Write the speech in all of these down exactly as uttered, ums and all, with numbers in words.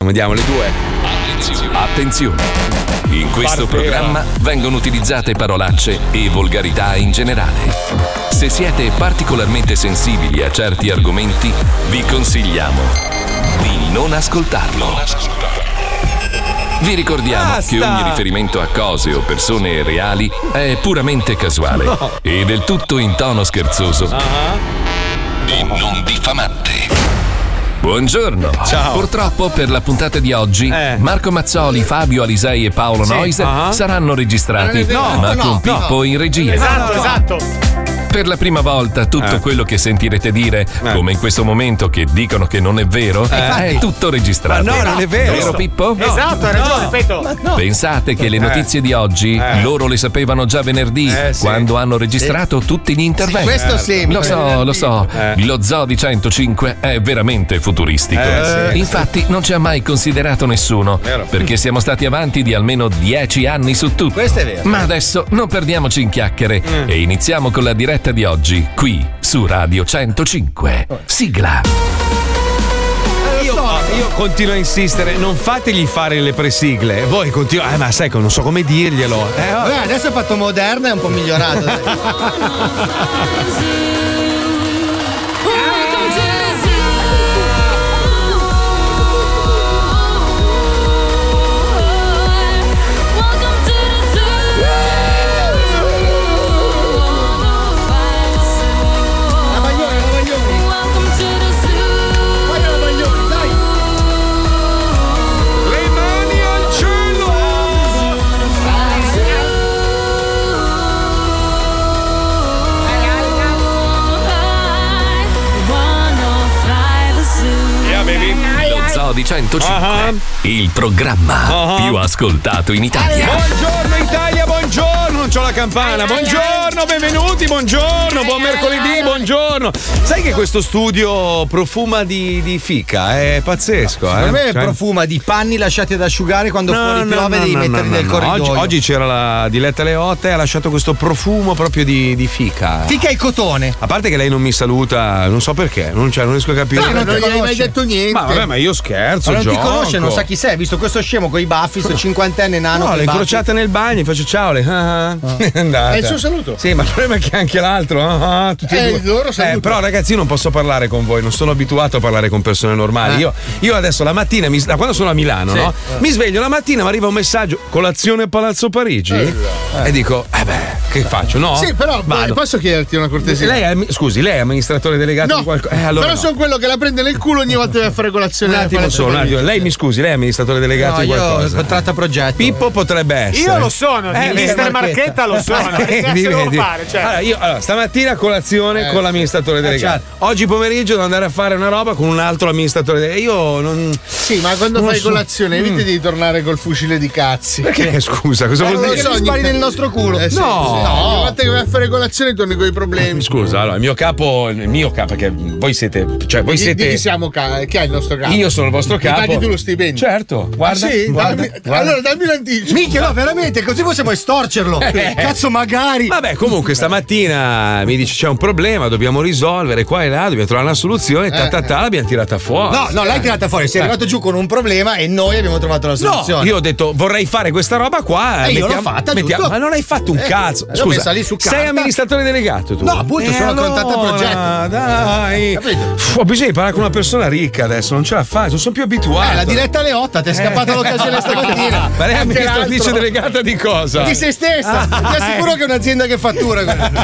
Come diamo le due? Attenzione. Attenzione. In questo Barbera. programma vengono utilizzate parolacce e volgarità in generale. Se siete particolarmente sensibili a certi argomenti, vi consigliamo di non ascoltarlo. Vi ricordiamo Basta. che ogni riferimento a cose o persone reali è puramente casuale No. e del tutto in tono scherzoso Uh-huh. e non diffamante. Buongiorno. Ciao. Purtroppo per la puntata di oggi Eh. Marco Mazzoli, Fabio Alisei e Paolo Sì. Noise Uh-huh. saranno registrati, No, ma no, con no. Pippo in regia. Esatto, esatto. Per la prima volta tutto Eh. quello che sentirete dire, Eh. come in questo momento che dicono che non è vero, è tutto registrato. Ma no, non è vero. Vero Pippo? No. Esatto, hai ragione, No. ripeto. Pensate che le notizie di oggi Eh. loro le sapevano già venerdì, Eh, sì. quando hanno registrato tutti gli interventi. Questo sì, Lo so, lo so, Eh. lo Zoo di centocinque è veramente futuristico. Eh, sì. Infatti non ci ha mai considerato nessuno, Vero. perché siamo stati avanti di almeno dieci anni su tutto. Questo è vero. Ma adesso non perdiamoci in chiacchiere Mm. e iniziamo con la diretta di oggi, qui su Radio centocinque. Sigla. Io, io continuo a insistere, non fategli fare le presigle. Voi continuate, eh, ma sai che non so come dirglielo. Eh, oh. Vabbè, adesso è fatto moderno e un po' migliorato. dai. La Baglioni, la Baglioni. Voglio la Baglioni, dai. Le mani al cielo! Yeah, baby. Lo Zoo di centocinque, Ah. il programma Ah. più ascoltato in Italia. Buongiorno Italia, buongiorno, non c'ho la campana. Buongiorno, benvenuti, buongiorno, buon mercoledì, buongiorno. Sai che questo studio profuma di, di fica? È pazzesco, eh? Per me Cioè- profuma di panni lasciati ad asciugare quando No, fuori no, piove no, devi no, metterli no, nel no. corridoio. Oggi, oggi c'era la Diletta Leotta e ha lasciato questo profumo proprio di, di fica. Fica e cotone. A parte che lei non mi saluta, non so perché, non, cioè, non riesco a capire. Perché non perché. ti conosce? niente. Ma vabbè, ma io scherzo, Ma non gioco. ti conosce, non sa chi sei, visto questo scemo con i baffi, sto cinquantenne nano. No, con l'ho i baffi. incrociata nel bagno, gli faccio ciao, le ah, ah. È andata. È il suo saluto. Sì, ma il problema è che anche l'altro, ah, ah, tutti È e il due. loro saluto. Eh, però ragazzi, io non posso parlare con voi, non sono abituato a parlare con persone normali. Eh. Io, io adesso la mattina, mi, da quando sono a Milano, Sì. no? Mi sveglio la mattina, mi arriva un messaggio, colazione a Palazzo Parigi? E dico, eh beh, che faccio? No? Sì, però Vado. posso chiederti una cortesia? Lei è, scusi, lei è amministratore delegato No, di qualcosa? Eh, allora però no. sono quello che la prende nel culo ogni volta che va a fare colazione. Un a attimo Palazzo solo, un Parigi. attimo. Lei mi scusi, lei è amministratore delegato No, di io qualcosa? contratto a progetto. Pippo potrebbe essere. Io lo sono, Eh, di vedi, mister Marchetta lo sono. Che Vedi, cazzo devo vedi. fare? Cioè. Allora, io allora, stamattina colazione Eh, con l'amministratore delegato. certo. Oggi pomeriggio devo andare a fare una roba con un altro amministratore delegato. Io non. Sì, ma quando Non fai so. colazione eviti di tornare col fucile di cazzi. Perché scusa, cosa Eh, vuol non dire? lo so, Che mi spari ogni- nel nostro culo. Eh, sì, No. sì, sì. Ogni volta che vai a fare colazione torni con i problemi. Scusa, allora, il mio capo, il mio capo, perché voi siete. Cioè, voi Di- siete. di chi siamo ca- chi è il nostro capo? Io sono il vostro Mi capo. paghi tu lo stipendio? Certo, guarda. Ah, sì? guarda, Dammi- guarda. Allora dammi l'anticipo. Minchia, no, veramente, così possiamo estorcerlo. Cazzo, magari. Vabbè, comunque stamattina mi dice c'è un problema, dobbiamo risolvere qua e là, dobbiamo trovare una soluzione, ta ta ta, l'abbiamo tirata fuori. No, no, l'hai tirata fuori, sei arrivato giù con un problema e noi abbiamo trovato la No, soluzione. io ho detto vorrei fare questa roba qua. E io l'ho mettiamo- fatta, mettiamo- giusto? Ma non hai fatto un Eh, cazzo. l'ho Scusa, messa lì su sei carta. amministratore delegato tu? No, appunto, sono contatto a progetto. Dai. Capito? Uff, ho bisogno di parlare con una persona ricca adesso, non ce la fai, non sono più abituato. Eh, la diretta alle otto, ti è scappata l'occasione stamattina. Ma lei è Anche amministratrice l'altro. delegata di cosa? Di se stessa. Ah, Ti assicuro che è un'azienda che fattura.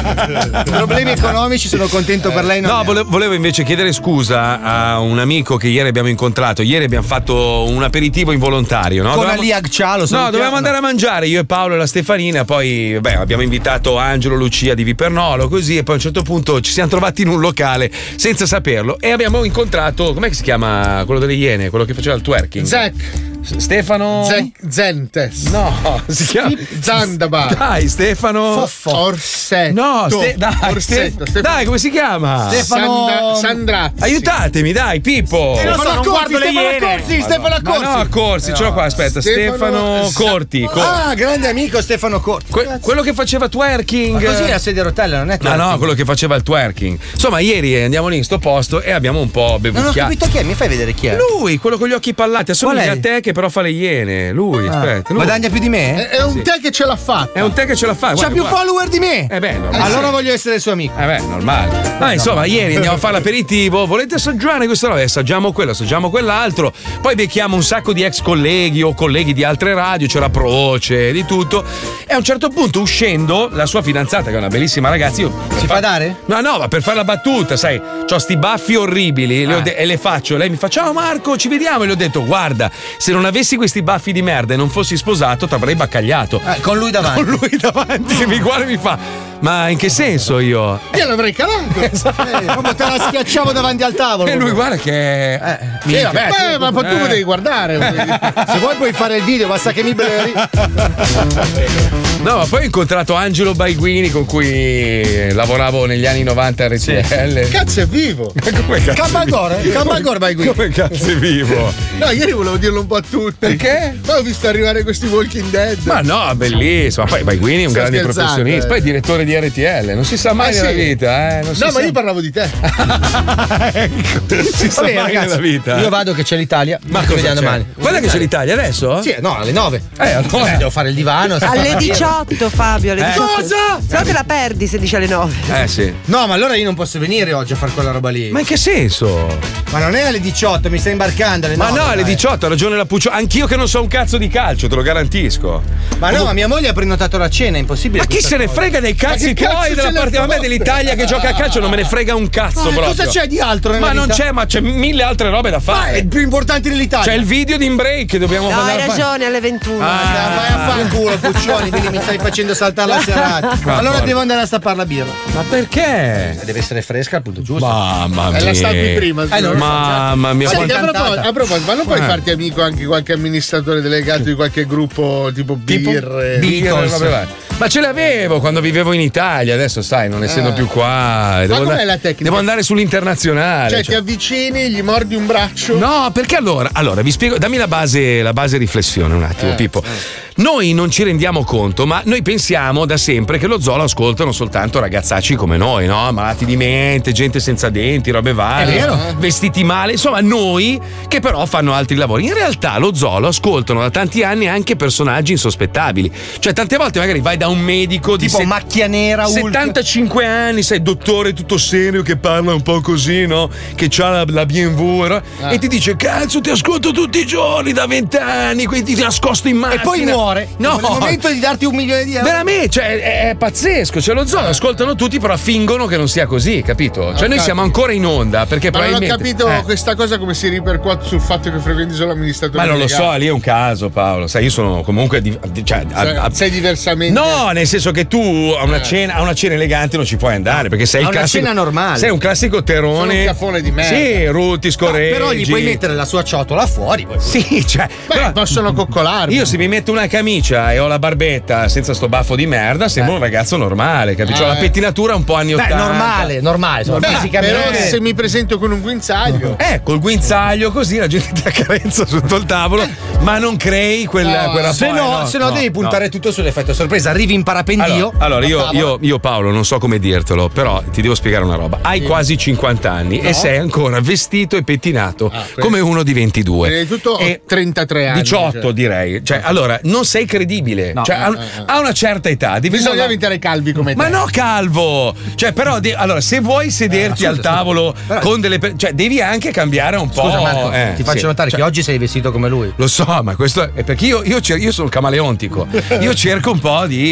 Problemi economici, sono contento per lei. non No, ne ha. volevo, volevo invece chiedere scusa a un amico che ieri abbiamo incontrato. Ieri abbiamo fatto un aperitivo involontario, no? Con Dovevamo- Ali Agcialo. No, dovevamo andare a mangiare io e Paolo e la Stefanina, poi beh, abbiamo invitato Angelo Lucia di Vipernolo, così, e poi a un certo punto ci siamo trovati in un locale senza saperlo e abbiamo incontrato, com'è che si chiama quello delle Iene, quello che faceva il twerking? Zack. Stefano Z- Zentes. No, si chiama Zandabar. Dai, Stefano Foffo. Orsetto. No, ste... dai, Orsetto. Ste... dai, come si chiama? Stefano Sanda... Sandrazzi. Aiutatemi, dai, Pippo. Eh, non so, non guardo le Stefano iene. Accorsi, Stefano Ma Accorsi. no, Accorsi, ce l'ho qua, aspetta, Stefano- Stefano Corti. Cor- Ah, grande amico Stefano Corti. Que- quello che faceva twerking. Ma così è a sedia a rotelle, non è Ma twerking. no, quello che faceva il twerking. Insomma, ieri andiamo lì in sto posto e abbiamo un po' Non ho bevucchiato. capito chi è, mi fai vedere chi è? Lui, quello con gli occhi pallati, assomiglia Qual è? a te che però fa le iene. Lui, aspetta. Lui. Guadagna più di me? È, è un te che ce l'ha fatta. È un te che ce la fa. C'ha guarda, più guarda. follower di me. Eh beh, normale. Allora voglio essere il suo amico. Eh beh, normale. Ma insomma, ieri andiamo a fare l'aperitivo. Volete assaggiare questa roba? Assaggiamo quello, assaggiamo quell'altro. Poi becchiamo un sacco di ex colleghi o colleghi di altre radio. C'era Proce, di tutto. E a un certo punto, uscendo, la sua fidanzata, che è una bellissima ragazza, io. Si fa dare? No, no, ma per fare la battuta, sai, c'ho sti baffi orribili le ho de- e le faccio. Lei mi fa: ciao Marco, ci vediamo. E le ho detto: guarda, se non avessi questi baffi di merda e non fossi sposato, ti avrei baccagliato. Eh, con lui davanti. Con lui davanti che mi guarda e mi fa: ma in che senso io? Io l'avrei calato. Eh, come te la schiacciavo davanti al tavolo. E lui guarda che. Eh, Minchia. sì, vabbè, Beh, ma tu Eh. potevi guardare. se vuoi puoi fare il video, basta che mi blurri. No, ma poi ho incontrato Angelo Baiguini con cui lavoravo negli anni novanta a R T L. Cazzo è vivo. Ma come cazzo? Cambagore? Cambagore vai qui. Come cazzo è vivo? No, ieri volevo dirlo un po' a tutti. Perché? Poi ho visto arrivare questi Walking Dead. Ma no, bellissimo. Poi Baiguini è un Sto grande scherzando, professionista. eh. Poi è direttore di R T L. Non si sa mai Ah, nella sì? vita, eh. Non si No, sa... ma io parlavo di te. ecco, non si sa Vabbè, mai ragazzi, nella vita. io vado che c'è l'Italia. Ma ci cosa vediamo c'è? domani. Guarda che c'è l'Italia adesso? Sì, no, alle nove. Eh, allora. Eh, devo fare il divano. Alle diciotto, Fabio, alle Eh. diciotto. Cosa? Se no te la perdi se dici alle nove. Eh sì. No, ma allora io non posso venire oggi a fare quella roba lì. Ma in che senso? Ma non è alle diciotto, mi stai imbarcando alle Ma nove. no, alle dai. diciotto ha ragione la Puccio. Anch'io che non so un cazzo di calcio, te lo garantisco. Ma no, ma mia moglie ha prenotato la cena, è impossibile. Ma chi questa se ne cosa. frega dei cazzi che cazzo tuoi ce della ne partita? A me frega? dell'Italia che gioca a calcio non me ne frega un cazzo Ma proprio. cosa c'è di altro nella Ma non vita? c'è, ma c'è mille altre robe da Ma fare. è il più importante dell'Italia. C'è il video di in break che dobbiamo No, andare hai a fare. ragione, alle ventuno. Ah. Vai a fanculo, Puccioni, quindi mi stai facendo saltare la serata. Ma Allora porca. devo andare a stappare la birra. Ma perché? Deve essere fresca al punto giusto. Mamma mia. È la stappi prima. Eh, non lo so, Mamma mia. Senti, quanta- a proposito, a proposito, ma non puoi Eh. farti amico anche qualche amministratore delegato di qualche gruppo tipo Tipo birre? birre, robe varie. Ma ce l'avevo quando vivevo in Italia, adesso sai, non essendo più qua. Devo, com'è andare, la tecnica? devo andare sull'internazionale. Cioè, cioè- ti avvicini, gli mordi un braccio. No, perché allora? Allora, vi spiego, dammi la base, la base riflessione un attimo, Eh, Pippo. Noi non ci rendiamo conto, ma noi pensiamo da sempre che lo zoo lo ascoltano soltanto ragazzacci come noi, no? Malati di mente, gente senza denti, robe varie, È vero. vestiti male, insomma, noi che però fanno altri lavori. In realtà lo zoo lo ascoltano da tanti anni anche personaggi insospettabili. Cioè, tante volte magari vai da un medico di Tipo se- macchia nera, Hulk. settantacinque anni, sai, dottore tutto serio che parla un po' così, no? Che c'ha la, la B M W no? Ah. E ti dice: cazzo, ti ascolto tutti i giorni da vent'anni, quindi ti nascosto in macchina. E poi muore. No, Nel momento di darti un milione di euro. veramente, cioè, è, è pazzesco. Cioè, lo zoo lo ascoltano tutti, però fingono che non sia così, capito? Cioè, noi siamo ancora in onda perché Ma non ho probabilmente. capito eh. questa cosa come si ripercuote sul fatto che frequenti solo amministratori Ma non lo delegati. so, lì è un caso, Paolo. Sai, io sono comunque. Di, di- cioè, a- Cioè, a- sei diversamente. No, nel senso che tu a una, cena, a una cena elegante non ci puoi andare perché sei A il una classico. cena normale. Sei un classico terone. Sono un caffone di merda. Sì, rutti, No, scorreggi. però gli puoi mettere la sua ciotola fuori. Poi. Sì, cioè. Beh, però possono coccolarmi. io se mi metto una camicia e ho la barbetta senza sto baffo di merda, sembro un ragazzo normale, capisci? Ho Eh. la pettinatura un po' anni Beh, ottanta. normale, normale. Insomma, Beh, fisicamente. però se mi presento con un guinzaglio. Eh, col guinzaglio così la gente ti accarezza sotto il tavolo, ma non crei quel, No, quel Se rapporto. no, se no, devi puntare no. tutto sull'effetto sorpresa. Arrivi in parapendio. Allora, allora, a io, tavola. io, io Paolo non so come dirtelo, però ti devo spiegare una roba. Hai quasi cinquanta anni e sei ancora vestito e pettinato Ah, questo. come uno di ventidue. Prima di tutto ho E trentatré anni. diciotto cioè. direi. Cioè, allora, non sei credibile. No. Cioè, a, eh, eh. a una certa età devi Bisogna andare- diventare calvi come Ma te. no, calvo! Cioè, però, de- allora, se vuoi sederti Eh, al scusa, tavolo scusa. Però- con delle. per- cioè, devi anche cambiare un po'. Scusa, Marco, eh, ti faccio sì. notare Cioè, che oggi sei vestito come lui. lo so, ma questo è perché io, io, cer- io sono camaleontico. Io cerco un po' di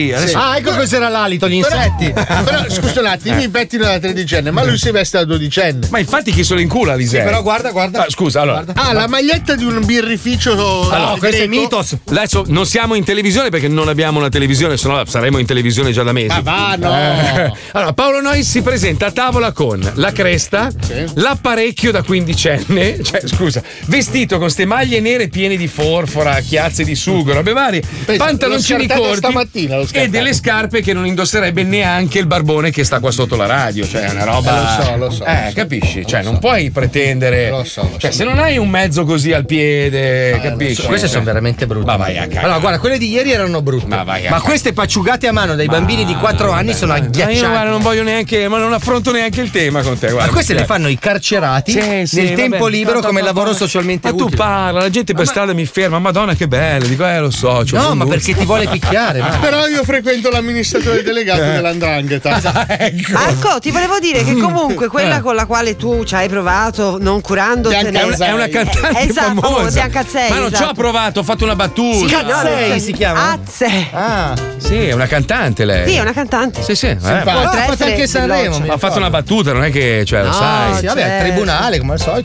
lì. Adesso... Ah, ecco cos'era l'alito, gli Però- insetti. Però scusa un attimo, mi pettino da tredicenne, ma lui si veste da dodicenne. Ma infatti chi se lo incula Lisei? Sì, però guarda, guarda. Ah, scusa, allora. Ah, la maglietta di un birrificio. Allora, questo è greco. mitos. Adesso non siamo in televisione perché non abbiamo una televisione, se no saremmo in televisione già da mesi. Ma va, no. Eh, Allora, Paolo Nois si presenta a tavola con la cresta, Sì. l'apparecchio da quindicenne, cioè scusa, vestito con ste maglie nere piene di forfora, chiazze di sugo, robe varie, Pensa, pantaloncini l'ho scartato corti stamattina, l'ho e scartato. delle scarpe che non indosserebbe neanche il barbone che sta qua sotto la radio, cioè è una roba. Eh, lo so, lo so, Eh, lo so. capisci? Cioè, Lo non so. puoi pretendere. Lo so, lo Cioè, so. se non hai un mezzo così al piede, capisci? Queste sono veramente brutte. Ma vai a cagare. Allora, guarda, quelle di ieri erano brutte. Ma vai a Ma cagare. queste pacciugate a mano dai bambini di quattro anni sono Ma io agghiaccianti. guarda, non voglio neanche, ma non affronto neanche il tema con te. Guarda, Ma queste le perché- fanno i carcerati Sì, sì, nel vabbè. tempo libero Ma- come ma- lavoro ma- socialmente Ma tu utile. parla, la gente per strada mi ferma, madonna che bello, dico eh lo so. c'ho No, un ma gusto. perché ti vuole picchiare? Ma... Però io frequento l'amministratore delegato dell'Andrangheta. Ecco. Marco, ti volevo dire che comunque quella con la quale tu ci hai provato, non curandotene. Bianca È una, è una cantante Esatto, famosa. Bianca Zei, Ma non ci esatto. ho provato, ho fatto una battuta. Sì, no, Cazzei non- si chiama? Azze. Ah, Sì, è una cantante lei. Sì, è una cantante. Sì, sì. eh, Simpatico. ma- ha Potrà fatto essere anche Sanremo. veloce. mi ma ha fatto ricordo. una battuta, non è che, cioè, lo No, sai. Sì, vabbè, al certo. tribunale come al solito.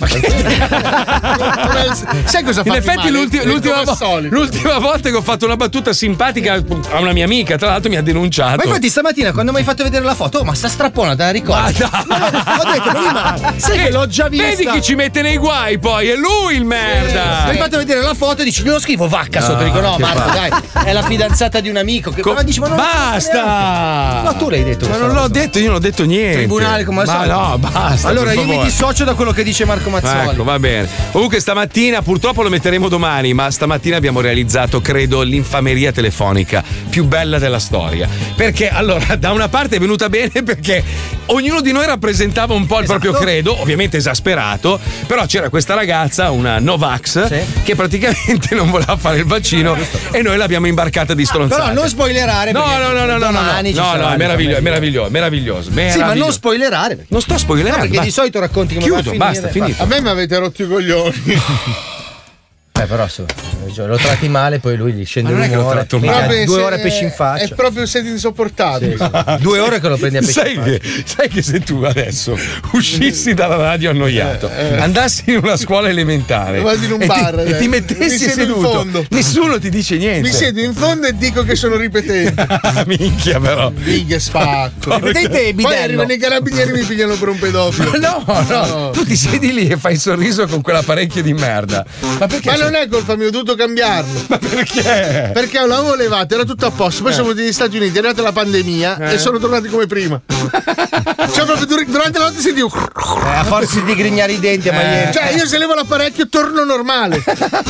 Sai cosa fa? In effetti l'ulti- l'ultima, vo- solito. l'ultima volta che ho fatto una battuta simpatica a una mia amica, tra l'altro mi ha denunciato. Ma infatti stamattina quando mi hai fatto vedere la foto, oh, ma sta strappona, te la ricordi? Ma dai! Ho detto, prima, sai che l'ho già vista. Vedi chi ci mette nei guai poi, è lui il merda! Mi hai fatto vedere la foto e dici, glielo scrivo vacca sotto. No, Dico, no, che Marco, dai, è la fidanzata di un amico. Che... Co- ma dici, ma non basta! No, tu l'hai detto. Ma questa non l'ho cosa. detto, io non ho detto niente. Tribunale come al Ma solito. no, basta. Allora per io mi favore. dissocio da quello che dice Marco Mazzoli. Ecco, va bene. Comunque stamattina, purtroppo lo metteremo domani, ma stamattina abbiamo realizzato, credo, l'infameria telefonica più bella della storia. Perché allora, da una parte è venuta bene perché ognuno di noi rappresentava un po' il Esatto. proprio credo, ovviamente esasperato, però c'era questa ragazza, una Novax, Sì. che praticamente non voleva fare il vaccino e noi l'abbiamo imbarcata di stronzate. Però non spoilerare. No, perché no, no, no, no, no, no, domani ci no, sarà no, è il meraviglioso, è famiglia. meraviglioso, meraviglioso, Sì, ma non meraviglioso. spoilerare. perché- Non sto spoilerando. No, perché di basta. solito racconti come Chiudo, va a finire. basta, finito. A me mi avete rotto i coglioni. Eh, però so, lo tratti male, poi lui gli scende Ma non è che lo l'umore. tratto Mica male. Vabbè, due se- ore pesci in È faccia. proprio siete insopportabili. Due ore che lo prendi a pesci Sai in faccia. che, sai che se tu adesso uscissi dalla radio annoiato, andassi in una scuola elementare Vado in un e, bar, ti, e eh. ti Mi mettessi siedo in seduto, fondo. nessuno ti dice niente. Mi siedo in fondo e dico che sono ripetente. Ah, minchia, però. Minchia spacco. Ripetente e Poi bidello. arrivano i carabinieri e mi pigliano per un pedofilo. No, no, tu ti siedi lì e fai il sorriso con quell'apparecchio di merda. Ma perché? Ma non è colpa mia, ho dovuto cambiarlo. Ma perché? Perché l'avevo levato, era tutto a posto. Poi siamo venuti negli Stati Uniti, è arrivata la pandemia Eh. e sono tornati come prima. Cioè, proprio dur- durante la notte sentivo. Eh, a forza di grignare i denti a Miami. Cioè, io se levo l'apparecchio torno normale.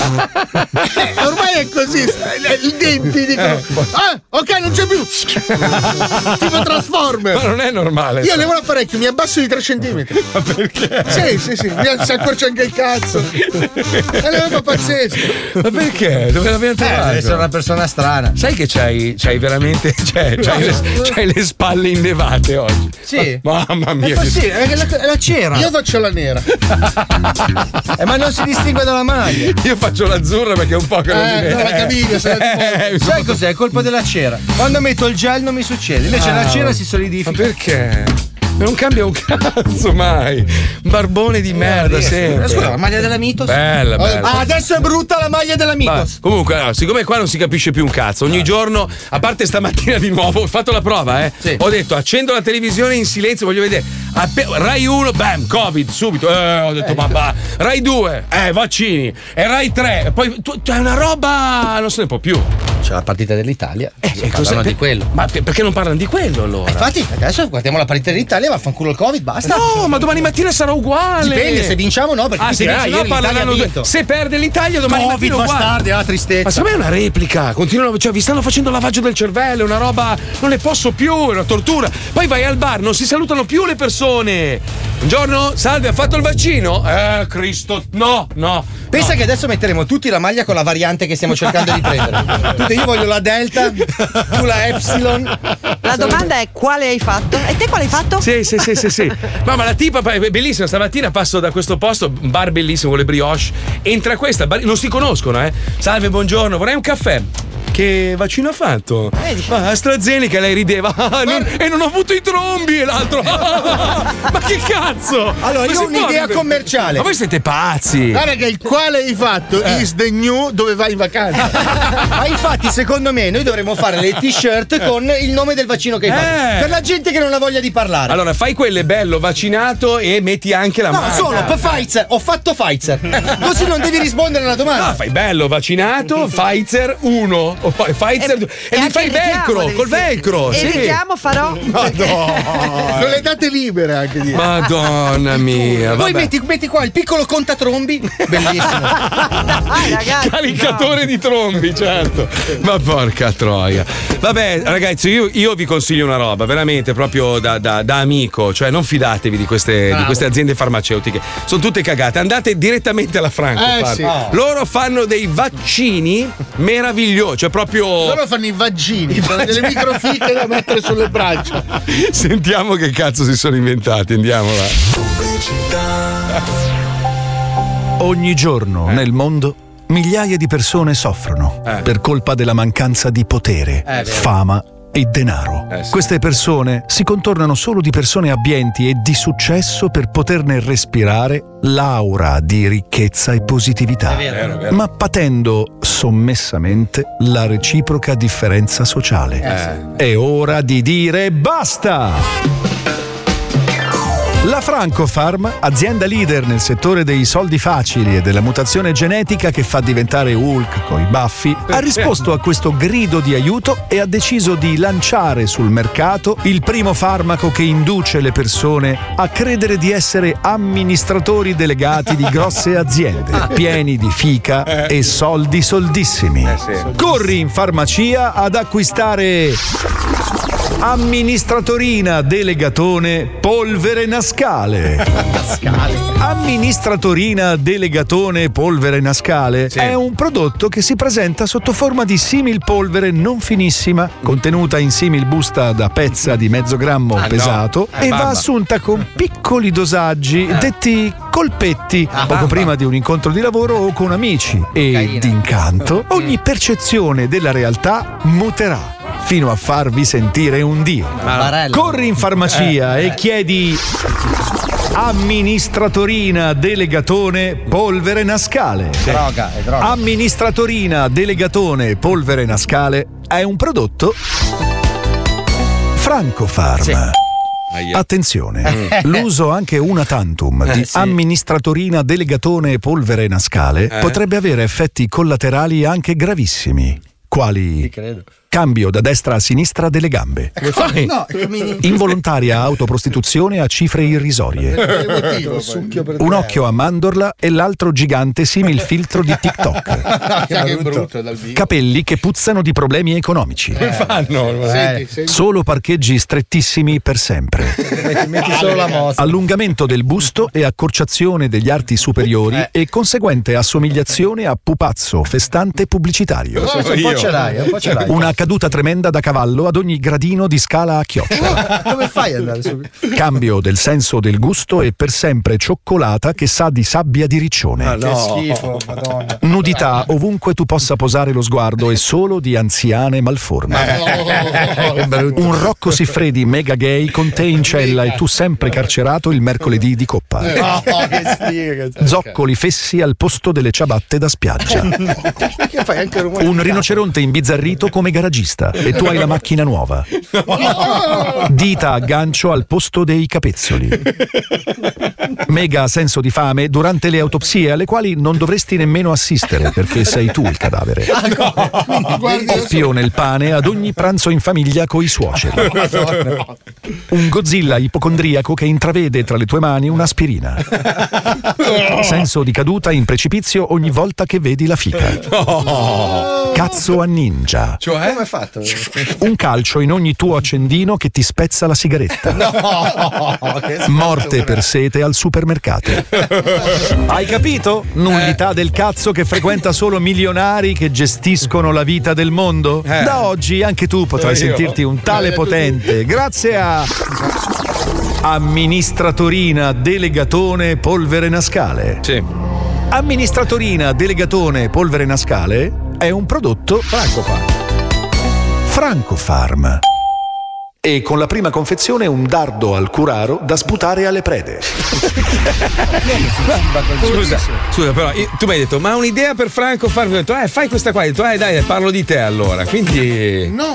Eh, Ormai è così. I denti dico. Ah, ok, non c'è più. Tipo Transformer. Ma non è normale. Io levo l'apparecchio, mi abbasso di tre centimetri. Ma perché? Sì, sì, sì, mi si accorcia anche il cazzo. È una roba pazzesca. Ma perché? Dove l'abbiamo Eh, trovato? deve essere una persona strana. Sai che c'hai, c'hai veramente. Cioè, c'hai, le, c'hai le spalle innevate oggi. Sì. Ma- Mamma Eh, mia. fa che- sì, è la, è la cera. Io faccio la nera. Eh, ma non si distingue dalla maglia. Io faccio l'azzurra perché è un po' che non Eh, mi no, la caviglia, se la ti Eh, Sai cos'è? È colpa della cera. Quando metto il gel non mi succede. Invece la cera si Ma solidifica. perché? Non cambia un cazzo mai. Un barbone di merda sempre. Eh, Scusa, la maglia della Mitos? Bella, bella. Ah, adesso è brutta la maglia della Ma, Mitos. comunque, allora, siccome qua non si capisce più un cazzo, ogni giorno, a parte stamattina di nuovo, ho fatto la prova, eh. Sì. Ho detto accendo la televisione in silenzio, voglio vedere. Appe- Rai uno, bam, Covid, subito. Eh, ho detto, ma va. Rai due, eh, vaccini. E Rai tre, poi tu, è una roba, non se ne può più. C'è la partita dell'Italia. Eh, Eh, cosa- parlano per- di quello. Ma per- perché non parlano di quello allora? Infatti, adesso guardiamo la partita dell'Italia, vaffanculo il Covid, basta. No, ma domani mattina sarà uguale. Dipende, se vinciamo o no, perché Ah, tu se dirai, vince, no, ieri l'Italia parleranno ha due- vinto. se perde l'Italia domani Covid, mattina è uguale. bastardi, la Ma tristezza. secondo me è una replica, continuano, cioè vi stanno facendo lavaggio del cervello, è una roba, non ne posso più, è una tortura. Poi vai al bar, non si salutano più le persone. Buongiorno, salve, ha fatto il vaccino? Eh, Cristo, no, no. Pensa che adesso metteremo tutti la maglia con la variante che stiamo cercando di prendere. Tutte, io voglio la Delta, tu la Epsilon. La domanda è quale hai fatto? E te quale hai fatto? Sì, sì, sì, sì, sì. Ma, ma la tipa è bellissima. Stamattina passo da questo posto, un bar bellissimo con le brioche. Entra questa, bar- non si conoscono, eh. Salve, buongiorno, vorrei un caffè. che vaccino ha fatto? Ma AstraZeneca, lei rideva ah, non, e non ho avuto i trombi e l'altro ah, ma che cazzo? Allora ma io ho un'idea può... commerciale. Ma voi siete pazzi. Guarda che il quale hai fatto eh. is the new dove vai in vacanza. Ma infatti secondo me noi dovremmo fare le t-shirt con il nome del vaccino che hai fatto eh. per la gente che non ha voglia di parlare. Allora fai quelle bello vaccinato e metti anche la no, marca. solo per Pfizer, ho fatto Pfizer. Così non devi rispondere alla domanda. No, fai bello vaccinato, Pfizer uno o poi Pfizer due e, e mi fai velcro, col velcro. E sì. richiamo farò. Madonna. Non le date libere anche di. Madonna mia. Poi metti, metti qua il piccolo contatrombi. Bellissimo. Dai, ragazzi, caricatore no. di trombi, certo. Ma porca troia. Vabbè, ragazzi, io, io vi consiglio una roba, veramente proprio da, da, da amico. Cioè, non fidatevi di queste, di queste aziende farmaceutiche. Sono tutte cagate. Andate direttamente alla Franco. Eh, sì. oh. Loro fanno dei vaccini meravigliosi. Cioè, proprio. Loro fanno i vaggini, sono delle microfiche da mettere sulle braccia. Sentiamo che cazzo si sono inventati. Andiamo là. Ogni giorno eh. nel mondo migliaia di persone soffrono eh. per colpa della mancanza di potere, eh, fama e denaro. Eh, sì. Queste persone si contornano solo di persone abbienti e di successo per poterne respirare l'aura di ricchezza e positività, è vero, è vero. ma patendo sommessamente la reciproca differenza sociale. Eh. È ora di dire basta! La Francofarm, azienda leader nel settore dei soldi facili e della mutazione genetica che fa diventare Hulk coi baffi, ha risposto a questo grido di aiuto e ha deciso di lanciare sul mercato il primo farmaco che induce le persone a credere di essere amministratori delegati di grosse aziende, pieni di fica e soldi soldissimi. Corri in farmacia ad acquistare amministratorina delegatone polvere nascale. Amministratorina delegatone polvere nascale sì. è un prodotto che si presenta sotto forma di similpolvere non finissima, contenuta in similbusta da pezza di mezzo grammo ah, pesato no. eh, e bamba. va assunta con piccoli dosaggi eh. detti colpetti ah, poco bamba. prima di un incontro di lavoro o con amici e Caina. d'incanto ogni percezione della realtà muterà fino a farvi sentire un dio. Barella. Corri in farmacia e chiedi amministratorina delegatone polvere nascale. Sì. Droga, è droga. Amministratorina delegatone polvere nascale è un prodotto Francofarm. Sì. Attenzione, l'uso anche una tantum di sì. amministratorina delegatone polvere nascale eh. potrebbe avere effetti collaterali anche gravissimi, quali cambio da destra a sinistra delle gambe, no, involontaria autoprostituzione a cifre irrisorie, un occhio a mandorla e l'altro gigante simil filtro di TikTok, che brutto, dal capelli che puzzano di problemi economici, come fanno? Senti, senti. Solo parcheggi strettissimi per sempre, metti solo la mossa, allungamento del busto e accorciazione degli arti superiori eh. e conseguente assomigliazione a pupazzo festante pubblicitario. No, un po' ce l'hai, un po' ce l'hai. Una caduta tremenda da cavallo ad ogni gradino di scala a chiocciola. Come fai ad andare su? Cambio del senso del gusto e per sempre cioccolata che sa di sabbia di riccione. Ah, no. Che schifo, Madonna. Nudità ovunque tu possa posare lo sguardo e solo di anziane malforme. Eh. Un Rocco Siffredi mega gay con te in cella e tu sempre carcerato il mercoledì di coppa. No, che sfiga. Zoccoli fessi al posto delle ciabatte da spiaggia. Un rinoceronte imbizzarrito come garagista e tu hai la macchina nuova. Dita a gancio al posto dei capezzoli. Mega senso di fame durante le autopsie alle quali non dovresti nemmeno assistere perché sei tu il cadavere. Oppio nel pane ad ogni pranzo in famiglia coi suoceri. Un Godzilla ipocondriaco che intravede tra le tue mani un'aspirina. Senso di caduta in precipizio ogni volta che vedi la fica. Cazzo a ninja. Cioè? Come è fatto? Un calcio in ogni tuo accendino che ti spezza la sigaretta. No! Morte per sete al supermercato. Hai capito? Nullità eh. del cazzo che frequenta solo milionari che gestiscono la vita del mondo? Eh. Da oggi anche tu potrai Io. sentirti un tale potente grazie a amministratorina delegatone polvere nascale. Sì. Amministratorina delegatone polvere nascale è un prodotto Francofarm. Francofarm. E con la prima confezione un dardo al curaro da sputare alle prede. Scusa, scusa, però io- tu mi hai detto, ma un'idea per Franco Farm? Ho detto, eh, fai questa qua. Ho detto, eh, dai, parlo di te allora. Quindi. No.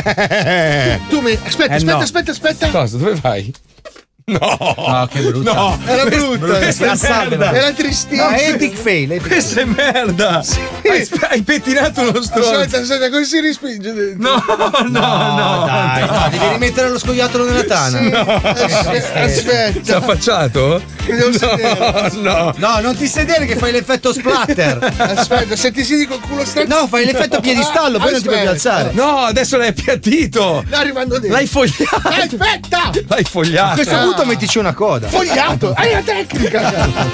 Tu mi. Aspetta, Eh, aspetta, no. aspetta, aspetta. Cosa? Dove vai? No, No, che brutta. No, Era brutta. questa è merda. Era tristissima. No, epic fail. Epic Questa è merda. Hai, sp- hai pettinato uno stronzo. Aspetta, aspetta, come si respinge dentro? No, no, no. Dai, no, devi rimettere lo scoiattolo nella tana. Aspetta, Si è aspetta. affacciato? Devo sedere. No, no. No, non ti sedere che fai l'effetto splatter. Aspetta, se ti siedi col culo stretto. No, fai l'effetto piedistallo, poi non ti puoi più Aspetta. alzare. No, adesso l'hai appiattito. Sta arrivando dentro. L'hai fogliato. Aspetta! L'hai A fogliato. questo punto mettici una coda. Fogliato! Hai la tecnica!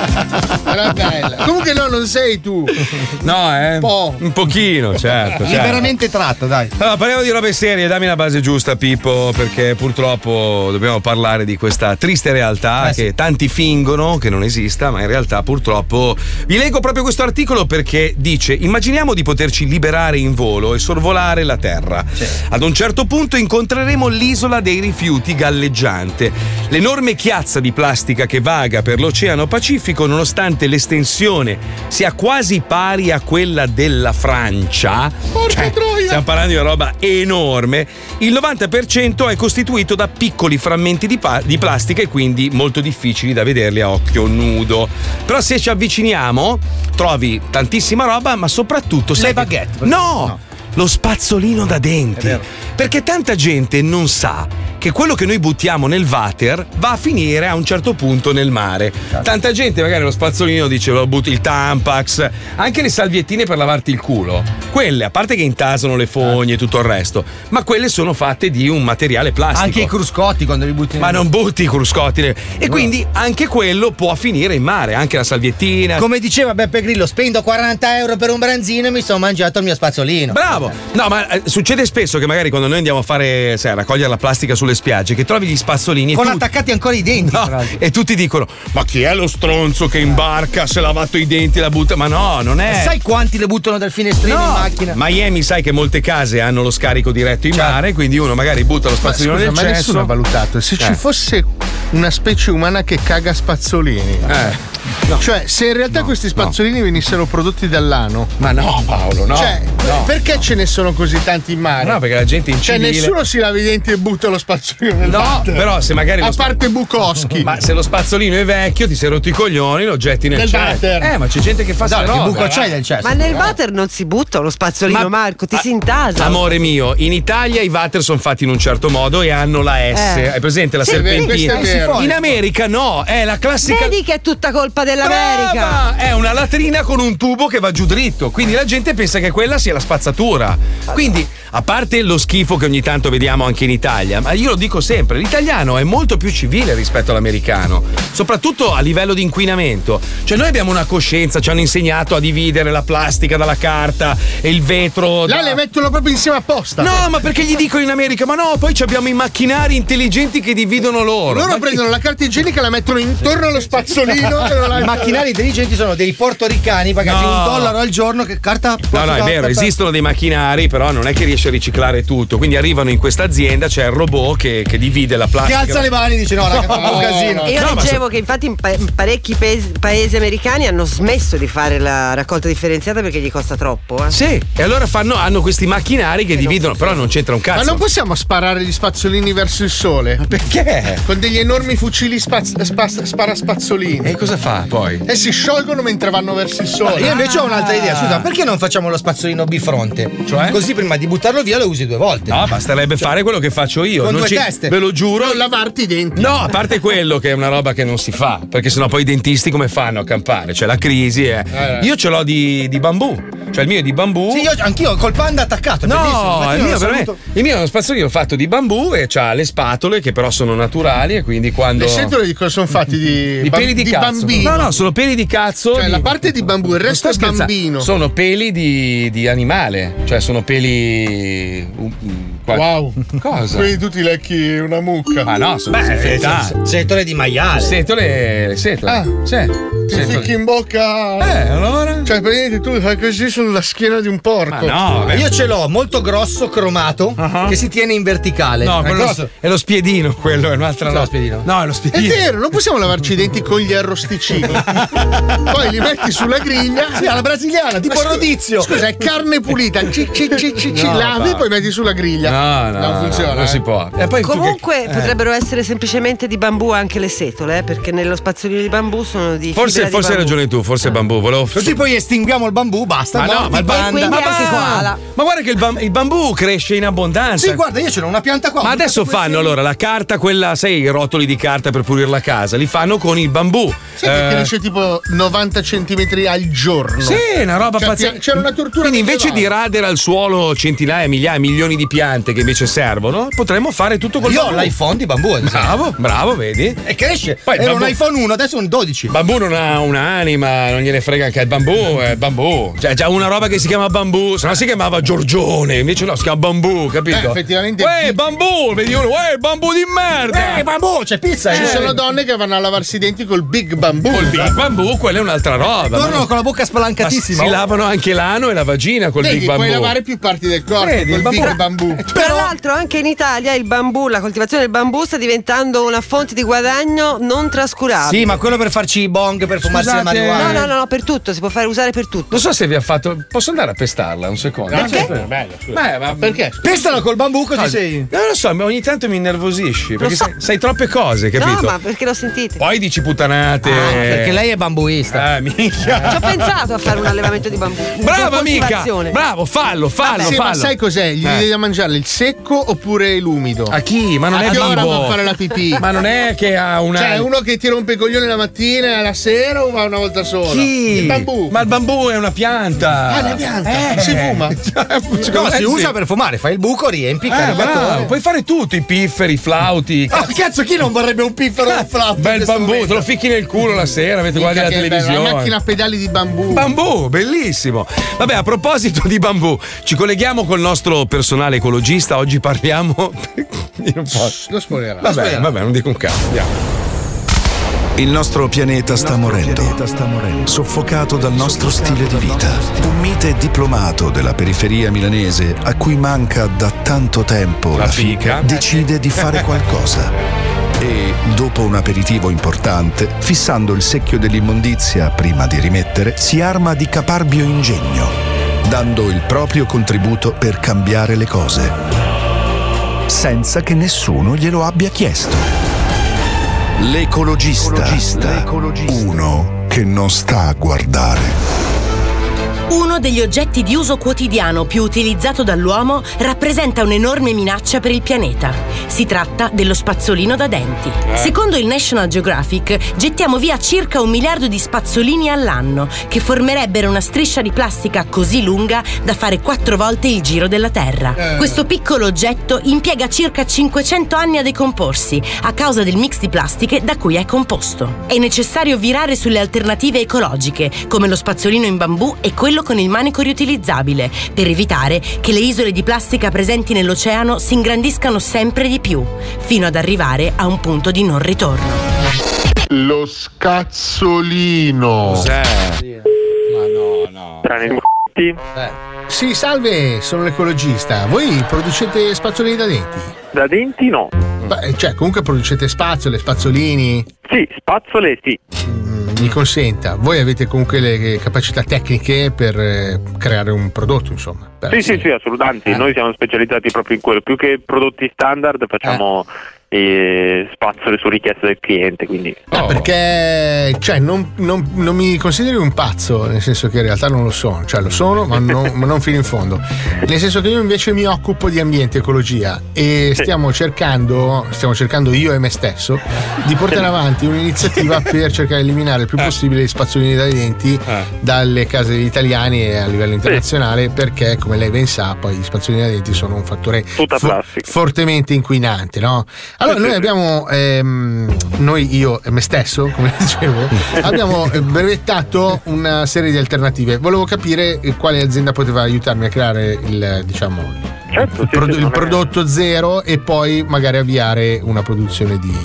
Era bella. Comunque no, non sei tu. No, eh. Po'. Un pochino, certo. certo. Liberamente tratto, dai. Allora, parliamo di robe serie, dammi la base giusta, Pippo, perché purtroppo dobbiamo parlare di questa triste realtà Eh, che sì. tanti fingono che non esista, ma in realtà purtroppo. Vi leggo proprio questo articolo perché dice: immaginiamo di poterci liberare in volo e sorvolare la Terra. Ad un certo punto incontreremo l'isola dei rifiuti galleggiante, l'enorme chiazza di plastica che vaga per l'Oceano Pacifico, nonostante l'estensione sia quasi pari a quella della Francia. Porca troia! Stiamo parlando di una roba enorme. Il novanta per cento è costituito da piccoli frammenti di, pa- di plastica e quindi molto difficili da vederli a occhio nudo. Però se ci avviciniamo trovi tantissima roba, ma soprattutto sai Le che- baguette. No! No. Lo spazzolino da denti. vero. Perché tanta gente non sa che quello che noi buttiamo nel water va a finire a un certo punto nel mare. Tanta gente magari lo spazzolino dice lo butti, il Tampax, anche le salviettine per lavarti il culo. Quelle, a parte che intasano le fogne e tutto il resto, ma quelle sono fatte di un materiale plastico. Anche i cruscotti quando li butti Ma nel- non butti i cruscotti. E quindi anche quello può finire in mare, anche la salviettina. Come diceva Beppe Grillo, spendo quaranta euro per un branzino e mi sono mangiato il mio spazzolino. Bravo! No, ma eh, succede spesso che magari quando noi andiamo a fare, sai, a raccogliere la plastica sulle spiagge, che trovi gli spazzolini Con e tu- attaccati ancora i denti. No, tra l'altro. e tutti dicono: ma chi è lo stronzo che in barca si è lavato i denti e la butta? Ma no, non è. Sai quanti le buttano dal finestrino No, in macchina? Miami sai che molte case hanno lo scarico diretto in Certo. mare, quindi uno magari butta lo Ma spazzolino scusa, nel ma cesso. nessuno ha valutato se ci Eh. fosse una specie umana che caga spazzolini. Eh, Cioè, se in realtà questi spazzolini venissero prodotti dall'ano. ma no, Paolo, no. Cioè, no. perché ce ne sono così tanti in mare? No, perché la gente in Cioè, civile. nessuno si lava i denti e butta lo spazzolino nel No, water. però se magari A lo spa- parte Bukowski. Ma se lo spazzolino è vecchio, ti sei rotto i coglioni, lo getti nel Nel cesso. water. Eh, ma c'è gente che fa sta Che roba. buco c'hai del cesso? Ma nel water non si butta lo spazzolino, Ma- Marco, ti Ah, si intasa. Amore mio, in Italia i water sono fatti in un certo modo e hanno la S. Eh. Hai presente la Sì, serpentina? questo è vero. In America no, è la classica. Vedi che è tutta colpa dell'America. Brava! È una latrina con un tubo che va giù dritto, quindi la gente pensa che quella sia la spazzatura. Quindi, a parte lo schifo che ogni tanto vediamo anche in Italia, ma io lo dico sempre, l'italiano è molto più civile rispetto all'americano, soprattutto a livello di inquinamento. Cioè noi abbiamo una coscienza, ci hanno insegnato a dividere la plastica dalla carta e il vetro. Là da- le mettono proprio insieme apposta. No, ma perché gli dicono in America? Ma no, poi ci abbiamo i macchinari intelligenti che dividono loro. Loro Ma chi- prendono la carta igienica e la mettono intorno allo spazzolino e lo I lasciano. macchinari intelligenti sono dei portoricani pagati No. un dollaro al giorno che carta. No, no, è vero, esistono dei macchinari, però non è che riesce a riciclare tutto. Quindi arrivano in questa azienda, c'è il robot che, che divide la Che plastica. alza le mani e dice no, raga, fa un casino. E io No, ma leggevo che infatti in, pa- in parecchi paesi, paesi americani hanno smesso di fare la raccolta differenziata perché gli costa troppo. Eh. Sì, e allora fanno, hanno questi macchinari che dividono, però non c'entra un cazzo. Ma non possiamo sparare gli spazzolini verso il sole? Perché? Con degli enormi fucili spaz- spa- sparaspazzolini. E cosa fa poi? E si sciolgono mentre vanno verso il sole. Io invece ho un'altra idea, scusa, perché non facciamo lo spazzolino bifronte? Cioè? Così prima di buttarlo via lo usi due volte. No, basterebbe fare quello che faccio io. Con non due ci- teste. Ve lo giuro. Non lavarti i denti. No, a parte quello che è una roba che non si fa, perché sennò poi i dentisti come fanno a campare? C'è la crisi. Eh. Eh. Io ce l'ho di, di bambù, cioè il mio è di bambù. Sì, io anch'io col panda attaccato. è bellissimo. No, Infatti il io mio, lo per me- saluto. il mio è uno spazzolino fatto di bambù e ha le spatole che però sono naturali e quindi quando. Le setole di cosa sono fatti? Di, Di bam- peli di, cazzo. bambino. No, no, sono peli di cazzo. Cioè di- la parte di bambù, il Non resto sto è scherzando. bambino. Sono peli di, di animale, cioè sono peli. uh, uh, qua- Wow. Cosa? Quindi tu ti lecchi una mucca. Ma no, sono Beh, disinfettati. setole di maiale. Setole, setole. Ah. Sì. Ti setole. ficchi in bocca. Eh, allora? Cioè, praticamente tu fai così su sulla schiena di un porco. Ma no, beh. Io ce l'ho molto grosso, cromato, uh-huh. che si tiene in verticale. No, è, quello è lo spiedino, quello è un'altra no. no. spiedino. No, è lo È spiedino. vero, non possiamo lavarci i denti con gli arrosticini. Poi li metti sulla griglia. Sì, alla brasiliana, tipo scusa, rodizio. Scusa, è carne pulita. Ci, ci, ci, ci, ci No, lavi va. e poi metti sulla griglia. No, no, non funziona. non eh. si può. E poi tu Comunque che- eh. potrebbero essere semplicemente di bambù anche le setole, eh, perché nello spazzolino di bambù sono di Forse, fibra forse di hai bambù. ragione tu, forse è bambù. Volevo... Così poi estinguiamo il bambù, basta. Ma no, morti, ma il banda. quindi ma anche va- koala. Ma guarda che il, bam- il bambù cresce in abbondanza. Sì, guarda, io ce l'ho una pianta qua. Ma ho adesso buttato fanno questi- allora la carta, quella, sai, i rotoli di carta per pulire la casa, li fanno con il bambù. Sai che Eh, cresce tipo novanta centimetri al giorno. Sì, è una roba Cioè, pazzesca. c'era una tortura Quindi invece di medievale. radere al suolo centinaia, migliaia, milioni di piante che invece servono, potremmo fare tutto col Io ho bambù. l'iPhone di bambù, ad esempio. Bravo, bravo, vedi? E cresce. Poi il Era bambù- un iPhone uno, adesso è un dodici. Il bambù non ha un'anima, non gliene frega anche il bambù, è il bambù. Cioè, c'è una roba che si chiama bambù, se no si chiamava Giorgione, invece no, si chiama bambù, capito? Eh, effettivamente- Uè, bambù, vedi uno, uè, bambù di merda! Eh, bambù, c'è pizza. Ci eh. sono donne che vanno a lavarsi i denti col big bambù. Col big bambù, quella è un'altra roba. Tornano ma- con la bocca ma spalancatissima. si lavano anche l'ano e la vagina col Vedi, big bambù. puoi lavare più parti del corpo Vedi, col il bambù- big bambù. Tra l'altro anche in Italia il bambù, la coltivazione del bambù sta diventando una fonte di guadagno non trascurabile. Sì, ma quello per farci i bong, per fumarsi le Scusate. No, marijuana. no, no, no, per tutto, si può fare usare per tutto. Non so se vi ha fatto. Posso andare a pestarla un secondo? Perché? Bello, scusa. Beh, ma Perché? Pestala col bambù così No, sei. non lo so, ma ogni tanto mi innervosisci. Perché so. sai, sai troppe cose, capito? No, ma perché lo sentite? Poi dici puttanate. Ah, perché lei è bambuista. Eh, minchia. Ci ho pensato a fare un allevamento di bambù. Brava Con mica! coltivazione. Bravo, fallo, fallo, Sì, fallo. ma sai cos'è? Gli Eh. devi da mangiare il secco oppure l'umido? A chi? Ma non A è che ora vivo. va a fare la pipì? Ma non è che ha una. Cioè, uno che ti rompe i coglioni la mattina e la sera o va una volta sola? Chi? Il bambù. Ma il bambù è una pianta. Ah, la pianta. Eh. Si fuma. No, si usa per fumare, fai il buco, riempi, Eh, caricatore. bravo. Puoi fare tutto, i pifferi, i flauti. Ah, cazzo, chi non vorrebbe un piffero e un flauto? Bel in questo bambù, momento? te lo ficchi nel culo la sera mentre guardi la Che bello, televisione. La macchina a pedali di bambù. Bambù, bellissimo. Vabbè, a proposito di bambù, ci colleghiamo col nostro personale ecologista. Oggi parliamo. Io non posso. Lo spoilerà. Vabbè, vabbè, non dico un cazzo. Andiamo. Il nostro pianeta sta morendo, soffocato dal nostro stile di vita. Un mite diplomato della periferia milanese a cui manca da tanto tempo La la fica. fica, decide di fare qualcosa. E dopo un aperitivo importante, fissando il secchio dell'immondizia prima di rimettere, si arma di caparbio ingegno, dando il proprio contributo per cambiare le cose, senza che nessuno glielo abbia chiesto. L'ecologista, uno che non sta a guardare. Uno degli oggetti di uso quotidiano più utilizzato dall'uomo rappresenta un'enorme minaccia per il pianeta. Si tratta dello spazzolino da denti. Secondo il National Geographic, gettiamo via circa un miliardo di spazzolini all'anno, che formerebbero una striscia di plastica così lunga da fare quattro volte il giro della Terra. Questo piccolo oggetto impiega circa cinquecento anni a decomporsi, a causa del mix di plastiche da cui è composto. È necessario virare sulle alternative ecologiche, come lo spazzolino in bambù e quello con il manico riutilizzabile, per evitare che le isole di plastica presenti nell'oceano si ingrandiscano sempre di più, fino ad arrivare a un punto di non ritorno. Lo scazzolino. Cos'è? Ma no, no. Sì, salve, sono l'ecologista. Voi producete spazzolini da denti? Da denti no. Beh, cioè, comunque producete spazzole, spazzolini. Sì, spazzole sì. Mi consenta, voi avete comunque le capacità tecniche per eh, creare un prodotto, insomma. Per Sì, sì, essere- sì, assolutamente. Eh. Noi siamo specializzati proprio in quello. Più che prodotti standard facciamo eh, spazzole su richiesta del cliente, quindi Ah, perché cioè, non, non- non mi consideri un pazzo, nel senso che in realtà non lo sono, cioè lo sono, ma non, ma non fino in fondo. Nel senso che io invece mi occupo di ambiente e ecologia e stiamo cercando, stiamo cercando io e me stesso di portare avanti un'iniziativa per cercare di eliminare il più possibile gli spazzolini dai denti dalle case degli italiani e a livello internazionale, perché come lei ben sa poi gli spazzolini dai denti sono un fattore Tutta fo- plastica. fortemente inquinante, no? Allora noi abbiamo ehm, noi io e me stesso, come dicevo, abbiamo eh, brevettato una serie di alternative. Volevo capire eh, quale azienda poteva aiutarmi a creare il, diciamo, certo, il, sì, prodo- sì, il non è- prodotto zero e poi magari avviare una produzione di, di-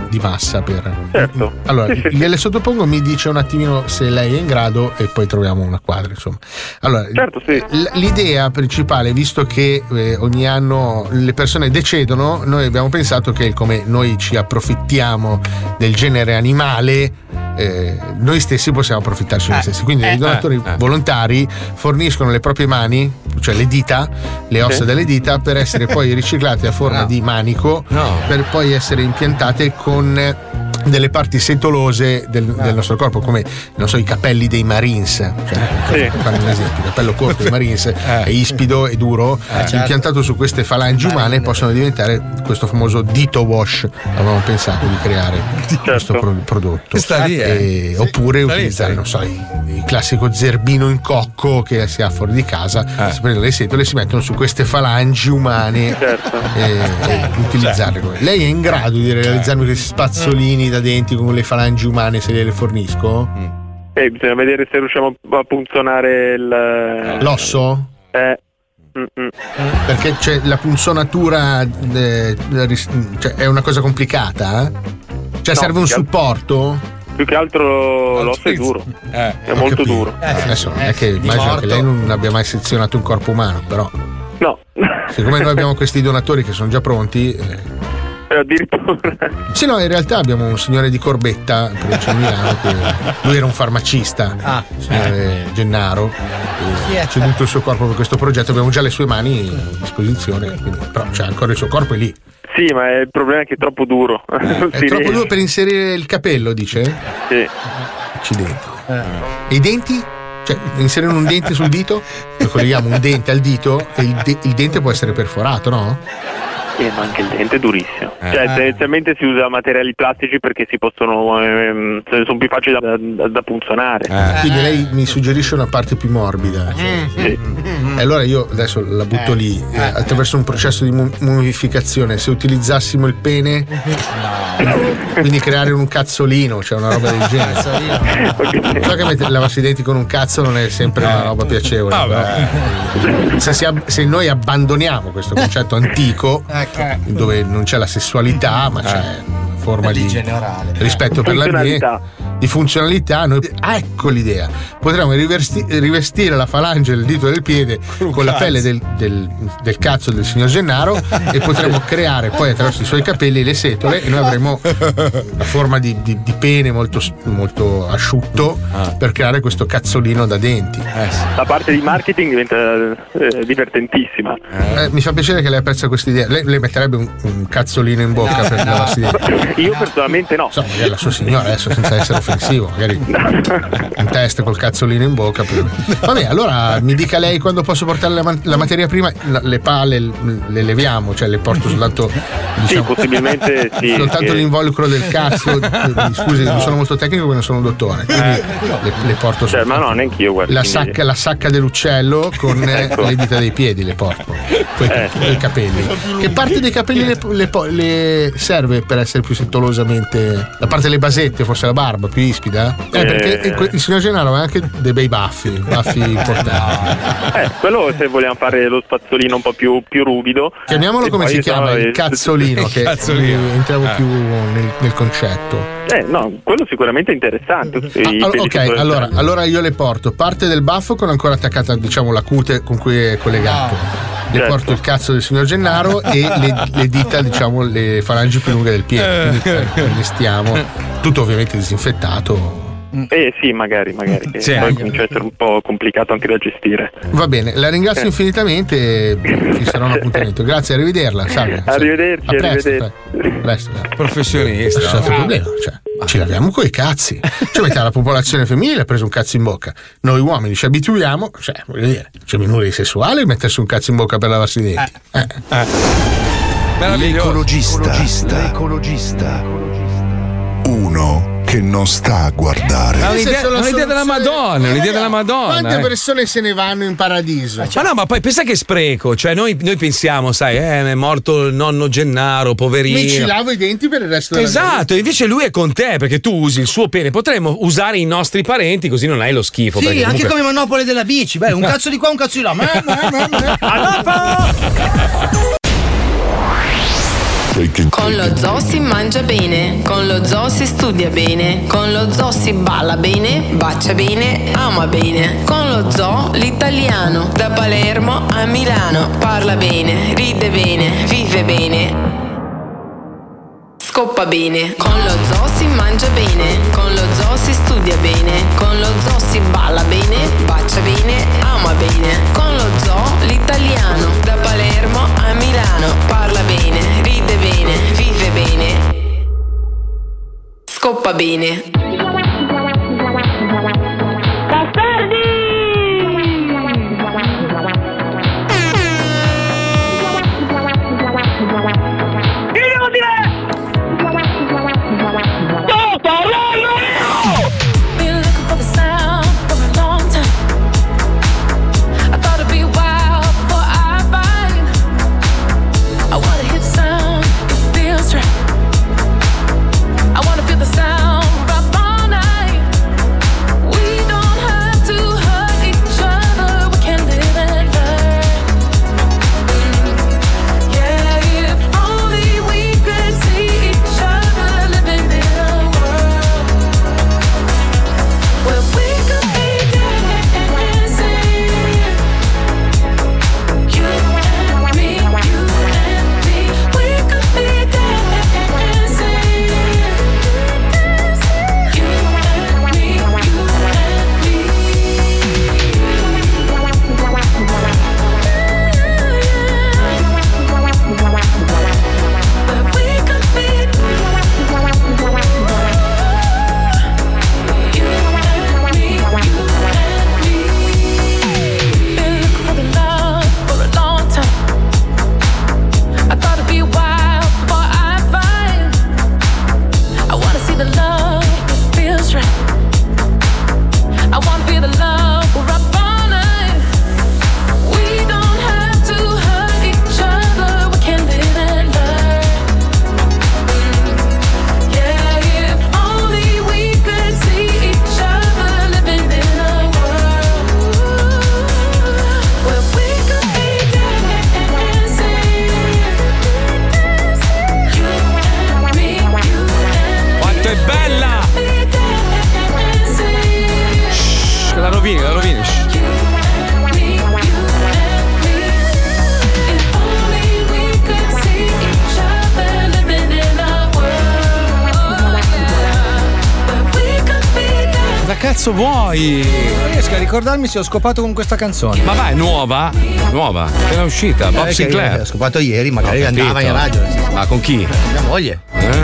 di massa per. Certo. Allora, Sì, sì, gliele sottopongo, mi dice un attimino se lei è in grado e poi troviamo una quadra, insomma. Allora, Certo, sì. l- l'idea principale, visto che eh, ogni anno le persone decedono, noi abbiamo pensato che come noi ci approfittiamo del genere animale, eh, noi stessi possiamo approfittarci noi stessi. Quindi eh, i donatori eh, eh. volontari forniscono le proprie mani, cioè le dita, le ossa Sì. delle dita, per essere poi riciclate a forma No. di manico, No. per poi essere impiantate con delle parti setolose del, del nostro corpo, come non so, i capelli dei Marines, cioè, Sì. per fare un esempio, il capello corto dei Marines è ispido e duro, certo. impiantato su queste falangi umane possono diventare questo famoso dito wash. Avevamo pensato di creare questo pro- prodotto. Sta lì, eh. E- oppure Sta lì, utilizzare, sta lì. non so, il, il classico zerbino in cocco che si ha fuori di casa, si prendono le setole e si mettono su queste falangi umane Certo. e, e utilizzarle come. Lei è in grado di realizzarmi questi spazzolini da denti con le falangi umane se gliele fornisco? Eh, bisogna vedere se riusciamo a punzonare il. L'osso? Eh. Mm-mm. Perché c'è la punzonatura, eh, ris- cioè, è una cosa complicata? eh? Cioè No, serve un più che al- supporto? Più che altro l'osso è duro. Eh. È molto Capito. duro. Adesso non è che di immagino morto. che lei non abbia mai sezionato un corpo umano, però No. siccome noi abbiamo questi donatori che sono già pronti. eh, Addirittura. Sì, no, in realtà abbiamo un signore di Corbetta, in provincia di Milano, che lui era un farmacista, Ah. il signore Gennaro, Chi e è? ha ceduto il suo corpo per questo progetto, abbiamo già le sue mani a disposizione, quindi, però c'è ancora il suo corpo è lì. Sì, ma è- il problema è che è troppo duro. Non È si troppo riesce. duro per inserire il capello, dice? Sì. Accidenti. E i denti? Cioè, inserire un dente sul dito? Noi colleghiamo un dente al dito e il, de- il dente può essere perforato, no? Eh, ma anche il dente è durissimo. Eh. Cioè, tendenzialmente si usa materiali plastici perché si possono. Ehm, sono più facili da, da, da punzonare. Eh. Quindi lei mi suggerisce una parte più morbida. Sì. E allora io adesso la butto lì, eh, attraverso un processo di mu- mummificazione. Se utilizzassimo il pene, quindi creare un cazzolino, cioè una roba del genere. So che met- lavarsi i denti con un cazzo non è sempre una roba piacevole. però, se, si ab- se noi abbandoniamo questo concetto antico, dove non c'è la sessualità, ma c'è una forma di generale. rispetto per l'ambiente, Funzionalità. di funzionalità, noi, ah, ecco l'idea, potremmo riversti- rivestire la falange del dito del piede con la pelle del, del- del cazzo del signor Gennaro e potremmo creare poi attraverso i suoi capelli le setole e noi avremo una forma di, di- di pene molto, molto asciutto per creare questo cazzolino da denti. La parte di marketing diventa eh, divertentissima. Eh, mi fa piacere che lei apprezza questa idea. Lei le metterebbe un, un cazzolino in bocca per lavarsi i denti? Io personalmente no. So, magari la sua signora adesso, senza essere offensivo, magari un test col cazzolino in bocca. Per... Vabbè, allora mi dica lei quando posso portare la, man- la materia prima. La- le pale le leviamo, cioè le porto soltanto, diciamo, Sì, possibilmente sì. soltanto che- l'involucro del cazzo. Eh, Scusi, non sono molto tecnico perché non sono un dottore, quindi le, le porto Cioè, ma soltanto. no, neanche io, guarda. La quindi- sacca, la sacca dell'uccello con eh, Ecco. le dita dei piedi le porto, quei, Eh. quei capelli. Che parte dei capelli le, le po- le serve per essere più settolosamente? La parte delle basette, forse la barba più ispida? Eh, perché Eh. que- il signor Gennaro aveva anche dei bei baffi, baffi importanti. Eh, quello se vogliamo fare lo spazzolino un po' più, più ruvido. Chiamiamolo E come poi si chiama? sono- Il cazzolino, Il che cazzolino. eh, entriamo Eh. più nel, nel concetto. Eh, no, quello sicuramente è interessante. Ah, I allora, peli ok, sotto le allora, zampe. allora io le porto parte del baffo con ancora attaccata, diciamo, la cute con cui è collegato. Le Certo. porto il cazzo del signor Gennaro e le, le dita, diciamo, le falangi più lunghe del piede. Quindi eh, allestiamo. Tutto ovviamente disinfettato. Eh sì, magari, magari. Che Sì. poi comincia a essere un po' complicato anche da gestire. Va bene, la ringrazio Eh. infinitamente e fisserò un appuntamento. Grazie, arrivederla. Salve. Arrivederci, A presto, arrivederci. pre- presto. Non Professionista. c'è stato problema, cioè, ci laviamo coi cazzi. Cioè, metà la popolazione femminile ha preso un cazzo in bocca. Noi uomini ci abituiamo, cioè, voglio dire, c'è minore di sessuale mettersi un cazzo in bocca per lavarsi i denti. Eh. Meraviglioso. L'ecologista. L'ecologista. Uno che non sta a guardare. È un'idea, Senza la un'idea della soluzione- Madonna, è un'idea della Madonna. Quante eh. persone se ne vanno in paradiso? Ma no, ma poi pensa che spreco, cioè noi, noi pensiamo, sai, eh, è morto il nonno Gennaro, poverino. Mi ci lavo i denti per il resto della vita. Esatto, invece lui è con te perché tu usi il suo pene. Potremmo usare i nostri parenti così non hai lo schifo. Sì, perché anche comunque- come Monopoli della bici. Beh, un cazzo di qua, un cazzo di là. Ma, ma, ma, ma. A dopo! Con lo zoo si mangia bene, con lo zoo si studia bene, con lo zoo si balla bene, bacia bene, ama bene. Con lo zoo l'italiano, da Palermo a Milano, parla bene, ride bene, vive bene, scoppa bene. Con lo zoo si mangia bene, con lo zoo si studia bene, con lo zoo si balla bene, bacia bene, ama bene. Con lo zoo l'italiano, da Palermo a Milano, parla bene, ride bene, vive bene, scoppa bene. Cazzo vuoi? Non riesco a ricordarmi se ho scopato con questa canzone. Ma vai, è nuova? Nuova, appena uscita, Bob eh, Sinclair. Ho scopato ieri, magari andava in radio. Ma con chi? Mia moglie.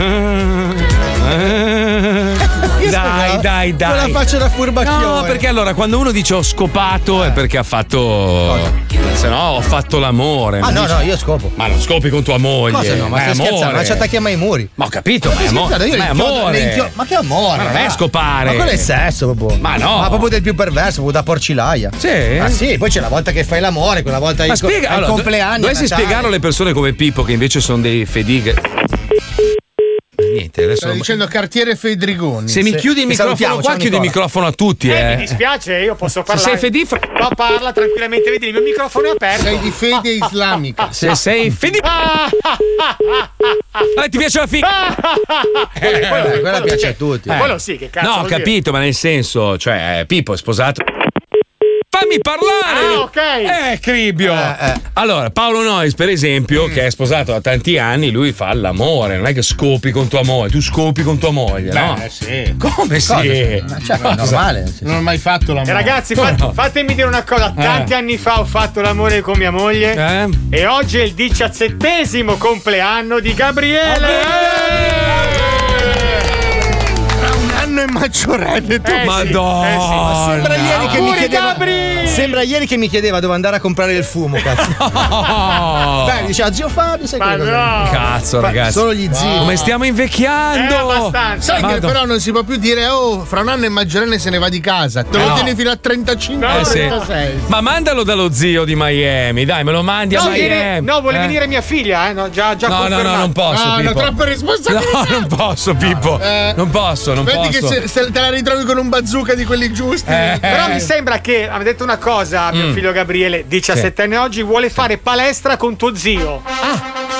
Dai, dai, dai. Non la faccio da furbacchione. No, perché allora quando uno dice ho scopato è perché ha fatto. Se no, ho fatto l'amore. Ah, no, dici... no, io scopo. Ma non scopi con tua moglie. Cosa no? Ma, ma stai scherzando? Ma ci attacchiamo ai muri. Ma ho capito, ma, ma è, amo- ma è amore. Inchio- ma che amore? Ma non è scopare. Ma quello è sesso, proprio. Ma no. Ma proprio del più perverso, proprio da porcilaia. Sì. Ma sì, poi c'è la volta che fai l'amore, quella volta ma ai, spiega, co- ai allora, compleanni. Dovessi spiegarlo alle persone come Pippo, che invece sono dei fedighe. Niente, adesso. Stavo dicendo Cartiere Fedrigoni. Se mi chiudi il microfono qua, chiudi il microfono a tutti. Eh, eh. mi dispiace, io posso parlare. Se sei fedifra. No, parla tranquillamente, vedi, il mio microfono è aperto. Sei di fede islamica. Se sei fedifra. Eh, ti piace la figa? Eh, quella, quella, quella piace a tutti. Eh. Quello sì, che cazzo. No, ho capito, dire? Ma nel senso, cioè, Pippo è sposato. Fammi parlare! Ah, ok! Eh, Cribbio! Eh, eh. Allora, Paolo Noyes, per esempio, mm. che è sposato da tanti anni, lui fa l'amore, non è che scopi con tua moglie, tu scopi con tua moglie, Beh, no? Eh, sì. Come Cosa? sì? Ma cioè, è normale. Sì. Non ho mai fatto l'amore. E ragazzi, fat- no. fatemi dire una cosa: tanti eh. anni fa ho fatto l'amore con mia moglie eh? e oggi è il diciassettesimo compleanno di Gabriele! E maggiorenne tu. Eh, Madonna, sì, eh, sì. Sembra ieri che mi chiedeva Gabri! Sembra ieri che mi chiedeva dove andare a comprare il fumo, cazzo. No. Beh, diceva zio Fabio, sai Ma che no. Cazzo, Fa- ragazzi. Solo gli zii. Come stiamo invecchiando? Eh, abbastanza. Sai che Madonna. però non si può più dire oh, fra un anno e maggiorenne se ne va di casa. Te Eh lo no. tieni fino a trentacinque No, Eh, sì. trentasei. Ma mandalo dallo zio di Miami, dai, me lo mandi a No, Miami. viene- no, vuole Eh? venire mia figlia, eh? No, già, già No, no, confermato. no, non posso. No, no, Pippo. troppe responsabilità. No, non posso, Pippo. Eh. Non posso, non Vedi posso. che se, se te la ritrovi con un bazooka di quelli giusti. Eh. Però mi sembra che ha detto una cosa mio Mm. figlio Gabriele, diciassette anni oggi, vuole fare palestra con tuo zio. Ah,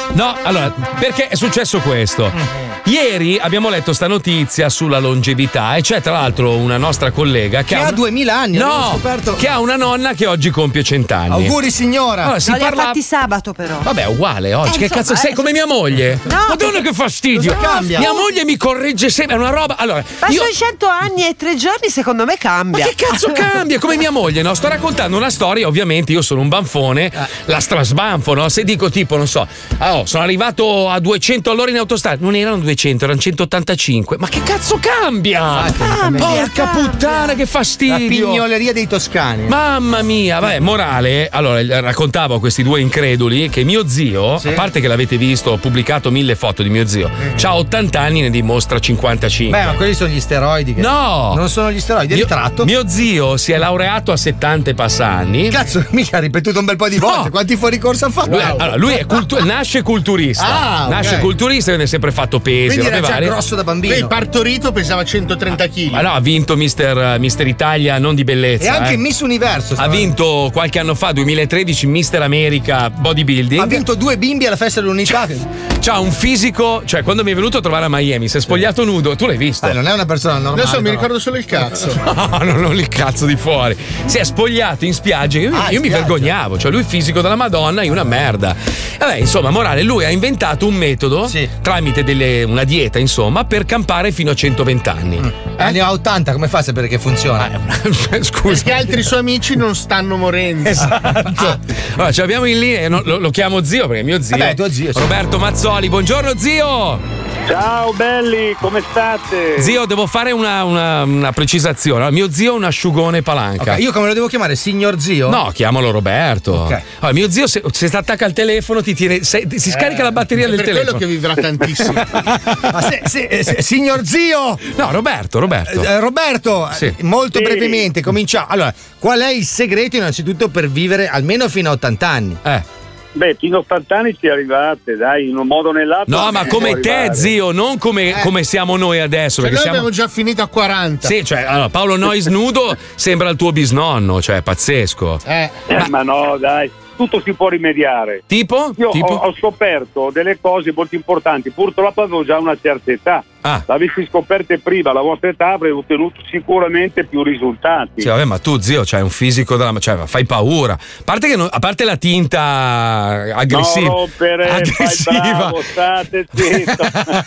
No, allora, perché è successo questo? Ieri abbiamo letto sta notizia sulla longevità e c'è tra l'altro una nostra collega che, Che ha una... duemila anni, abbiamo No, scoperto. che ha una nonna che oggi compie cent'anni. Auguri signora. Allora, si No, li ha parla... fatti sabato però. Vabbè, è uguale oggi. Eh, che insomma, cazzo sei? eh, Come mia moglie? No, Madonna, perché- che fastidio! Cosa cambia? Mia moglie mi corregge sempre. È una roba. Allora, Ma io. sono cento anni e tre giorni, secondo me Ma cambia. che cazzo cambia? Come mia moglie, no? Sto raccontando una storia, ovviamente io sono un banfone, la strasbanfo, no? Se dico tipo, non so, ah, oh, sono arrivato a duecento all'ora in autostrada, non erano duecento, erano centottantacinque. Ma che cazzo cambia? Cambia, Porca cambia. puttana, che La fastidio! pignoleria dei toscani. Mamma mia, vabbè, morale. Allora, raccontavo a questi due increduli che mio zio, Sì. a parte che l'avete visto, ho pubblicato mille foto di mio zio, c'ha ottanta anni e ne dimostra cinquantacinque. Beh, ma quelli sono gli steroidi. Che... No! Non sono gli steroidi, è il Mio, tratto. mio zio si è laureato a settanta e passa anni. Cazzo, mica ha ripetuto un bel po' di volte. No. Quanti fuori corsa ha fatto? Lui, allora, lui è cultu- nasce culturista. Ah, ok. Nasce culturista e ne ha sempre fatto pesi. Quindi era robe già varie. grosso da bambino. Lei partorito pesava centotrenta chili. Ma no, ha vinto Mister, Mister Italia, non di bellezza. E anche eh. Miss Universo. Ha vinto qualche anno fa, duemilatredici, Mister America Bodybuilding. Ha vinto due bimbi alla festa dell'unità. C'ha un fisico, cioè quando mi è venuto a trovare a Miami, si è spogliato nudo, tu l'hai visto? Eh, non è una persona normale. Adesso mi però. ricordo solo il cazzo. No, non ho il cazzo di fuori. Si è spogliato in spiaggia. Io, Ah, io in mi spiaggia. vergognavo. Cioè, lui fisico della Madonna, io una merda. Vabbè, insomma, morale, lui ha inventato un metodo Sì. tramite delle, una dieta, insomma, per campare fino a centoventi anni. Eh, ne ha ottanta, come fa a sapere che funziona? Scusa. Perché altri suoi amici non stanno morendo. Esatto. Allora, ce l'abbiamo in linea, no, lo, lo chiamo zio perché è mio zio. Vabbè, tuo zio, sì. Roberto Mazzoli, buongiorno zio. Ciao belli, come state? Zio, devo fare una, una- una precisazione. Allora, mio zio è un asciugone palanca. Ok, io come lo devo chiamare? Signor zio? No, chiamalo Roberto. Ok. Allora, mio zio, se, se si attacca al telefono, ti tiene, se- si scarica la batteria È del per telefono. quello che vivrà tantissimo. Ma se- se- eh, se- signor zio! No, Roberto, Roberto. Eh, Roberto, Sì. eh, molto Sì. brevemente, cominciamo. Allora, qual è il segreto innanzitutto per vivere almeno fino a ottanta anni? Eh. Beh, fino a ottanta anni ci arrivate, dai, in un modo o nell'altro. No, ma ci come può te, arrivare. zio, non come, come siamo noi adesso. Cioè, perché noi siamo... abbiamo già finito a quaranta. Sì, cioè, allora, Paolo Noyes nudo sembra il tuo bisnonno, cioè, pazzesco. Eh. Eh, ma no, dai, tutto si può rimediare. Tipo? Io tipo? ho, ho scoperto delle cose molto importanti, purtroppo avevo già una certa età. Ah. L'avessi scoperte prima, alla vostra età avrei ottenuto sicuramente più risultati. Sì, vabbè, ma tu, zio, c'hai un fisico della. Cioè, fai paura. A parte, che non- a parte la tinta aggressiva. Non rompere, aggressiva. fai bravo, state zitto.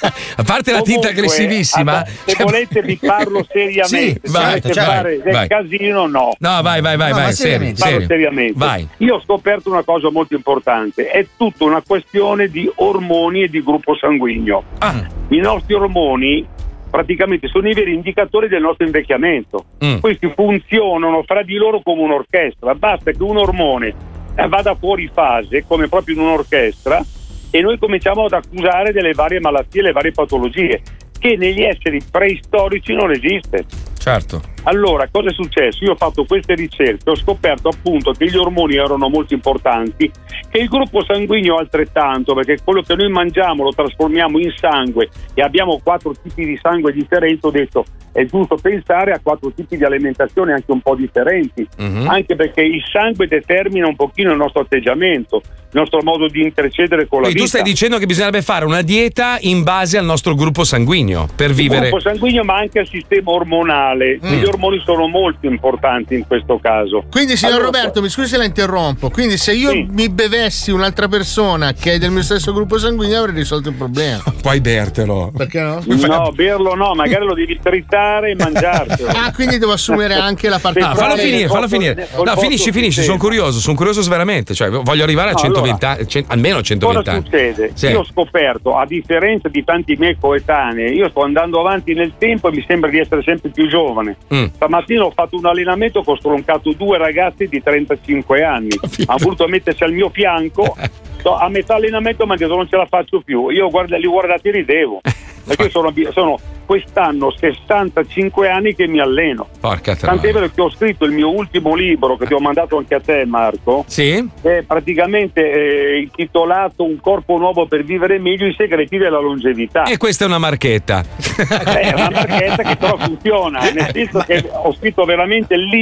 A parte la tinta Comunque, aggressivissima. ah, se cioè- volete vi parlo seriamente. Sì, se vai, volete certo, fare del vai. casino, no. No, vai, vai, vai, No, vai. ma Serio, seriamente. Parlo serio. seriamente. Vai. Io ho scoperto una cosa molto importante, è tutta una questione di ormoni e di gruppo sanguigno. Ah. I nostri ormoni praticamente sono i veri indicatori del nostro invecchiamento. Mm. Questi funzionano fra di loro come un'orchestra, basta che un ormone eh, vada fuori fase come proprio in un'orchestra e noi cominciamo ad accusare delle varie malattie, le varie patologie che negli esseri preistorici non esiste. Certo. Allora, cosa è successo? Io ho fatto queste ricerche, ho scoperto appunto che gli ormoni erano molto importanti, che il gruppo sanguigno altrettanto, perché quello che noi mangiamo lo trasformiamo in sangue e abbiamo quattro tipi di sangue differenti. Ho detto è giusto pensare a quattro tipi di alimentazione anche un po' differenti, Mhm. anche perché il sangue determina un pochino il nostro atteggiamento, il nostro modo di intercedere con la Quindi tu vita. stai dicendo che bisognerebbe fare una dieta in base al nostro gruppo sanguigno per Il vivere. gruppo sanguigno ma anche al sistema ormonale. Mm. Gli ormoni sono molto importanti in questo caso. Quindi, signor Allora, Roberto, mi scusi se la interrompo. Quindi, se io Sì. mi bevessi un'altra persona che è del mio stesso gruppo sanguigno, avrei risolto il problema. Puoi bertelo. Perché no? No, berlo no, magari lo devi tritare e mangiartelo. Ah, quindi devo assumere anche la parte. No, fallo Sì, finire, col fallo posto- finire. col No, posto finisci, finisci. sistema. Sono curioso, sono curioso veramente. Cioè, voglio arrivare a No, centoventi allora, anni, cent- almeno Cosa centoventi anni. succede? Sì. Io ho scoperto, a differenza di tanti miei coetanei, io sto andando avanti nel tempo e mi sembra di essere sempre più giovane. Mm. Stamattina ho fatto un allenamento che ho stroncato due ragazzi di trentacinque anni. Capito. Ha voluto mettersi al mio fianco. So, a metà allenamento mi ha detto non ce la faccio più. Io guarda, li ho guardati e ridevo. Perché io sono, sono quest'anno sessantacinque anni che mi alleno. Porca Tant'è troia. vero che ho scritto il mio ultimo libro, che ti ho mandato anche a te, Marco. Sì? È praticamente eh, intitolato Un corpo nuovo per vivere meglio, i segreti della longevità. E questa è una marchetta. Eh, è una marchetta che però funziona, nel senso che ho scritto veramente lì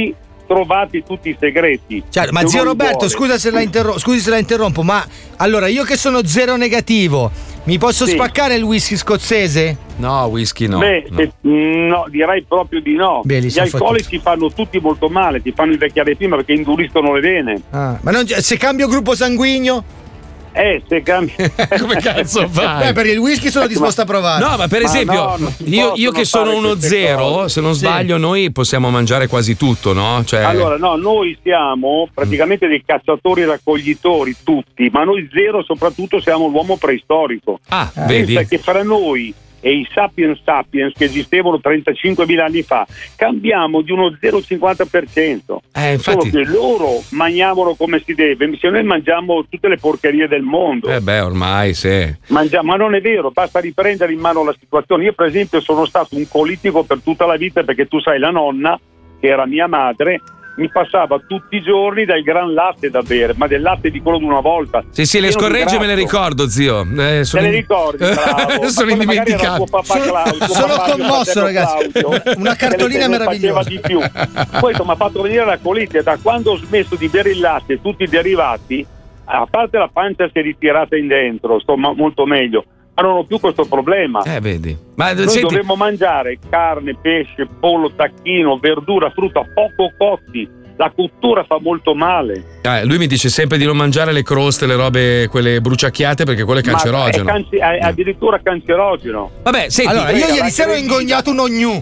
trovati tutti i segreti. Cioè, ma Se zio uno li Roberto, vuole. scusa se la interro- scusi se la interrompo, ma allora io che sono zero negativo, mi posso Sì. spaccare il whisky scozzese? No, whisky no. Beh, no. se- no, direi proprio di no. Beh, li Gli sono alcolici fanno tutti molto male, ti fanno invecchiare prima perché induriscono le vene. Ah, ma non- se cambio gruppo sanguigno? Eh, se cambi. Come cazzo fai? Beh, per il whisky sono disposto a provare. No, ma per Ma esempio, no, non si io, io possono che sono fare uno queste zero, cose. se non Sì. sbaglio, noi possiamo mangiare quasi tutto, no? Cioè, Allora, no, noi siamo praticamente dei cacciatori raccoglitori tutti, ma noi zero soprattutto siamo l'uomo preistorico. Ah, Pensa vedi? che fra noi e i sapiens sapiens che esistevano trentacinquemila anni fa cambiamo di uno zero virgola cinquanta per cento. Eh, infatti. Solo che loro mangiavano come si deve, se noi mangiamo tutte le porcherie del mondo. Eh beh, ormai sì. Mangia- ma non è vero, basta riprendere in mano la situazione. Io per esempio sono stato un colitico per tutta la vita, perché tu sai, la nonna, che era mia madre, mi passava tutti i giorni del gran latte da bere, ma del latte di quello di una volta. Sì, sì, le Pieno di scorregge me le grasso. ricordo, zio. Eh, Te sono le in- ricordi? Bravo. sono Ma magari era indimenticato. tuo papà Claudio, tuo Sono papà, mio commosso, fratello ragazzi. Claudio, Una cartolina che ne meravigliosa. faceva di più. Questo mi ha fatto venire la colite. Da quando ho smesso di bere il latte e tutti i derivati, a parte la pancia si è ritirata in dentro, sto ma- molto meglio, ma non ho più questo problema. Eh, vedi. Ma Noi senti, dovremmo mangiare carne, pesce, pollo, tacchino, verdura, frutta poco cotti. La cottura fa molto male. eh, lui mi dice sempre di non mangiare le croste, le robe, quelle bruciacchiate, perché quello è Ma cancerogeno. è, canci- è addirittura cancerogeno. Vabbè, senti. Allora, io Quella ieri la sera ho cremina. ingognato un ognu.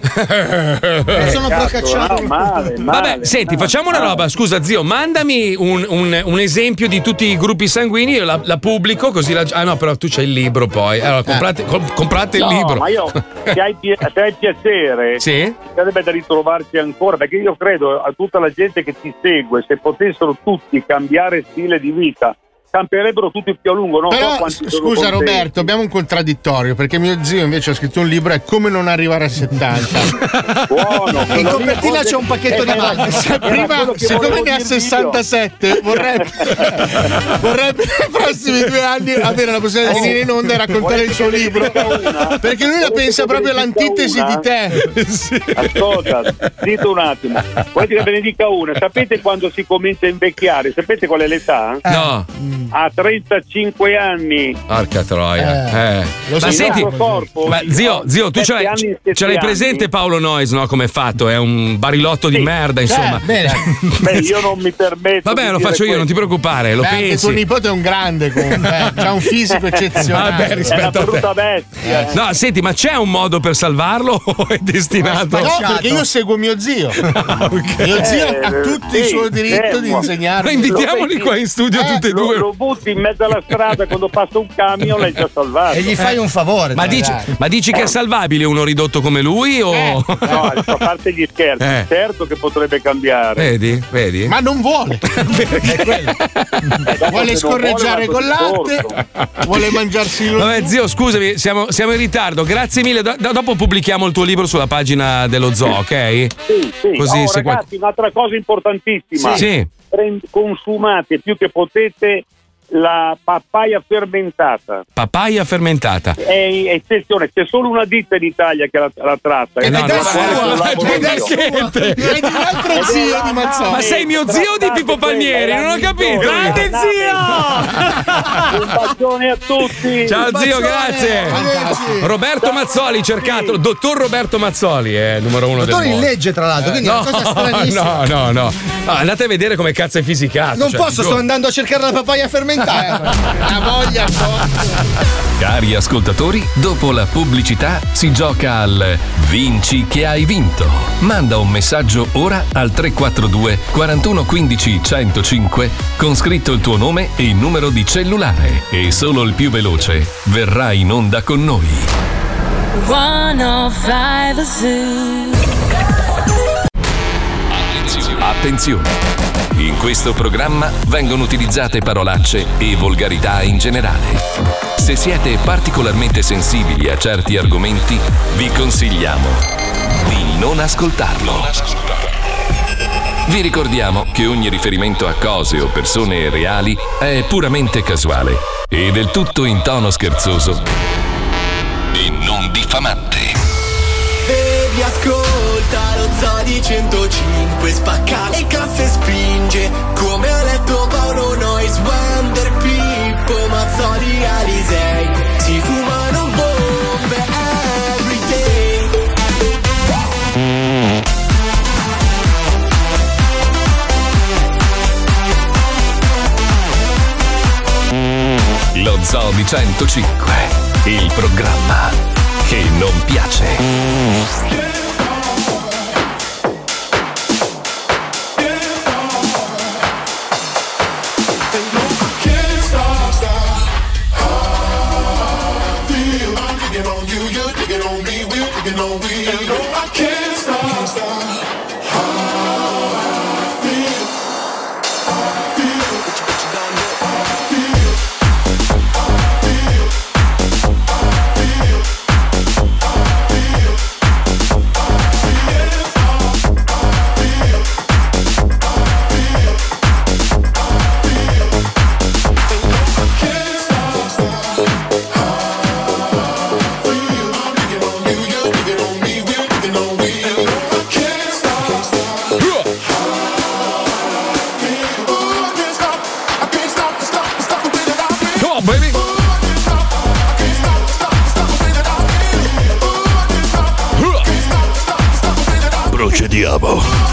Eh, sono cazzo, procacciato. no, male, male, Vabbè, senti, male, facciamo una male. roba. Scusa, zio, mandami un, un- un esempio di tutti i gruppi sanguigni, io la, la pubblico così la. Ah, no, però tu c'hai il libro poi. Allora, comprate, com- comprate No, il libro. ma io, se hai, pi- se hai piacere, Sì? sarebbe da ritrovarci ancora, perché io credo a tutta la gente che ti segue, se potessero tutti cambiare stile di vita, camperebbero tutti più a lungo. Non so Però quanti sono scusa contenti. Roberto, abbiamo un contraddittorio, perché mio zio invece ha scritto un libro, è come non arrivare a settanta. Buono, In quello lì copertina è c'è un pacchetto di era- maglia. era Prima, quello che siccome volevo ne ha dirti io. sessantasette, vorrebbe, vorrebbe nei prossimi due anni avere la possibilità di venire in onda e raccontare il suo libro. Perché lui la pensa proprio l'antitesi di te. Ascolta, dite un attimo. Volete che ve ne dica una? Sapete quando si comincia a invecchiare? Sapete qual è l'età? No, A trentacinque anni. porca troia. Eh. Lo Ma so, senti, il nostro corpo, ma sì, zio, no, zio, tu ce sette l'hai, anni, sette ce l'hai anni. presente Paolo Noyes, no? Come è fatto? È un barilotto di Sì. merda, insomma. Eh, bene. Beh, io non mi permetto. Vabbè, di lo dire faccio io, non ti questo. preoccupare, lo Beh, anche pensi. tuo nipote è un grande comunque, eh, ha un fisico eccezionale. Vabbè, È una rispetto a te. brutta bestia. eh. No, senti, ma c'è un modo per salvarlo o è destinato? No, perché io seguo mio zio. Mio zio Eh, ha tutto il sì, suo diritto eh, di ma- Ma insegnarmi. invitiamoli qua in studio Eh, tutti e Lo, due. lo butti in mezzo alla strada quando passa un camion, l'hai già salvato. E gli fai un favore. Ma dai, dici, dai. ma dici che è salvabile uno ridotto come lui o. No, a parte gli scherzi, Eh. certo che potrebbe cambiare. Vedi? Vedi? Ma non vuole. Eh, dopo Vuole se non scorreggiare vuole, con un altro latte, discorso. vuole mangiarsi il. Vabbè, zio, scusami, siamo, siamo in ritardo. Grazie mille. Do- dopo pubblichiamo il tuo libro sulla pagina dello zoo, ok? Sì, sì. Così Oh, se qual- ragazzi, un'altra cosa importantissima. Sì. Prend- consumate più che potete la papaya fermentata. Papaya fermentata. È eccezione, c'è solo una ditta in Italia che la, la tratta. Eh, Ed no, è no, quella no, che no, lavoro no, io. no, È di un altro Ed è zio la di Mazzoni. Ma sei mio zio o di Pippo Palmieri? Non ho capito. Grande zio! Un bacione a tutti. Ciao zio, bacione. grazie. Arrivederci. Roberto Mazzoli, cercato. Dottor Roberto Mazzoli è il numero uno Dottore del in mondo. legge, tra l'altro, quindi è No, una cosa stranissima. no, no, no. Ah, andate a vedere come cazzo è fisicato. Non cioè, posso, giuro. sto andando a cercare la papaya fermentata. La voglia Cari ascoltatori, dopo la pubblicità si gioca al Vinci che hai vinto. Manda un messaggio ora al tre quattro due quarantuno quindici centocinque con scritto il tuo nome e il numero di cellulare e solo il più veloce verrà in onda con noi. centocinque Zoo. Attenzione! In questo programma vengono utilizzate parolacce e volgarità in generale. Se siete particolarmente sensibili a certi argomenti, vi consigliamo di non ascoltarlo. Vi ricordiamo che ogni riferimento a cose o persone reali è puramente casuale e del tutto in tono scherzoso e non diffamante. vi ascolta lo Zoo di centocinque, spacca le casse, spinge come ha letto Paolo Noyes, Wender, Pippo, Mazzoli, Alisei, si fumano bombe every day. Lo Zoo di centocinque, il programma che non piace. Procediamo.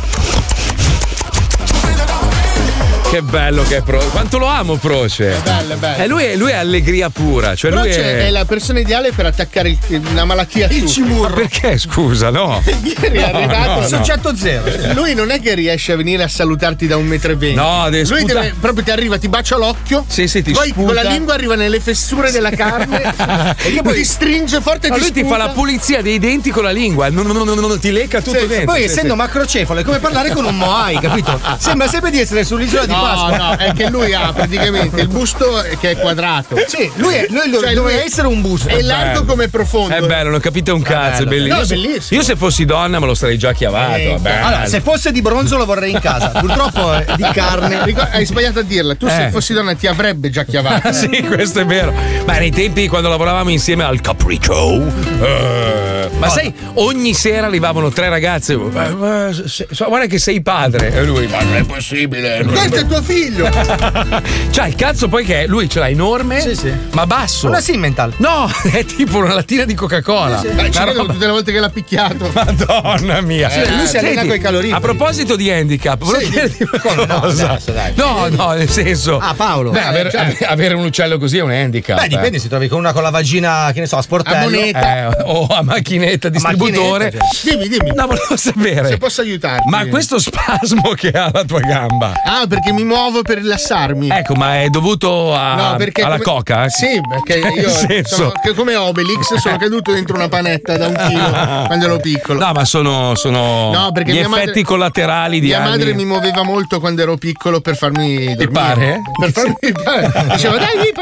Che bello che è Proce. Quanto lo amo Proce. È bello, è bello. E lui è, lui è allegria pura. Cioè lui Proce è... è la persona ideale per attaccare il- una malattia. Il Ma perché scusa, no? Ieri è No, arrivato no, no. soggetto zero. Lui non è che riesce a venire a salutarti da un metro e venti. No, deve Lui sputa- deve, proprio ti arriva, ti bacia l'occhio. Sì, sì, ti poi sputa. con la lingua arriva nelle fessure della carne. E che poi ti stringe forte e No, ti lui ti sputa. fa la pulizia dei denti con la lingua. No, no, no, no, no, no, ti lecca tutto Sì, dentro. poi Sì, essendo sì. macrocefalo è come parlare con un Moai, capito? Sembra sempre di essere sull'isola di No, Pasqua. no, è che lui ha praticamente il busto che è quadrato. Sì, lui, è, lui Cioè, doveva lui essere un busto. È largo bello. come profondo. È bello, non capite un cazzo, è bellissimo. No, è Io se- bellissimo. Io se fossi donna me lo sarei già chiavato. Eh, vabbè. Allora, se fosse di bronzo lo vorrei in casa. Purtroppo è di carne. Ricor- Hai sbagliato a dirla. Tu, se Eh. fossi donna, ti avrebbe già chiavato. sì, questo è vero. Ma nei tempi quando lavoravamo insieme al Capriccio, eh, ma sai, ogni sera arrivavano tre ragazze. eh, ma se- so- guarda che sei padre. E lui, ma non è possibile. non è Questo è tuo figlio. Cioè, il cazzo poi che è- lui ce l'ha enorme, Sì, sì. ma basso. Una Simmental. No, è tipo una lattina di Coca-Cola. Beh, ci Una vedo roba- tutte le volte che l'ha picchiato. Madonna mia. Sì, lui si allena Senti, coi caloriferi. A proposito di handicap, volevo chiederti una Come no? cosa. Adesso, dai. No, no, nel senso. Ah, Paolo. Beh, Eh, avere, certo. ave- avere un uccello così è un handicap. Beh, dipende, se trovi con una con la vagina, che ne so, a sportello. A moneta. Eh, o a macchinetta distributore. macchinetta, Dimmi, dimmi. No, volevo sapere. Se posso aiutarti. Ma questo spasmo che ha la tua gamba. Ah, perché mi muovo per rilassarmi. Ecco, ma è dovuto a, No, perché alla come- coca? Sì, perché Nel io senso- sono, che come Obelix sono caduto dentro una panetta da un chilo quando ero piccolo. No, ma sono, sono No, perché gli mia effetti madre- collaterali di Mia anni. madre mi muoveva molto quando ero piccolo per farmi dormire. pare? Per farmi diceva dai, Pippo,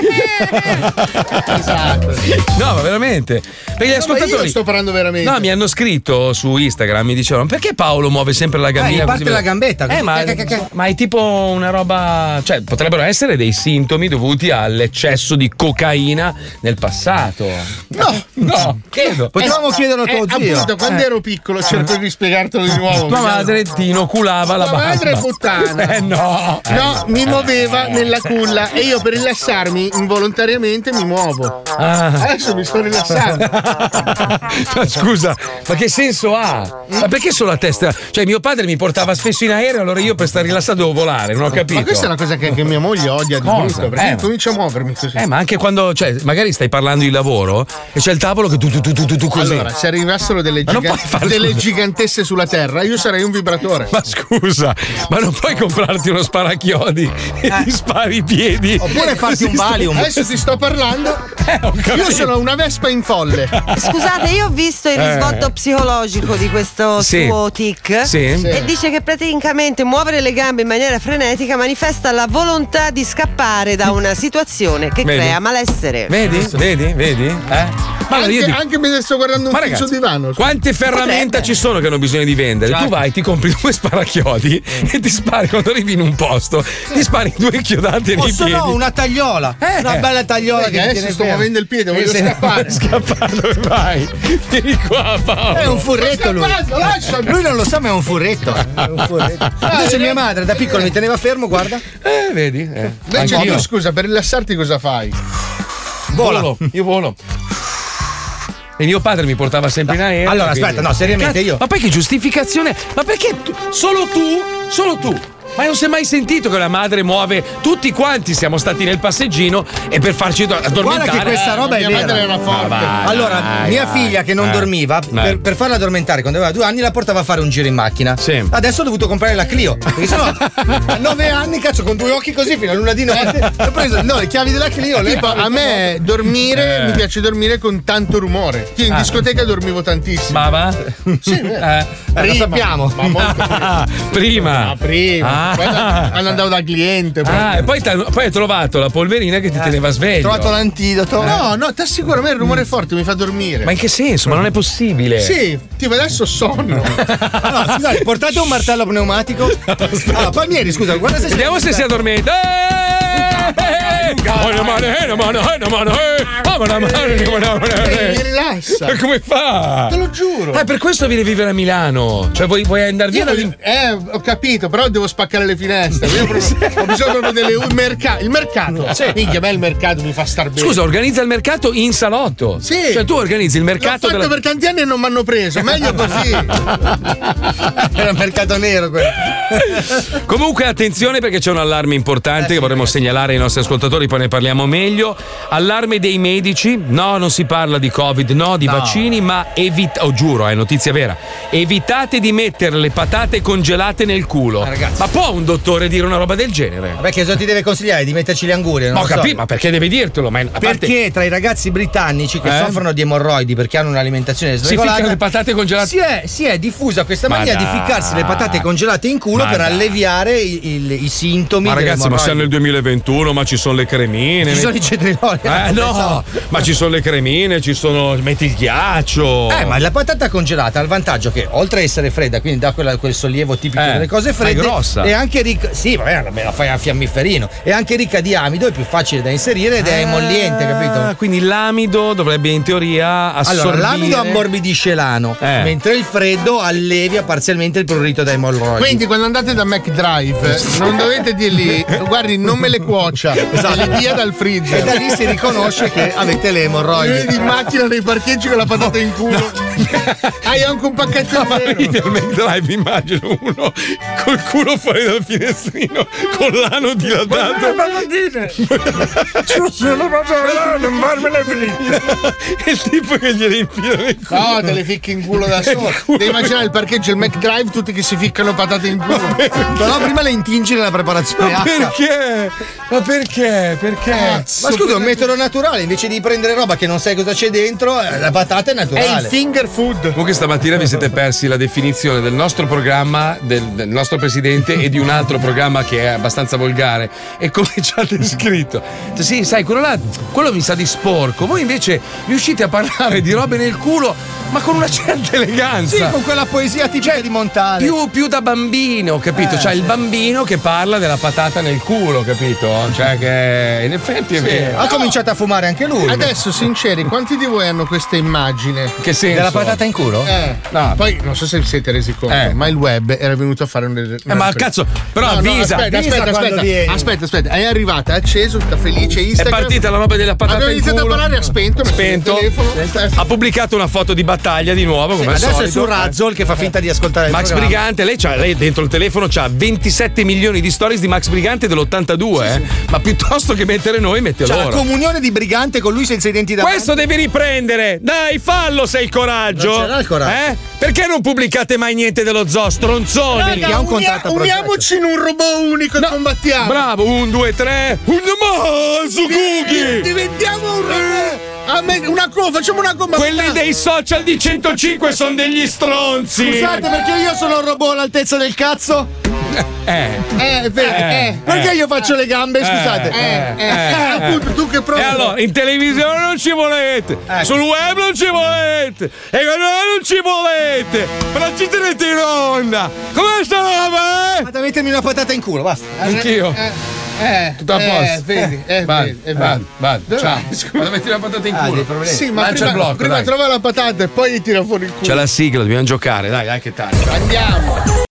yeah! Esatto. No, ma veramente. Perché gli No, ma ascoltatori. io sto parlando veramente. No, mi hanno scritto su Instagram, mi dicevano perché Paolo muove sempre la gambina Eh, gli parte così? la gambetta, Eh, così. ma, Ca- ca- ca- ma è tipo una roba. Cioè, potrebbero essere dei sintomi dovuti all'eccesso di cocaina nel passato. No, No, chiedo. Potevamo chiederlo a Eh, tuo zio. appunto, quando Eh. ero piccolo cerco di spiegartelo di nuovo. Tua madre ti inoculava la Tua bamba. madre è puttana. Eh no. No, mi muoveva nella culla e io per rilassarmi involontariamente mi muovo. Ah. Adesso mi sto rilassando. Ma scusa, ma che senso ha? Ma perché solo a testa? Cioè, mio padre mi portava spesso in aereo, allora io per stare rilassato dovevo volare, non ho capito. Ma questa è una cosa che, che mia moglie odia di Cosa? brutto, perché Eh. io comincio a muovermi così. Eh, ma anche quando, cioè, magari stai parlando di lavoro e c'è il tavolo che tu tu tu tu tu, tu così. Allora, se arrivassero delle, Ma non giga- puoi fare- delle scusa. gigantesse sulla terra, io sarei un vibratore. Ma scusa, ma non puoi comprarti uno sparachiodi e ti spari i piedi. Oppure farti un Valium. Adesso ti sto parlando. Eh, ho capito. Io sono una vespa in folle. Scusate, io ho visto il Eh. risvolto psicologico di questo Sì. suo tic Sì. e dice che praticamente muovere le gambe in maniera maniera frenetica manifesta la volontà di scappare da una situazione che Vedi? crea malessere. Vedi? Vedi? Vedi? Eh? Ma anche, io dico- anche mentre sto guardando un Ma film sul ragazzi, divano. quante ferramenta Potrebbe. ci sono che hanno bisogno di vendere? Esatto. Tu vai, ti compri due sparachiodi e ti spari quando arrivi in un posto, ti spari due chiodate O nei se piedi. no una tagliola, Eh. una bella tagliola Vedi, che ti adesso tiene sto fermo. muovendo il piede, voglio Eh, se no- scappare. Scappare, dove vai? Vieni qua, Paolo. È un furretto lui. Scappato, lasciami. Lui non lo sa, ma è un furretto. È un furretto. Invece mia madre da piccola mi teneva fermo, guarda. Eh, vedi? Eh. Invece Anch'io. tu, scusa, per rilassarti cosa fai? Vola. Volo, io volo. E mio padre mi portava sempre in aereo. Allora, quindi- aspetta, no, seriamente, Cazzo, io- Ma poi che giustificazione? Ma perché tu- solo tu? Solo tu? Ma non si è mai sentito che la madre muove tutti quanti siamo stati nel passeggino e per farci do- addormentare. Guarda che questa roba è mia vera. madre era forte. Ma vai, Allora, dai, mia dai. figlia che non Eh. dormiva, Eh. per, per farla addormentare quando aveva due anni, la portava a fare un giro in macchina. Sì. Adesso ho dovuto comprare la Clio. Perché sennò a nove anni, cazzo, con due occhi così fino a luna di notte. Ho preso no, le chiavi della Clio. Le Tipo, a me dormire, mi piace dormire con tanto rumore. Io in Ah. discoteca dormivo tantissimo. Bava? Sì, Eh. Eh, lo sappiamo. Ma molto Ah, prima. Ah, prima. Ah. Poi da- quando andavo da cliente. Ah, e poi, t'ha- poi hai trovato la polverina che ti teneva sveglio. Ho trovato l'antidoto. No, no, ti assicuro, a me il rumore forte mi fa dormire. Ma in che senso? Ma non è possibile. Sì, tipo adesso sonno. No, scusate, portate un martello pneumatico. Ah, Palmieri, scusa, guarda se Vediamo se si addormenta. Mi rilassa. Ma come fa? Te lo giuro. Ah, per questo viene a vivere a Milano. Cioè, vuoi, vuoi andare via Io da voglio- eh, ho capito, però devo spaccare le finestre. Io proprio- ho bisogno proprio delle il mercato. Il mercato. Sì. Minchia, a me il mercato mi fa star bene. Scusa, organizza il mercato in salotto. Sì. Cioè, tu organizzi il L'ho mercato fatto della... per tanti anni e non mi hanno preso. Meglio così. Era un mercato nero quello. Comunque attenzione perché c'è un allarme importante che vorremmo segnalare ai nostri ascoltatori, poi ne parliamo meglio. Allarme dei medici, no, non si parla di Covid, no, di No. vaccini, ma evita, oh, giuro, è notizia vera. Evitate di mettere le patate congelate nel culo. Ma ragazzi. Ma può un dottore dire una roba del genere? Vabbè, che cosa ti deve consigliare? Di metterci le angurie? Non Ma ho lo so. capito, ma perché deve dirtelo? Ma a parte- Perché tra i ragazzi britannici che Eh? soffrono di emorroidi perché hanno un'alimentazione si sregolata ficcano le patate congelate. si è, si è diffusa questa Ma mania di dai. ficcarsi le patate congelate in culo Ma per dai. alleviare i, il- i sintomi Ma ragazzi, ma dell'emorroide. siamo nel duemilaventuno, ma ci sono le cremine. Ci sono i cetrioli. Eh no, ma ci sono le cremine, ci sono. Metti il ghiaccio. Eh, ma la patata congelata ha il vantaggio che oltre a essere fredda, quindi dà quella- quel sollievo tipico Eh, delle cose fredde, è grossa. è anche ricca. Sì, vabbè, me la fai a fiammiferino. È anche ricca di amido, è più facile da inserire ed è emolliente, Ah, capito? quindi l'amido dovrebbe in teoria assorbire. Allora, l'amido ammorbidisce l'ano, Eh. mentre il freddo allevia parzialmente il prurito da emorroidi. Quindi quando andate da McDrive non dovete dirgli guardi non me le cuocia, Esatto. me le dia dal freezer. E da lì si riconosce che avete le emorroidi. Vedi in macchina nei parcheggi con la patata in culo. Hai anche un pacchetto intero. Io al McDrive immagino uno col culo fuori dal finestrino con l'ano dilatato. non farmele finire. E il tipo che gliele infila nel culo. No, te le ficchi in culo da solo. Devi immaginare il parcheggio, il McDrive, tutti che si ficcano patate in culo. Però prima le intingi nella preparazione Ma acqua. perché? Ma perché? Perché? Ma scusa, è un metodo naturale, invece di prendere roba che non sai cosa c'è dentro, eh, la patata è È il naturale. finger food. Comunque stamattina vi siete persi la definizione del nostro programma, del, del nostro presidente e di un altro programma che è abbastanza volgare. E come ci ha descritto? Cioè, sì, sai, quello là, quello mi sa di sporco. Voi invece riuscite a parlare di robe nel culo, ma con una certa eleganza. Sì, con quella poesia tipica di Montale. Più, più da bambino, capito? Eh, cioè il sì. bambino che parla della patata nel culo, capito? Cioè che in effetti è vero. Ha cominciato a fumare anche lui. Adesso, sinceri, quanti di voi hanno questa immagine? Che senso? Della patata in culo? Eh, No. Poi non so se vi siete resi conto, Eh. ma il web era venuto a fare un. Eh, ma cazzo, però No, no, avvisa, aspetta, avvisa aspetta, quando aspetta, vieni. aspetta, aspetta, è arrivata, è acceso, tutta felice. È Instagram. partita la roba della patata Abbiamo in iniziato culo. a parlare, ha spento, ha messo Spento. il telefono. Ha pubblicato una foto di battaglia di nuovo, come al Adesso solito. è su Razzol che fa finta di ascoltare il Max programma. Brigante, lei, c'ha, lei dentro il telefono c'ha ventisette milioni di stories di Max Brigante dell'ottantadue, eh? Ma piuttosto che mettere noi, mette C'è la loro. comunione di Brigante con lui senza i denti davanti. Questo devi riprendere! Dai, fallo se hai il coraggio! Non ce l'ha il coraggio. Eh? Perché non pubblicate mai niente dello zoo, stronzoni? Perché ha un contratto a progetto. Uniamoci in un robot unico e combattiamo. Bravo, un, due, tre, un maso, Cookie! Diventiamo un robot. A me- una una co, facciamo una co. Quelli dei social di centocinque sono degli stronzi. Scusate, perché io sono un robot all'altezza del cazzo? Eh, eh, vedi, eh, eh, perché io faccio le gambe? Scusate, eh, eh, eh, appunto, tu che proprio. E allora, in televisione non ci volete, ecco. Sul web non ci volete, e con noi non ci volete, però ci tenete in onda. Come sta roba, eh? Fate, mettermi una patata in culo, basta. Anch'io. Eh. Eh, tutto a posto. Eh, vedi, eh, vado, vedi, eh, vado, vado, Dove ciao. vai? Vado a mettere la patata in Ah, culo. Sì, ma Lancia prima, il blocco, prima dai. trova la patata e poi tira fuori il culo. C'è la sigla, dobbiamo giocare, dai, dai che tardi. Andiamo.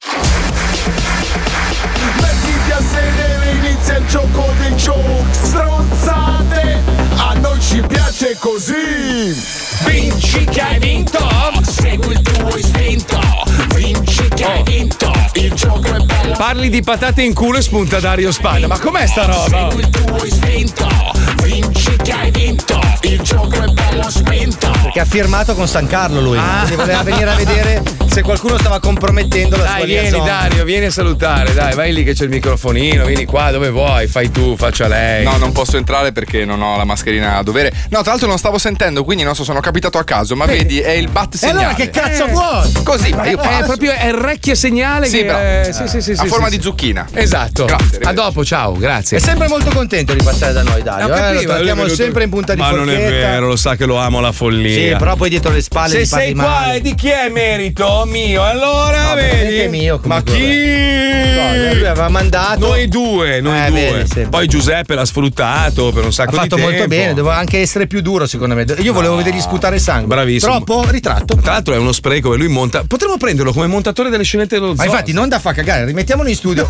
Mettiti a sedere, inizia il gioco dei giochi. Stronzate, a noi ci piace così. Vinci che hai vinto, segui il tuo istinto. Vinci che hai vinto, il gioco è bello. Parli di patate in culo e spunta Dario Spada. Ma com'è sta roba? Segui il tuo istinto. Vinci che hai vinto, il gioco è bello spinto. Perché ha firmato con San Carlo lui. Ah. Quindi voleva venire a vedere se qualcuno stava compromettendo la Dai, sua vieni liaison. Dario, vieni a salutare, dai, vai lì che c'è il microfonino, vieni qua dove vuoi, fai tu, faccia lei. No, non posso entrare perché non ho la mascherina a dovere. No, tra l'altro non stavo sentendo, quindi non so, sono capitato a caso, ma vedi, è il bat E segnale. allora che cazzo vuoi? Così, ma io È passo. proprio è il recchie segnale Sì, che bravo. eh, sì, sì, sì, a sì, forma sì, di sì. zucchina. Esatto. Grazie, a arrivederci. dopo, ciao, grazie. È sempre molto contento di passare da noi, Dario. Ho Eh, capito, lo trattiamo è venuto- sempre in punta di Ma forchetta. non è vero, lo sa che lo amo la follia. Sì, però poi dietro le spalle Se mi parli sei qua male. e di chi è merito? Mio, allora No, vedi? veramente è mio, Ma comunque, chi? No, lui aveva mandato. Noi due, noi Eh, due. vedi, sì. Poi Giuseppe l'ha sfruttato per un sacco Ha di fatto tempo. molto bene, doveva anche essere più duro secondo me. Io volevo No. vedergli sputare sangue. Bravissimo. Troppo? Ritratto. Tra l'altro è uno spreco e lui monta. Potremmo prenderlo come montatore delle scenette dello Ma zoo. infatti non da fa cagare, rimettiamolo in studio.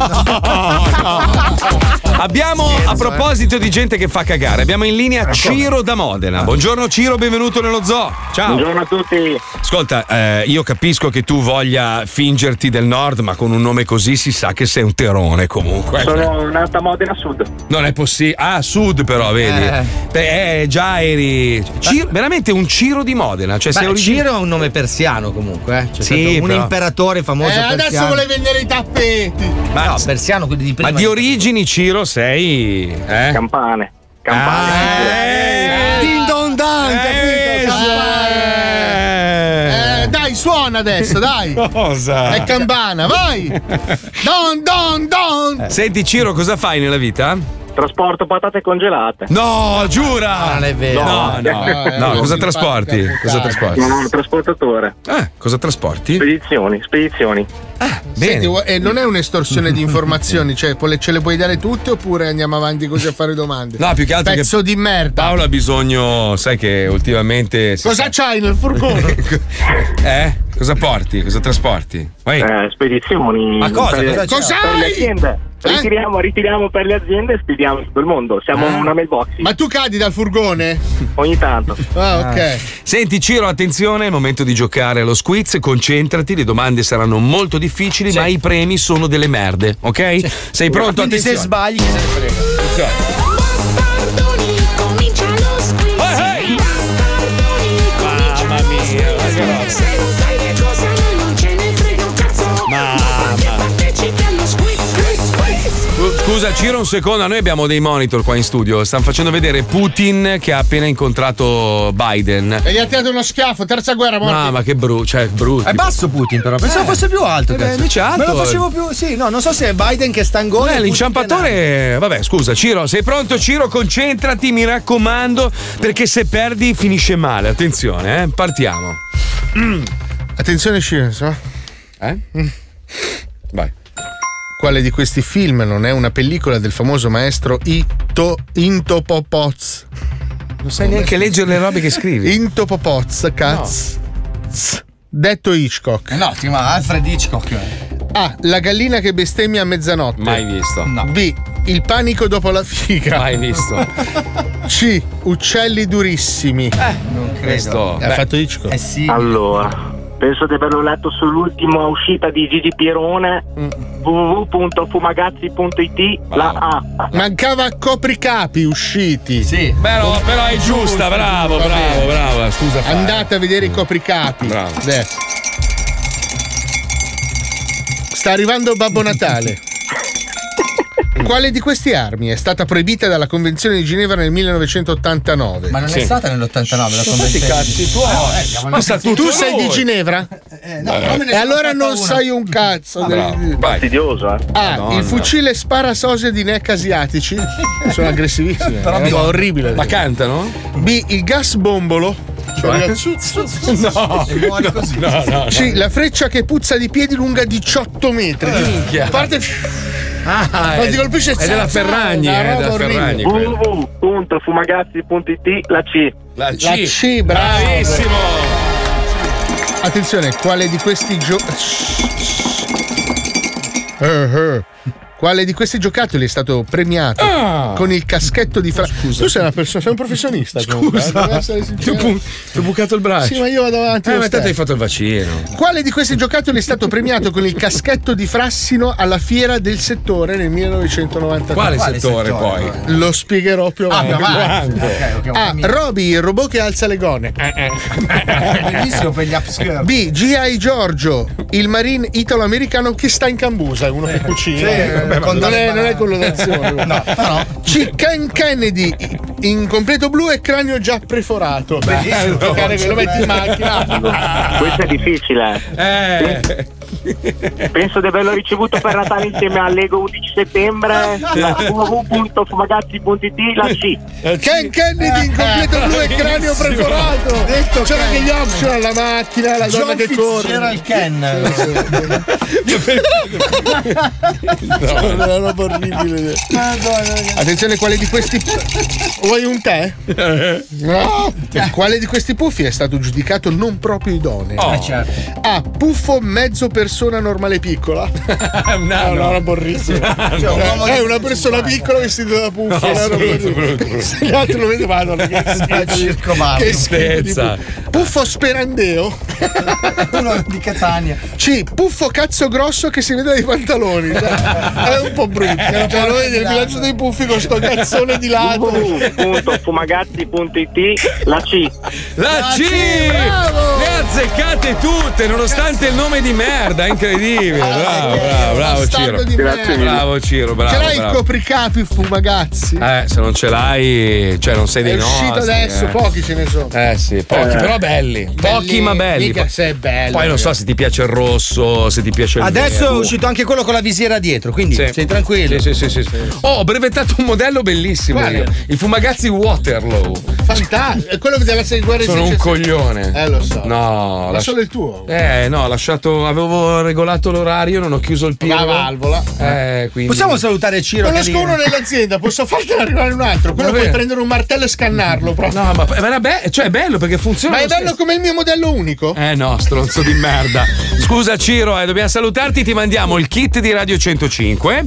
Abbiamo, a proposito di gente che fa cagare, abbiamo in linea Ciro da Modena. Buongiorno Ciro, benvenuto nello zoo. Ciao. Buongiorno a tutti. Ascolta, eh, io capisco che tu voglia fingerti del nord, ma con un nome così si sa che sei un terone comunque. Sono nato a Modena Sud. Non è possibile. Ah, sud però, vedi. Eh. Beh, eh, già eri. Ciro- veramente un Ciro di Modena. Cioè, sei Beh, origine- Ciro è un nome persiano comunque. Eh. C'è Sì, stato un però- imperatore famoso Eh, adesso persiano. vuole vendere i tappeti. Ma, No, persiano, quindi di prima. ma di origini, Ciro, sei. Eh? Campane. Campane. Ah, eh. Din don dan, Eh, capito? eh. Eh, dai, suona adesso, dai. Cosa? È campana, vai. Don, don, don. Senti, Ciro, cosa fai nella vita? Trasporto patate congelate. No, giura! No, non è vero. No, no, Eh, no, eh, cosa eh, trasporti? eh, Cosa eh, trasporti? Non ho un trasportatore. Eh, cosa trasporti? Spedizioni, spedizioni. Senti, Bene. eh, non è un'estorsione di informazioni, cioè poi le- ce le puoi dare tutte oppure andiamo avanti così a fare domande? No, più che altro Pezzo che di merda. Paolo ha bisogno, sai che ultimamente si Cosa sa- c'hai nel furgone? Eh? Cosa porti? Cosa trasporti? Vai. Eh, spedizioni. Ma cosa? Per, Cosa c'è? Cos'hai? per le aziende. Eh? Ritiriamo, ritiriamo per le aziende e spediamo in tutto il mondo. Siamo Ah. una mailbox. Ma tu cadi dal furgone? Ogni tanto. Ah, ok. Senti Ciro, attenzione, è il momento di giocare allo squiz, concentrati, le domande saranno molto difficili, ma i premi sono delle merde, ok? Sei pronto? Quindi se Attenzione. sbagli, chi se ne frega. Attenzione. Comincia lo squiz. Ehi, ehi. Mamma mia, ma che roba. Se non sai che cosa noi non ce ne frega un cazzo. Mamma. Partecipi allo squiz, squiz, squiz. Scusa Ciro un secondo, noi abbiamo dei monitor qua in studio, stanno facendo vedere Putin che ha appena incontrato Biden. E gli ha tirato uno schiaffo, terza guerra morti. No, ma che brutto, cioè brutto. È basso Putin però, pensavo Eh. fosse più alto. Eh beh, cazzo. invece è alto. Me lo facevo più. Sì, no, non so se è Biden che sta in gol. Eh, l'inciampatore. Vabbè, scusa, Ciro, sei pronto? Ciro, concentrati, mi raccomando, perché se perdi finisce male. Attenzione, eh? Partiamo. Attenzione, Scienza. Eh? Vai. Quale di questi film non è una pellicola del famoso maestro Ito, Into Popoz? Non sai neanche leggere le robe che scrivi. Into Popoz, cazzo. Z. Detto Hitchcock. No, si chiama Alfred Hitchcock. A. La gallina che bestemmia a mezzanotte. Mai visto. No. B. Il panico dopo la figa. Mai visto. C. Uccelli durissimi. Non credo. Questo. Ha beh, fatto Hitchcock. Eh sì. Allora, penso di averlo letto sull'ultima uscita di Gigi Pierone, w w w punto fumagazzi punto i t, la A. Mancava copricapi usciti. Sì. Però, però è giusta, bravo, Va bravo, bene. bravo. Scusa. Fabio. Andate a vedere i copricapi. Bravo. Adesso. Sta arrivando Babbo Natale. Quale di queste armi è stata proibita dalla Convenzione di Ginevra nel millenovecentottantanove? Ma non è stata nell'ottantanove la convenzione. Cazzi tuoi. No, eh, Ma sa tutto tu sei lui. di Ginevra? Eh, no, Eh. però me ne E sono allora fatta non una. sai un cazzo. Ah, del- bravo. Vai. Fastidioso, eh? A. Madonna. Il fucile sparasosia di neck asiatici. Sono aggressivissimi. Però è mi- una roba orribile. Ma cantano? B. Il gas bombolo. Cioè, ragazzi, No, E muori così. no, no. C. La freccia che puzza di piedi lunga diciotto metri. Minchia. A parte. Ah, Ma è, ti colpisce il è della cazzo, Ferragni, una è roba della orribile. Ferragni. w quella. w w punto fumagazzi punto i t la C. La C. La C, bravo. Bravissimo. Attenzione, quale di questi gio... Eh, eh. Quale di questi giocattoli è stato premiato Ah. con il caschetto di fra... Tu sei una persona, sei un professionista. comunque, eh, devo essere Ti ho, sincero. pu- ti ho bucato il braccio. Sì, ma io vado avanti. Eh, lo ma tanto stesso. hai fatto il vaccino. Quale di questi giocattoli è stato premiato con il caschetto di Frassino alla fiera del settore nel millenovecentonovantatré? Quale, Quale settore, settore, poi? Lo spiegherò più Ah, avanti. più avanti. Ok, ok, A. un Roby, il robot che alza le gonne. bellissimo per gli upskirt. B. G I. Giorgio, il marine italo-americano che sta in cambusa, è uno che cucina. Sì, Vabbè, con non, è, dalle non è quello d'azione. No, però. C. Ken Kennedy in completo blu e cranio già preforato. Bellissimo. Giocare che lo metti in macchina. Questo è difficile. Eh. Penso di averlo ricevuto per Natale insieme a Lego undici settembre. w w w punto fumagazzi punto i t la C. Ken Kennedy in completo blu e cranio preforato. Detto C'era Ken. anche gli optional, la macchina, la donna John che corre. C'era il Ken. È una roba orribile. Attenzione, quale di questi. Vuoi un tè? No. Quale di questi puffi è stato giudicato non proprio idoneo? Oh. Eh, certo. A. Puffo mezzo persona normale piccola. È un È una roba orribile. Cioè, un uomo È di- una persona piccola vestita da puffo. No, È una roba brutto, orribile. brutto, brutto. Se gli altri lo vedono, madonna, che schifo. Circo Mario. Che schifo di Tristezza. puffo. Puffo sperandeo. Uno di Catania. C. Puffo cazzo grosso che si vede dai pantaloni. È un po' brutto. Cioè, lo vedi il villaggio dei puffi con sto cazzone di lato. w w w punto fumagazzi punto i t la C. La C! bravo! Le ha azzeccate tutte, nonostante il nome di merda, incredibile. Bravo, bravo, bravo Bastardo Ciro. di Grazie merda. Bravo Ciro, bravo. Ce l'hai il bravo. copricapi, fumagazzi? Eh, se non ce l'hai, cioè non sei È dei uscito nostri. adesso, eh. pochi ce ne sono. Eh sì, pochi, Eh. però belli. Pochi ma belli. Mica se è bello. Poi non so se ti piace il rosso, se ti piace il Adesso è verde. uscito anche quello con la visiera dietro, quindi Sì. sei tranquillo. Sì, sì, sì, sì. Oh, ho brevettato un modello bellissimo Quale? io. Il Fumagazzi Waterloo. Fantastico. È quello della guerra Sono un coglione. Eh, lo so. No, Ma lasci- solo il tuo. Eh, no, ho lasciato. Avevo regolato l'orario, non ho chiuso il pilo. La valvola. Eh, quindi. Possiamo salutare Ciro? che Conosco lì- uno nell'azienda, posso fartene arrivare un altro. Quello Va puoi bene. prendere un martello e scannarlo proprio. No, ma, ma era be- cioè è bello perché funziona. Ma è lo bello stesso. come il mio modello unico? Eh no, stronzo di merda. Scusa Ciro, eh, dobbiamo salutarti, ti mandiamo il kit di Radio centocinque.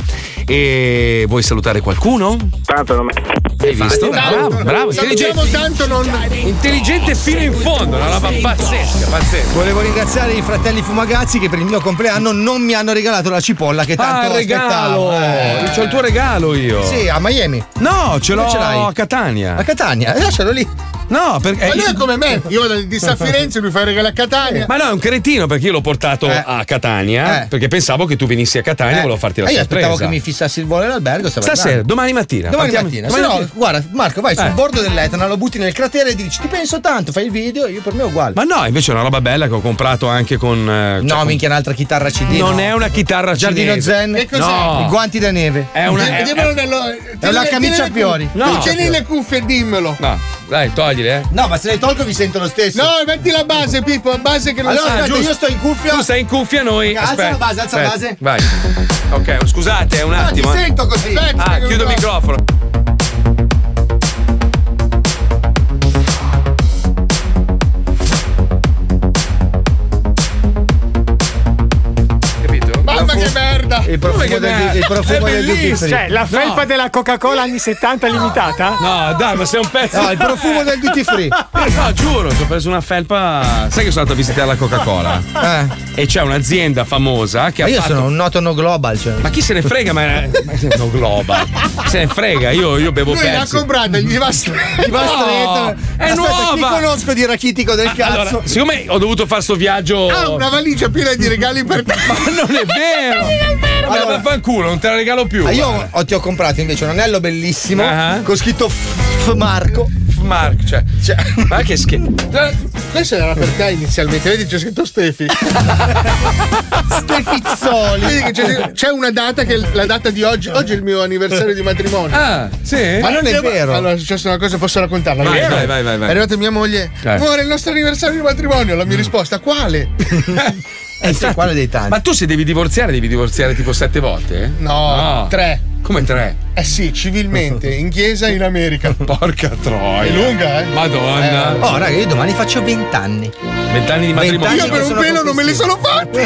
E vuoi salutare qualcuno? Tanto non me. Hai visto? Bravo, bravo, Salutiamo intelligente, tanto non. intelligente fino in fondo, una roba pazzesca, pazzesca. Volevo ringraziare i fratelli Fumagazzi che per il mio compleanno non mi hanno regalato la cipolla che tanto Ah, il regalo! aspettavo. Eh. C'ho il tuo regalo io. Sì, a Miami. No, ce l'ho Dove ce l'hai? a Catania. A Catania, eh, lascialo lì. No, perché. Ma lui è come me, io vado di San Firenze e lui fa il regalo a Catania. Ma no, è un cretino perché io l'ho portato Eh. a Catania Eh. perché pensavo che tu venissi a Catania e Eh. volevo farti la Eh, io sorpresa. aspettavo che mi fissassi il volo all'albergo. stavo Stasera, andando. domani mattina. Domani partiamo- mattina. domani Se no, mattina. guarda, Marco, vai sul Eh. bordo dell'Etna, lo butti nel cratere e dici: ti penso tanto, fai il video, io per me è uguale. Ma no, invece è una roba bella che ho comprato anche con. eh, cioè no, con- minchia, un'altra chitarra C D. Non no. è una chitarra Giardino cinese. Zen. Che cos'è? No. I guanti da neve. È una. è- Dimmelo nello- È una tieni- camicia tieni a le fiori. cuffie. No. Tu tieni le cuffie e dimmelo. No, dai, toglili, eh. No, ma se le tolgo vi sento lo stesso. No, metti la base, Pippo, la base che non Allora, sa. aspetta, giusto. io sto in cuffia. Tu stai in cuffia, noi. Alza aspetta, la base, alza la aspetta, base. Vai. Ok, scusate, un No, ti attimo. eh. sento così. Aspetta, Ah, che chiudo il non- microfono. Capito? Mamma che merda! Il profumo che del, bello. il profumo È del duty bellissimo. free. Cioè, la felpa No. della Coca-Cola anni settanta limitata? No, dai, ma sei un pezzo. No, il profumo del duty free. No, giuro, ti ho preso una felpa. Sai che sono andato a visitare la Coca-Cola? Eh. e c'è un'azienda famosa che Ma ha io fatto... sono un noto no global. Cioè. Ma chi se ne frega? Ma ma no global. Se ne frega, io, io bevo Lui l'ha Pepsi. comprata, gli va, gli va No, stretta. è Aspetta, nuova. chi conosco di rachitico del cazzo. Allora, siccome ho dovuto fare sto viaggio. Ha una valigia piena di regali per te. Ma non è vero! Allora, Allora- fanculo, non te la regalo più. Ah, io guarda. ho- ti ho comprato invece un anello bellissimo Ah. con scritto F Marco. Marco, cioè, ma che schifo. Questo era per te inizialmente, vedi c'è scritto Stefi. Stefizzoli. Vedi che c'è, c'è una data che è la data di oggi. Oggi è il mio anniversario di matrimonio. Ah, sì? Ma non è vero. Allora è successa una cosa, posso raccontarla? Vai, Vero? vai, vai, vai, vai. È arrivata mia moglie. Eh. Amore, è il nostro anniversario di matrimonio. La mia risposta, quale? Eh sì, quale dei tanti? Ma tu se devi divorziare, devi divorziare tipo sette volte? eh? No, tre. Come tre? Eh sì, civilmente, in chiesa in America. Porca troia. È lunga, eh? Madonna. Oh, raga, io domani faccio vent'anni. Vent'anni di matrimonio. Io per un pelo non me li sono fatti.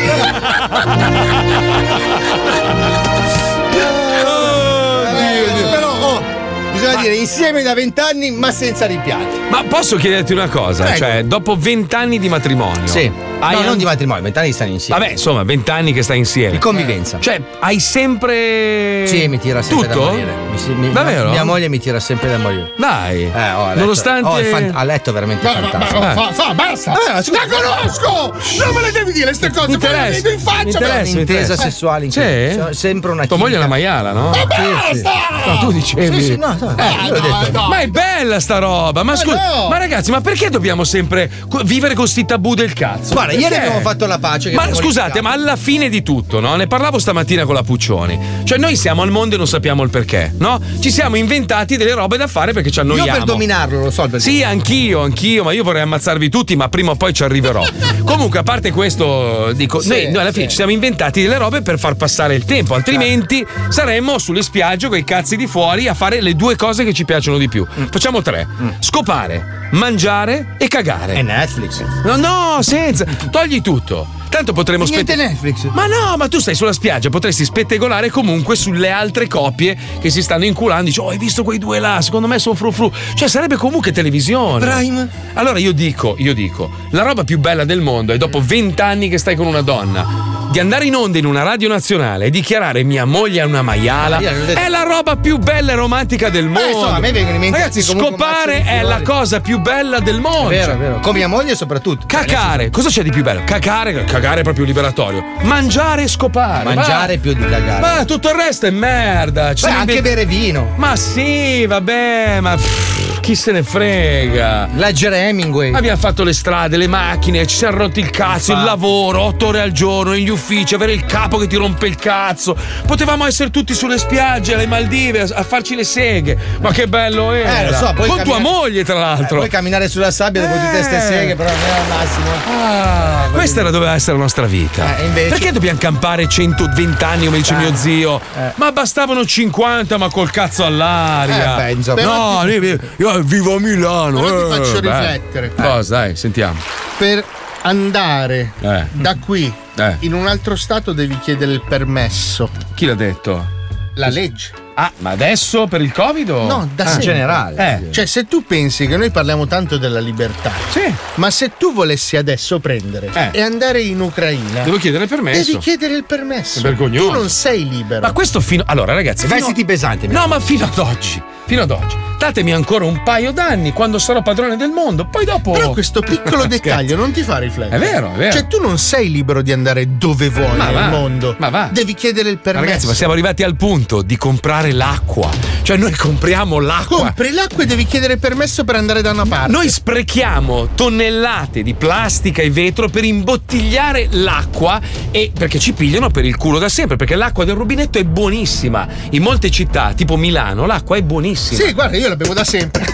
Però, oh, bisogna dire insieme da vent'anni, ma senza rimpianti. Ma posso chiederti una cosa? Prego. Cioè, dopo vent'anni di matrimonio. Sì. Hai No, an- non di matrimonio, vent'anni stanno insieme. Vabbè, insomma, vent'anni che stai insieme. Di convivenza. Cioè, hai sempre. Sì, mi tira sempre tutto? da morire. Mi, si- mi- Davvero? Mia moglie mi tira sempre da morire. Dai. Eh, oh, a letto- Nonostante. oh, è fan- a letto è veramente Ma, ma, fantastico. ma, fa, fa, basta! Eh, ma scusa- La conosco! Non me le devi dire queste cose, Mi poi le interessa, vedo in mi faccia! interessa, però. mi Intesa interessa. sessuale in Sì? cui- sempre una Tua moglie è chimica. una maiala, no? Ma Sì, sì. basta! No, tu dicevi. Sì, sì, no, no, Ah, io l'ho no, detto. no. Ma è bella sta roba! Ma scusa, no. ma ragazzi, ma perché dobbiamo sempre co- vivere con sti tabù del cazzo? Guarda, ieri Perché? abbiamo fatto la pace. che Ma abbiamo scusate, litigato. ma alla fine di tutto, no? Ne parlavo stamattina con la Puccioni. Cioè, noi siamo al mondo e non sappiamo il perché, no? Ci siamo inventati delle robe da fare perché ci annoiamo. Io per dominarlo, lo so il perché. Sì, anch'io, anch'io, ma io vorrei ammazzarvi tutti, ma prima o poi ci arriverò. Comunque, a parte questo, dico, Sì, noi, noi alla fine sì. ci siamo inventati delle robe per far passare il tempo, altrimenti saremmo sulle spiagge con i cazzi di fuori a fare le due cose che ci piacciono di più. Facciamo tre: scopare, mangiare e cagare. È Netflix. No, no, senza. Togli tutto. Tanto potremmo Niente spette- Netflix. Ma no, ma tu stai sulla spiaggia, potresti spettegolare comunque sulle altre coppie che si stanno inculando. Dici, oh, hai visto quei due là? Secondo me sono frufru. Cioè, sarebbe comunque televisione. Prime. Allora io dico, io dico, la roba più bella del mondo è dopo vent'anni che stai con una donna. Di andare in onda in una radio nazionale e dichiarare mia moglie è una maiala Ah, io l'ho detto. è la roba più bella e romantica del mondo. insomma, a me vengono in mente Ragazzi, comunque un mazzo scopare di è la figurati. cosa più bella del mondo. È vero, Cioè, è vero. Con mia moglie soprattutto. Cacare, cosa c'è di più bello? Cacare, cagare è proprio liberatorio. Mangiare e scopare. Mangiare va. più di cagare. Ma tutto il resto è merda. Ci Beh, siamo anche invent- bere vino. Ma sì, vabbè, ma pff, chi se ne frega. Leggere Hemingway. Abbiamo fatto le strade, le macchine, ci siamo rotti il cazzo, il Infatti. lavoro, otto ore al giorno, negli uffici, avere il capo che ti rompe il cazzo. Potevamo essere tutti sulle spiagge, alle Maldive, a, a farci le seghe. Ma che bello era. Eh, lo so, poi Con tua cammina- moglie, tra l'altro. Puoi camminare sulla sabbia dopo tutte queste Eh. seghe, però non è al massimo. Ah, questa era doveva essere la nostra vita. Eh, invece- Perché dobbiamo campare centoventi anni, come dice Eh. mio zio? Eh. Ma bastavano cinquanta, ma col cazzo all'aria. Eh, beh, insomma. No, io, io vivo a Milano. Però ti eh, faccio beh. riflettere. Cosa? Dai, sentiamo. Per andare Eh. da qui Eh. in un altro stato devi chiedere il permesso. Chi l'ha detto? La legge. Ah, ma adesso per il Covid o? No, da Ah. sempre. generale. Eh. Cioè, se tu pensi che noi parliamo tanto della libertà, Sì. ma se tu volessi adesso prendere Eh. e andare in Ucraina, Devo chiedere il permesso. devi chiedere il permesso. È vergognoso. Tu non sei libero. Ma questo fino. Allora, ragazzi. fino- Vestiti pesanti. No, ma fino ad oggi. Fino ad oggi. Datemi ancora un paio d'anni quando sarò padrone del mondo. Poi dopo. Però questo piccolo dettaglio non ti fa riflettere. È vero, è vero. Cioè, tu non sei libero di andare dove vuoi Ma nel va, mondo. ma va. Devi chiedere il Ma permesso. ragazzi, ma siamo arrivati al punto di comprare l'acqua. Cioè, noi compriamo l'acqua. Compri l'acqua e devi chiedere permesso per andare da una parte. Noi sprechiamo tonnellate di plastica e vetro per imbottigliare l'acqua e perché ci pigliano per il culo da sempre, perché l'acqua del rubinetto è buonissima. In molte città, tipo Milano, l'acqua è buonissima. Sì, guarda, io la bevo da sempre.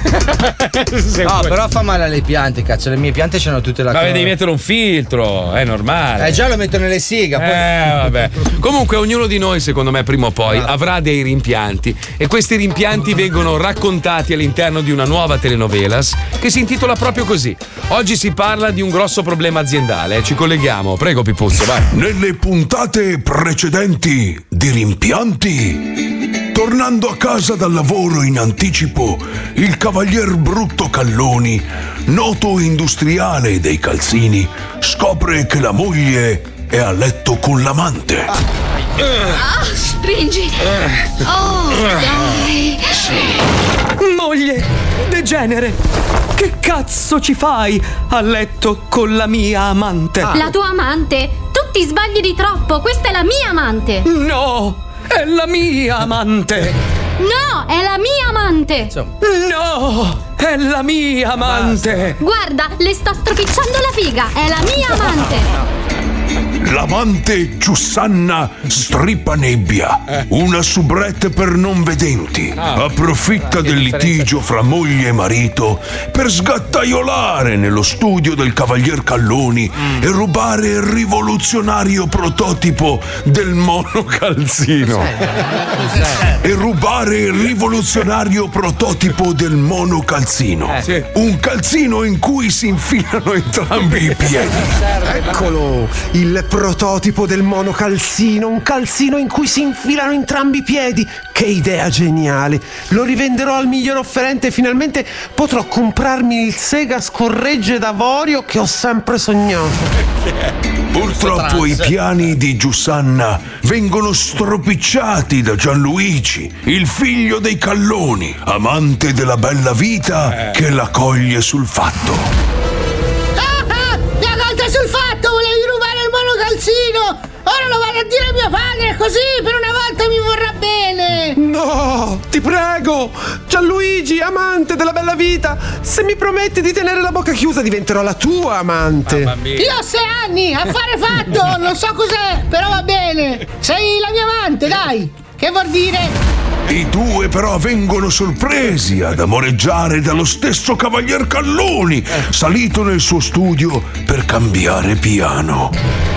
No, però fa male alle piante, cazzo. Le mie piante c'hanno tutte la Ma cosa. devi mettere un filtro, è normale. Eh, già lo metto nelle siga. Poi... Eh, vabbè. Comunque, ognuno di noi, secondo me, prima o poi avrà dei rimpianti. E questi rimpianti vengono raccontati all'interno di una nuova telenovelas che si intitola proprio così. Oggi si parla di un grosso problema aziendale. Ci colleghiamo. Prego, Pipuzzo, vai. Nelle puntate precedenti di Rimpianti, tornando a casa dal lavoro in anticipo, il cavalier Brutto Calloni, noto industriale dei calzini, scopre che la moglie è a letto con l'amante. Ah, spingi. Oh, dai. Moglie, degenere, che cazzo ci fai a letto con la mia amante? La tua amante? Tu ti sbagli di troppo, questa è la mia amante. No, è la mia amante. No, è la mia amante. No, è la mia amante. Guarda, le sto stropicciando la figa, è la mia amante. L'amante Giussanna Stripanebbia, una soubrette per non vedenti, approfitta del litigio fra moglie e marito per sgattaiolare nello studio del Cavalier Calloni e rubare il rivoluzionario prototipo del monocalzino. E rubare il rivoluzionario prototipo del monocalzino. Un calzino in cui si infilano entrambi i piedi. Eccolo, il prototipo del monocalzino, un calzino in cui si infilano entrambi i piedi. Che idea geniale! Lo rivenderò al miglior offerente e finalmente potrò comprarmi il Sega scorregge d'avorio che ho sempre sognato. Purtroppo i piani di Giussanna vengono stropicciati da Gianluigi, il figlio dei Calloni, amante della bella vita che la coglie sul fatto. Ah, ah, mi ha colta sul fatto, volevi rubare il monocalzino! Ora lo vado a dire a mio padre, così per una volta mi vorrà bene! No, ti prego! Gianluigi, amante della bella vita, se mi prometti di tenere la bocca chiusa diventerò la tua amante. Io ho sei anni, affare fatto, non so cos'è, però va bene! Sei la mia amante, dai! Che vuol dire? I due però vengono sorpresi ad amoreggiare dallo stesso Cavalier Calloni, salito nel suo studio per cambiare piano.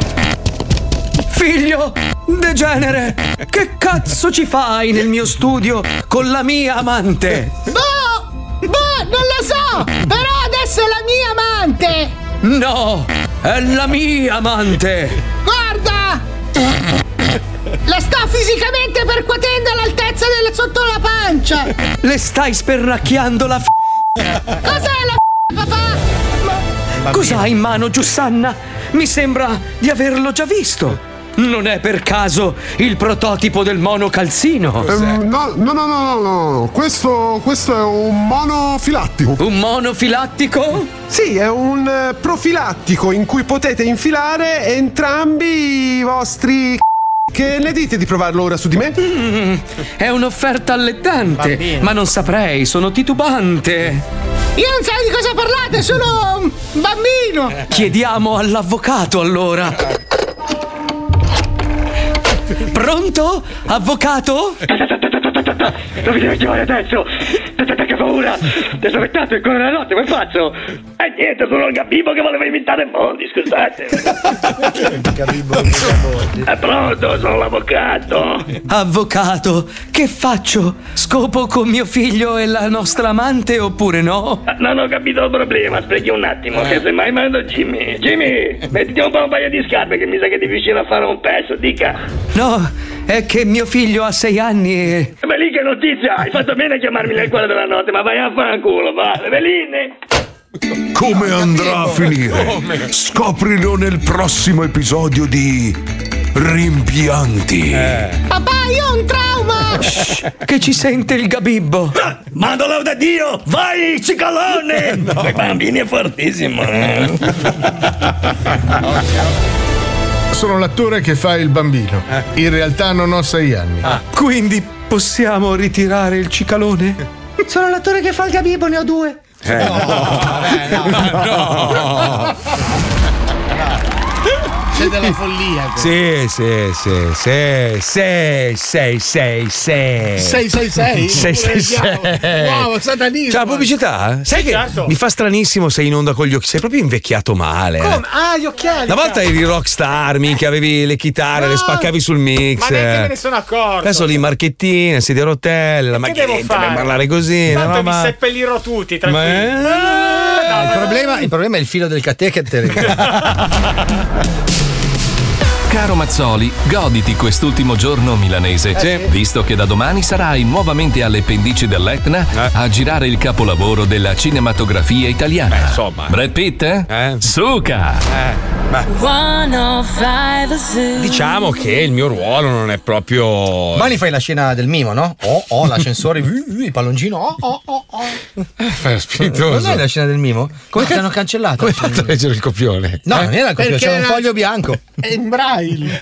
Figlio, degenere, che cazzo ci fai nel mio studio con la mia amante? Boh, boh, non lo so, però adesso è la mia amante. No, è la mia amante. Guarda, la sto fisicamente percuotendo all'altezza del sotto la pancia. Le stai spernacchiando la f***. Cos'è la f***, papà? Cos'hai in mano, Giussanna? Mi sembra di averlo già visto. Non è per caso il prototipo del monocalzino? Ehm, no, no, no, no, no, no. Questo, questo è un monofilattico. Un monofilattico? Sì, è un eh, profilattico in cui potete infilare entrambi i vostri. Che ne dite di provarlo ora su di me? Mm, è un'offerta allettante, bambino. Ma non saprei, sono titubante. Io non so di cosa parlate, sono un bambino. Chiediamo all'avvocato allora. Pronto? Avvocato? Non mi devi chiamare adesso! Che paura! Ti sono mettato il cuore della notte, come faccio? E niente, sono il Gabibbo che voleva inventare mondi, scusate! È pronto, sono l'avvocato! Avvocato, che faccio? Scopo con mio figlio e la nostra amante oppure no? Non ho capito il problema, spieghi un attimo, eh. che se mai mando Jimmy! Jimmy, mettiti un po' un paio di scarpe che mi sa che devi riuscire a fare un pezzo, dica! No, è che mio figlio ha sei anni e... Ma lì che notizia! Hai fatto bene a chiamarmi nel cuore della notte, ma vai a fanculo, va! Eveline! Come andrà a finire? Scoprilo nel prossimo episodio di Rimpianti. Eh. Papà, io ho un trauma! Shh, che ci sente il Gabibbo? Ah, mandalo da Dio! Vai, cicalone! No. Quei bambini è fortissimo! Eh. Sono l'attore che fa il bambino. Eh. In realtà non ho sei anni. Ah. Quindi possiamo ritirare il cicalone? Sono l'attore che fa il Gabibbo, ne ho due. Eh. No, vabbè, no, no, no. C'è della follia. Sì, sì, sì, sì, sei, sei, sei, sei. sei sei sei? sei sei sei. Wow, satanismo. C'è la pubblicità? Sai che certo. Mi fa stranissimo, sei in onda con gli occhi, sei proprio invecchiato male. Come? Eh. Ah, gli occhiali. Una volta eri rockstar, minchia, avevi le chitarre, No. le spaccavi sul mix. Ma neanche me ne sono accorto. Adesso lì marchettine, sedie a rotelle, la Che devo macchinetta fare? per parlare così. Tanto no, vi ma... seppellirò tutti, tranquilli. Il problema, il problema è il filo del catetere. Caro Mazzoli, goditi quest'ultimo giorno milanese, Sì. visto che da domani sarai nuovamente alle pendici dell'Etna Eh. a girare il capolavoro della cinematografia italiana. Beh, insomma. Brad Pitt? Eh? Eh. Suca! Eh. Beh, diciamo che il mio ruolo non è proprio. Domani fai la scena del mimo, no? Oh, oh, l'ascensore, il palloncino, oh, oh, oh, oh. Fai lo spiritoso. Non è la scena del mimo? Come ti hanno cancellato? Come hai fatto a leggere il copione? No, Eh? non era il copione, Perché c'era un era- foglio bianco. È in braille.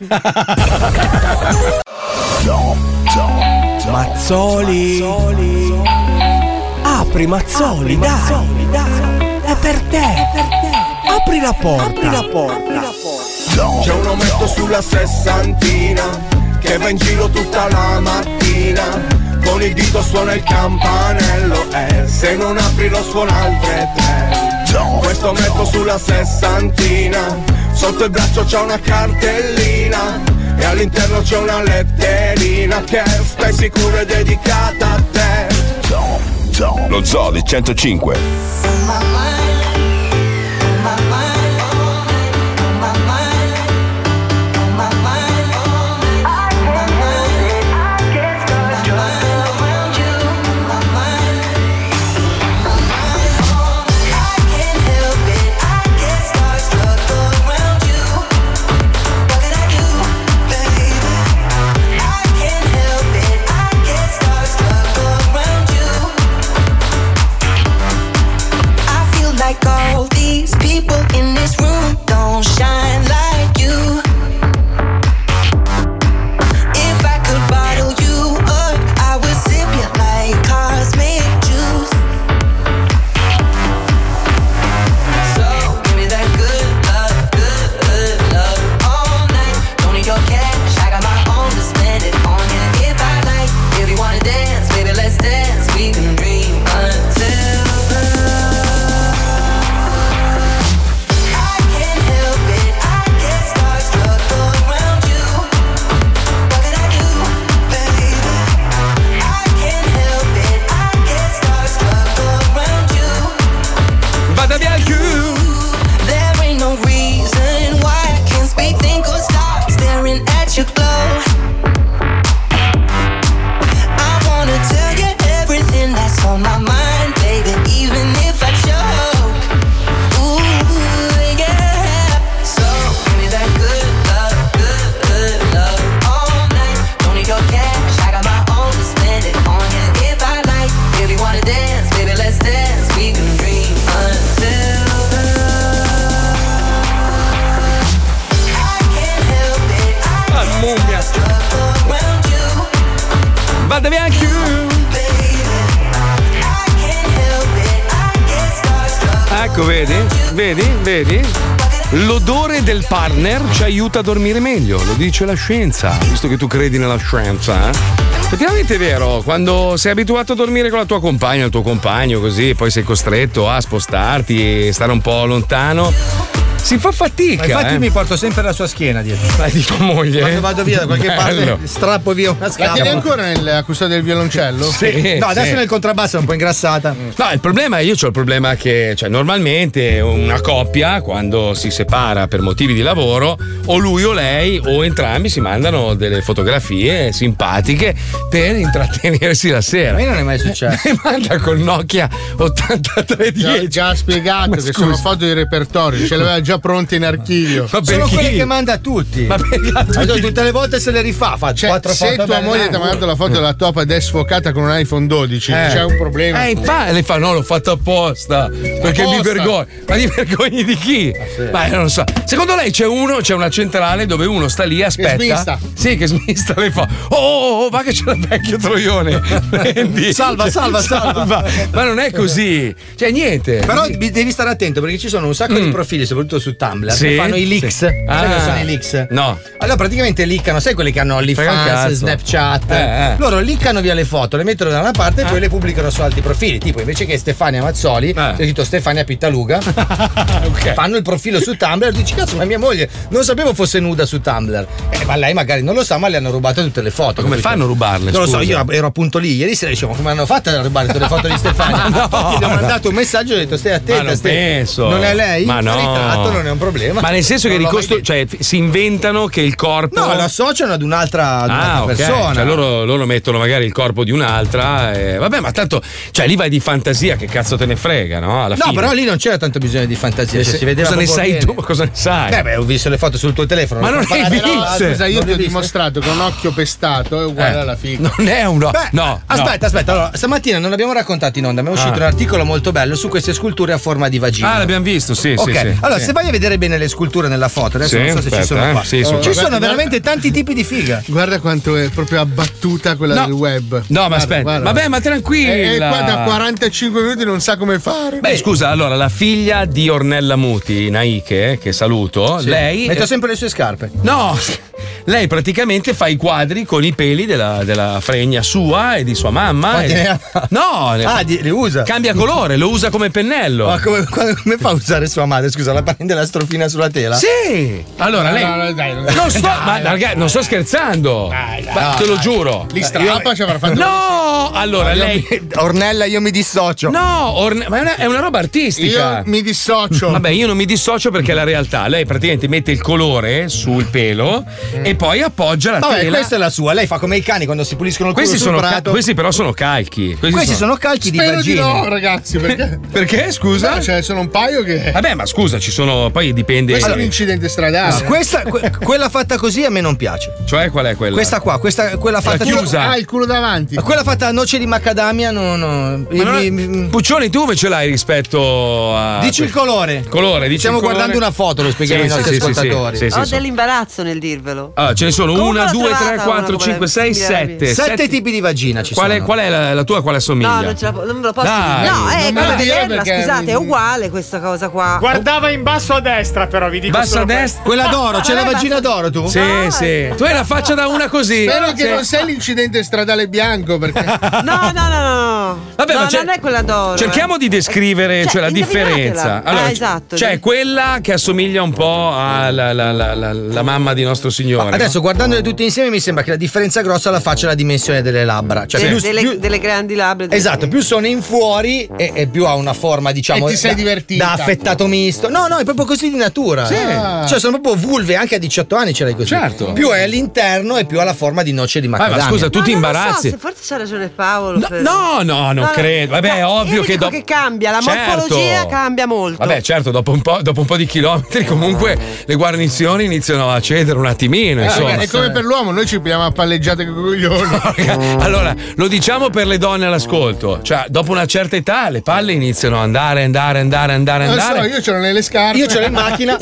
Mazzoli. Apri Mazzoli, dai. È per te. Apri la porta. Apri la porta. C'è un ometto sulla sessantina che va in giro tutta la mattina. Con il dito suona il campanello e se non apri lo suona altre tre. Questo ometto sulla sessantina, sotto il braccio c'è una cartellina e all'interno c'è una letterina che stai sicuro è dedicata a te. Lo Zoo di centocinque. All these people in this room don't shine like you. If I could bottle you up, I would sip you like cosmic juice. So give me that good love, good, good love all night. Don't need your cash, I got my own to spend it on you if I like. If you wanna dance, baby, let's dance. We can dream until Vada via il chiù. there ain't no reason why I can't speak, think or stop staring at your glow. I wanna tell you everything that's on my mind, baby, even if I choke. Ooh, yeah. So give me that good love, good, good love all night. Don't need your cash, I got my own to spend it on you if I like. If you wanna dance, baby, let's dance. We can dream until Ah, mummia. Vada via il chiù. Ecco, vedi? Vedi? Vedi? L'odore del partner ci aiuta a dormire meglio, lo dice la scienza, visto che tu credi nella scienza, eh? Effettivamente è vero, quando sei abituato a dormire con la tua compagna, il tuo compagno, così, poi sei costretto a spostarti, stare un po' lontano, si fa fatica. Ma infatti eh. io mi porto sempre la sua schiena dietro. Ma di tua moglie? Quando vado via da qualche Bello. parte strappo via una La tieni scatola. ancora nella custodia del violoncello? Sì, No, adesso sì. nel contrabbasso è un po' ingrassata. No, il problema, io ho il problema che, cioè, normalmente una coppia, quando si separa per motivi di lavoro, o lui o lei, o entrambi si mandano delle fotografie simpatiche per intrattenersi la sera. A me non è mai successo. Mi manda col Nokia ottantatré dieci. Già, già spiegato Ma che scusa. sono foto di repertorio, ce l'aveva già pronte in archivio. Ma per Sono chi? quelle che manda a tutti. Ma perché a tutti? Adesso tutte le volte se le rifà, fa Cioè, quattro se foto tua belle. moglie ti ha mandato la foto della top ed è sfocata con un iPhone dodici, Eh. c'è un problema. Eh, infatti, lei fa: no, l'ho fatto apposta. Perché mi Apposta? vergogno. Ma ti vergogni di chi? Ma non lo so. Secondo lei c'è uno, c'è una centrale dove uno sta lì, aspetta. smista. Sì, che smista. Lei fa: oh, oh, oh, va che c'è il vecchio troione. Prendi. Salva, salva, salva. Ma non è così. Cioè, niente. Però bi- devi stare attento perché ci sono un sacco di profili, soprattutto su Tumblr, Sì, che fanno i leaks. sì. Sai cosa Ah. sono i leaks? No. Allora praticamente leakano, sai quelli che hanno Frega un OnlyFans, cazzo. Snapchat? Eh, eh. Loro leakano via le foto, le mettono da una parte e poi le pubblicano su altri profili. Tipo invece che Stefania Mazzoli, c'è scritto Stefania Pittaluga. Fanno il profilo su Tumblr e dici cazzo, ma mia moglie non sapevo fosse nuda su Tumblr. Eh, ma lei magari non lo sa, ma le hanno rubato tutte le foto. Come capito? fanno a rubarle? Non lo so, scusa? io ero appunto lì ieri sera e dicevo come hanno fatto a rubare tutte le foto di Stefania? Ma no. Infatti gli ho mandato un messaggio e ho detto stai attenta, Ma non stai- penso. Non è lei? Ma no. Ritratto, Esatto, non è un problema. Ma nel senso che Non l'ho ricostru- cioè, si inventano che il corpo. No, lo associano ad un'altra, ad un'altra Ah, ok. persona. Cioè, loro, loro mettono magari il corpo di un'altra. E... Vabbè, ma tanto. Cioè, lì vai di fantasia, che cazzo te ne frega, no? Alla No, fine. però lì non c'era tanto bisogno di fantasia. Cioè, Se- si vedeva cosa ne proprio sai bene. tu? Cosa ne sai? Beh, beh, ho visto le foto sul tuo telefono. Ma non puoi hai fare- visto? no, Scusa, io non ti ho visto. dimostrato che un occhio pestato è uguale Eh, alla figa. Non è uno. Beh, no. Aspetta, aspetta. Allora, stamattina non l'abbiamo raccontato in onda, ma è uscito Ah. un articolo molto bello su queste sculture a forma di vagina. Ah, l'abbiamo visto, sì, Ok, sì, sì. allora Sì. se vai a vedere bene le sculture nella foto, adesso Sì, non so se ci aspetta, sono eh. qua. Sì, sono ci qua. sono veramente tanti tipi di figa. Guarda quanto è proprio abbattuta quella No. del web. No, ma Guarda, aspetta. guarda. Vabbè, ma tranquilla. E, e qua da quarantacinque minuti non sa come fare. Beh, scusa, allora la figlia di Ornella Muti, Naike, che saluto, Sì. lei. Metto sempre le sue scarpe. No, lei praticamente fa i quadri con i peli della, della fregna sua e di sua mamma. Quanti e- ne ha? No, ne- Ah, di- li usa. cambia colore, lo usa come pennello. Ma come, quando- come fa a usare sua madre? Scusa, la prende la strofina sulla tela? Sì! Allora No, lei. no, no, dai, non- non sto, dai, ma dai. ragazzi, non sto scherzando. Ma no, te lo dai. giuro. Li strappa, ci avrà fatto. No! Allora Io lei. mi- Ornella, io mi dissocio. No, Orne- ma è una, è una roba artistica. Io mi dissocio. Vabbè, io non mi dissocio perché è la realtà. Lei praticamente mette il colore sul pelo e poi appoggia la Vabbè, tela. questa è la sua. Lei fa come i cani quando si puliscono il culo Questi, sul sono ca- prato. questi però sono calchi. Questi, Questi sono calchi di Spero di vagine. no, ragazzi, perché. Perché? Scusa? No, cioè, sono un paio che. Vabbè, ma scusa, ci sono. Poi dipende. Questo è un incidente stradale. Questa, que- quella fatta così a me non piace. Cioè, qual è quella? Questa qua, questa, quella fatta La chiusa. Ah, il culo davanti. Quella fatta a noce di macadamia, no, no. Ma non è- mi- mi- Puccioni, tu come ce l'hai rispetto a. Dici il colore. Colore, dici Stiamo il colore. guardando una foto, lo spieghiamo Sì, ai nostri sì, sì, ascoltatori. sì, sì, Ho sì, dell'imbarazzo nel dirvelo. Ah, ce ne sono Comunque una, l'ho due, trovata tre, quattro, una cinque, sei, simile alla mia. sette. Sette tipi di vagina ci Qual è, sono. qual è la, la tua? Quale assomiglia? No, non, ce la, po- non me lo posso Dai, dire. No, non è me come lo dire vederla, perché- scusate, è uguale questa cosa qua. Guardava in basso a destra, però vi dico Basso solo a questo. destra. Quella d'oro, c'è la Vabbè, vagina basta. d'oro tu? Sì, No, sì. Tu hai la faccia da una così. Spero che Sì. non sei l'incidente stradale bianco perché. No, no, no, no, no. Vabbè, no, ma c'è- non è quella d'oro. Cerchiamo eh. di descrivere Cioè, cioè, la indovinatela. differenza. Ah, Allora, esatto. C'è quella che assomiglia un po' alla la, la, la, la mamma di nostro Signore. Adesso guardandole tutte insieme mi sembra che la differenza grossa la faccia la dimensione delle labbra. Cioè, De- più- delle, più- delle grandi labbra. delle- Esatto, più sono in fuori e, e più ha una forma, diciamo, E ti sei da, divertita. da affettato misto. No, no, è proprio così di natura. Sì. Cioè, sono proprio vulve, anche a diciotto anni ce l'hai così. Certo. Più è all'interno e più ha la forma di noce di Ah, macadamia. ma scusa, tu ti No, non lo so, imbarazzi. se forse c'ha ragione Paolo. No, per- no, no, non credo. Vabbè, è No, ovvio io che dico dopo. che cambia, la Certo. morfologia cambia molto. Vabbè, certo, dopo un po', dopo un po' di chilometri, comunque le guarnizioni iniziano a cedere un attimino. Eh, Insomma. è come per l'uomo, noi ci pigliamo a palleggiate con i coglioni. Allora, lo diciamo per le donne all'ascolto. Cioè, dopo una certa età, le palle iniziano ad andare, andare, andare, andare, Non so, andare. io ce l'ho nelle scarpe. Io ce l'ho in macchina.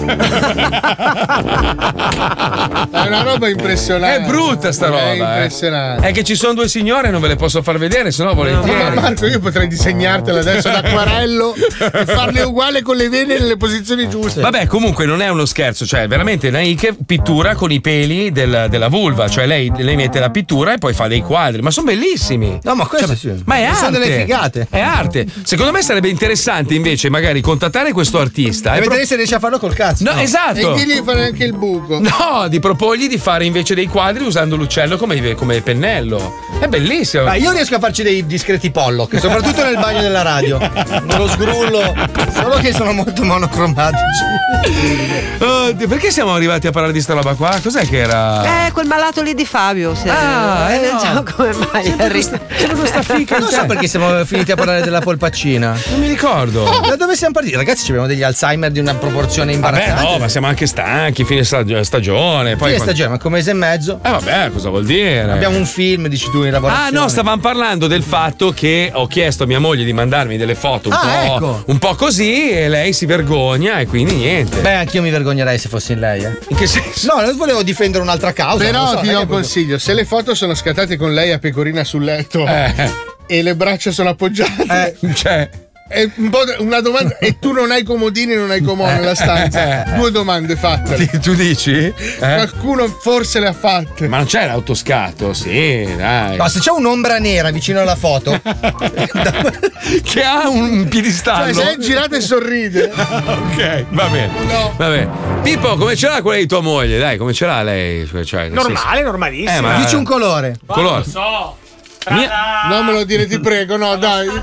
È una roba impressionante. È brutta sta roba. È eh. impressionante. È che ci sono due signore e non ve le posso far vedere, sennò Ma volentieri. Marco, io potrei disegnartela adesso ad acquarello e farle uguale con le vene nelle posizioni giuste. Vabbè, comunque non è uno scherzo, cioè veramente Naike pittura con i peli del- della vulva, cioè lei, lei mette la pittura e poi fa dei quadri, ma sono bellissimi. No, ma questo Cioè, sì. Ma è arte. Sono delle figate. È arte. Secondo me sarebbe interessante invece magari contattare questo artista E e pro- vedere se riesce a farlo col cazzo. No, esatto. E dirgli di fare anche il buco. No, di proporgli di fare invece dei quadri usando l'uccello come, come pennello. È bellissimo. Ah, io riesco a farci dei discreti Pollock, soprattutto nel bagno della radio. Nello sgrullo, solo che sono molto monocromatici. Oddio, perché siamo arrivati a parlare di sta roba qua? Cos'è che era? Eh, quel malato lì di Fabio. Se... Ah, eh, no. Diciamo come mai arriva. C'era questa fica in Non so te. perché siamo finiti a parlare della polpaccina. Non mi ricordo. Da dove siamo partiti? Ragazzi, abbiamo degli Alzheimer di una proporzione Vabbè, imbarazzante. no, ma siamo anche stanchi, fine stag- stagione. Poi Fine quando- stagione, ma come mese e mezzo. Eh vabbè, cosa vuol dire? Abbiamo un film, dici tu, in Ah lavorazione. no, stavamo parlando del fatto che ho chiesto a mia moglie di mandarmi delle foto un, Ah, po', ecco. un po' così e lei si vergogna e quindi niente. Beh, anch'io mi vergognerei se fossi in lei, eh. In che senso? No, non volevo difendere un'altra causa. Però non so, ti non do è un che- consiglio: se le foto sono scattate con lei a pecorina sul letto Eh, e le braccia sono appoggiate, cioè, è un po' una domanda. E tu non hai comodini, non hai comò nella stanza. Due domande fatte. ti- tu dici? Eh? Qualcuno forse le ha fatte. Ma non c'è l'autoscatto? Sì, dai. No, se c'è un'ombra nera vicino alla foto, Che ha un piedistallo. Cioè, se è girata e sorride. Ok, va bene. No. Va bene. Pippo, come ce l'ha quella di tua moglie? Dai, come ce l'ha lei? Cioè, nel Normale, normalissimo. Eh, ma- dici un colore. senso- colore. So. Mia- Non me lo dire, ti prego, no, dai.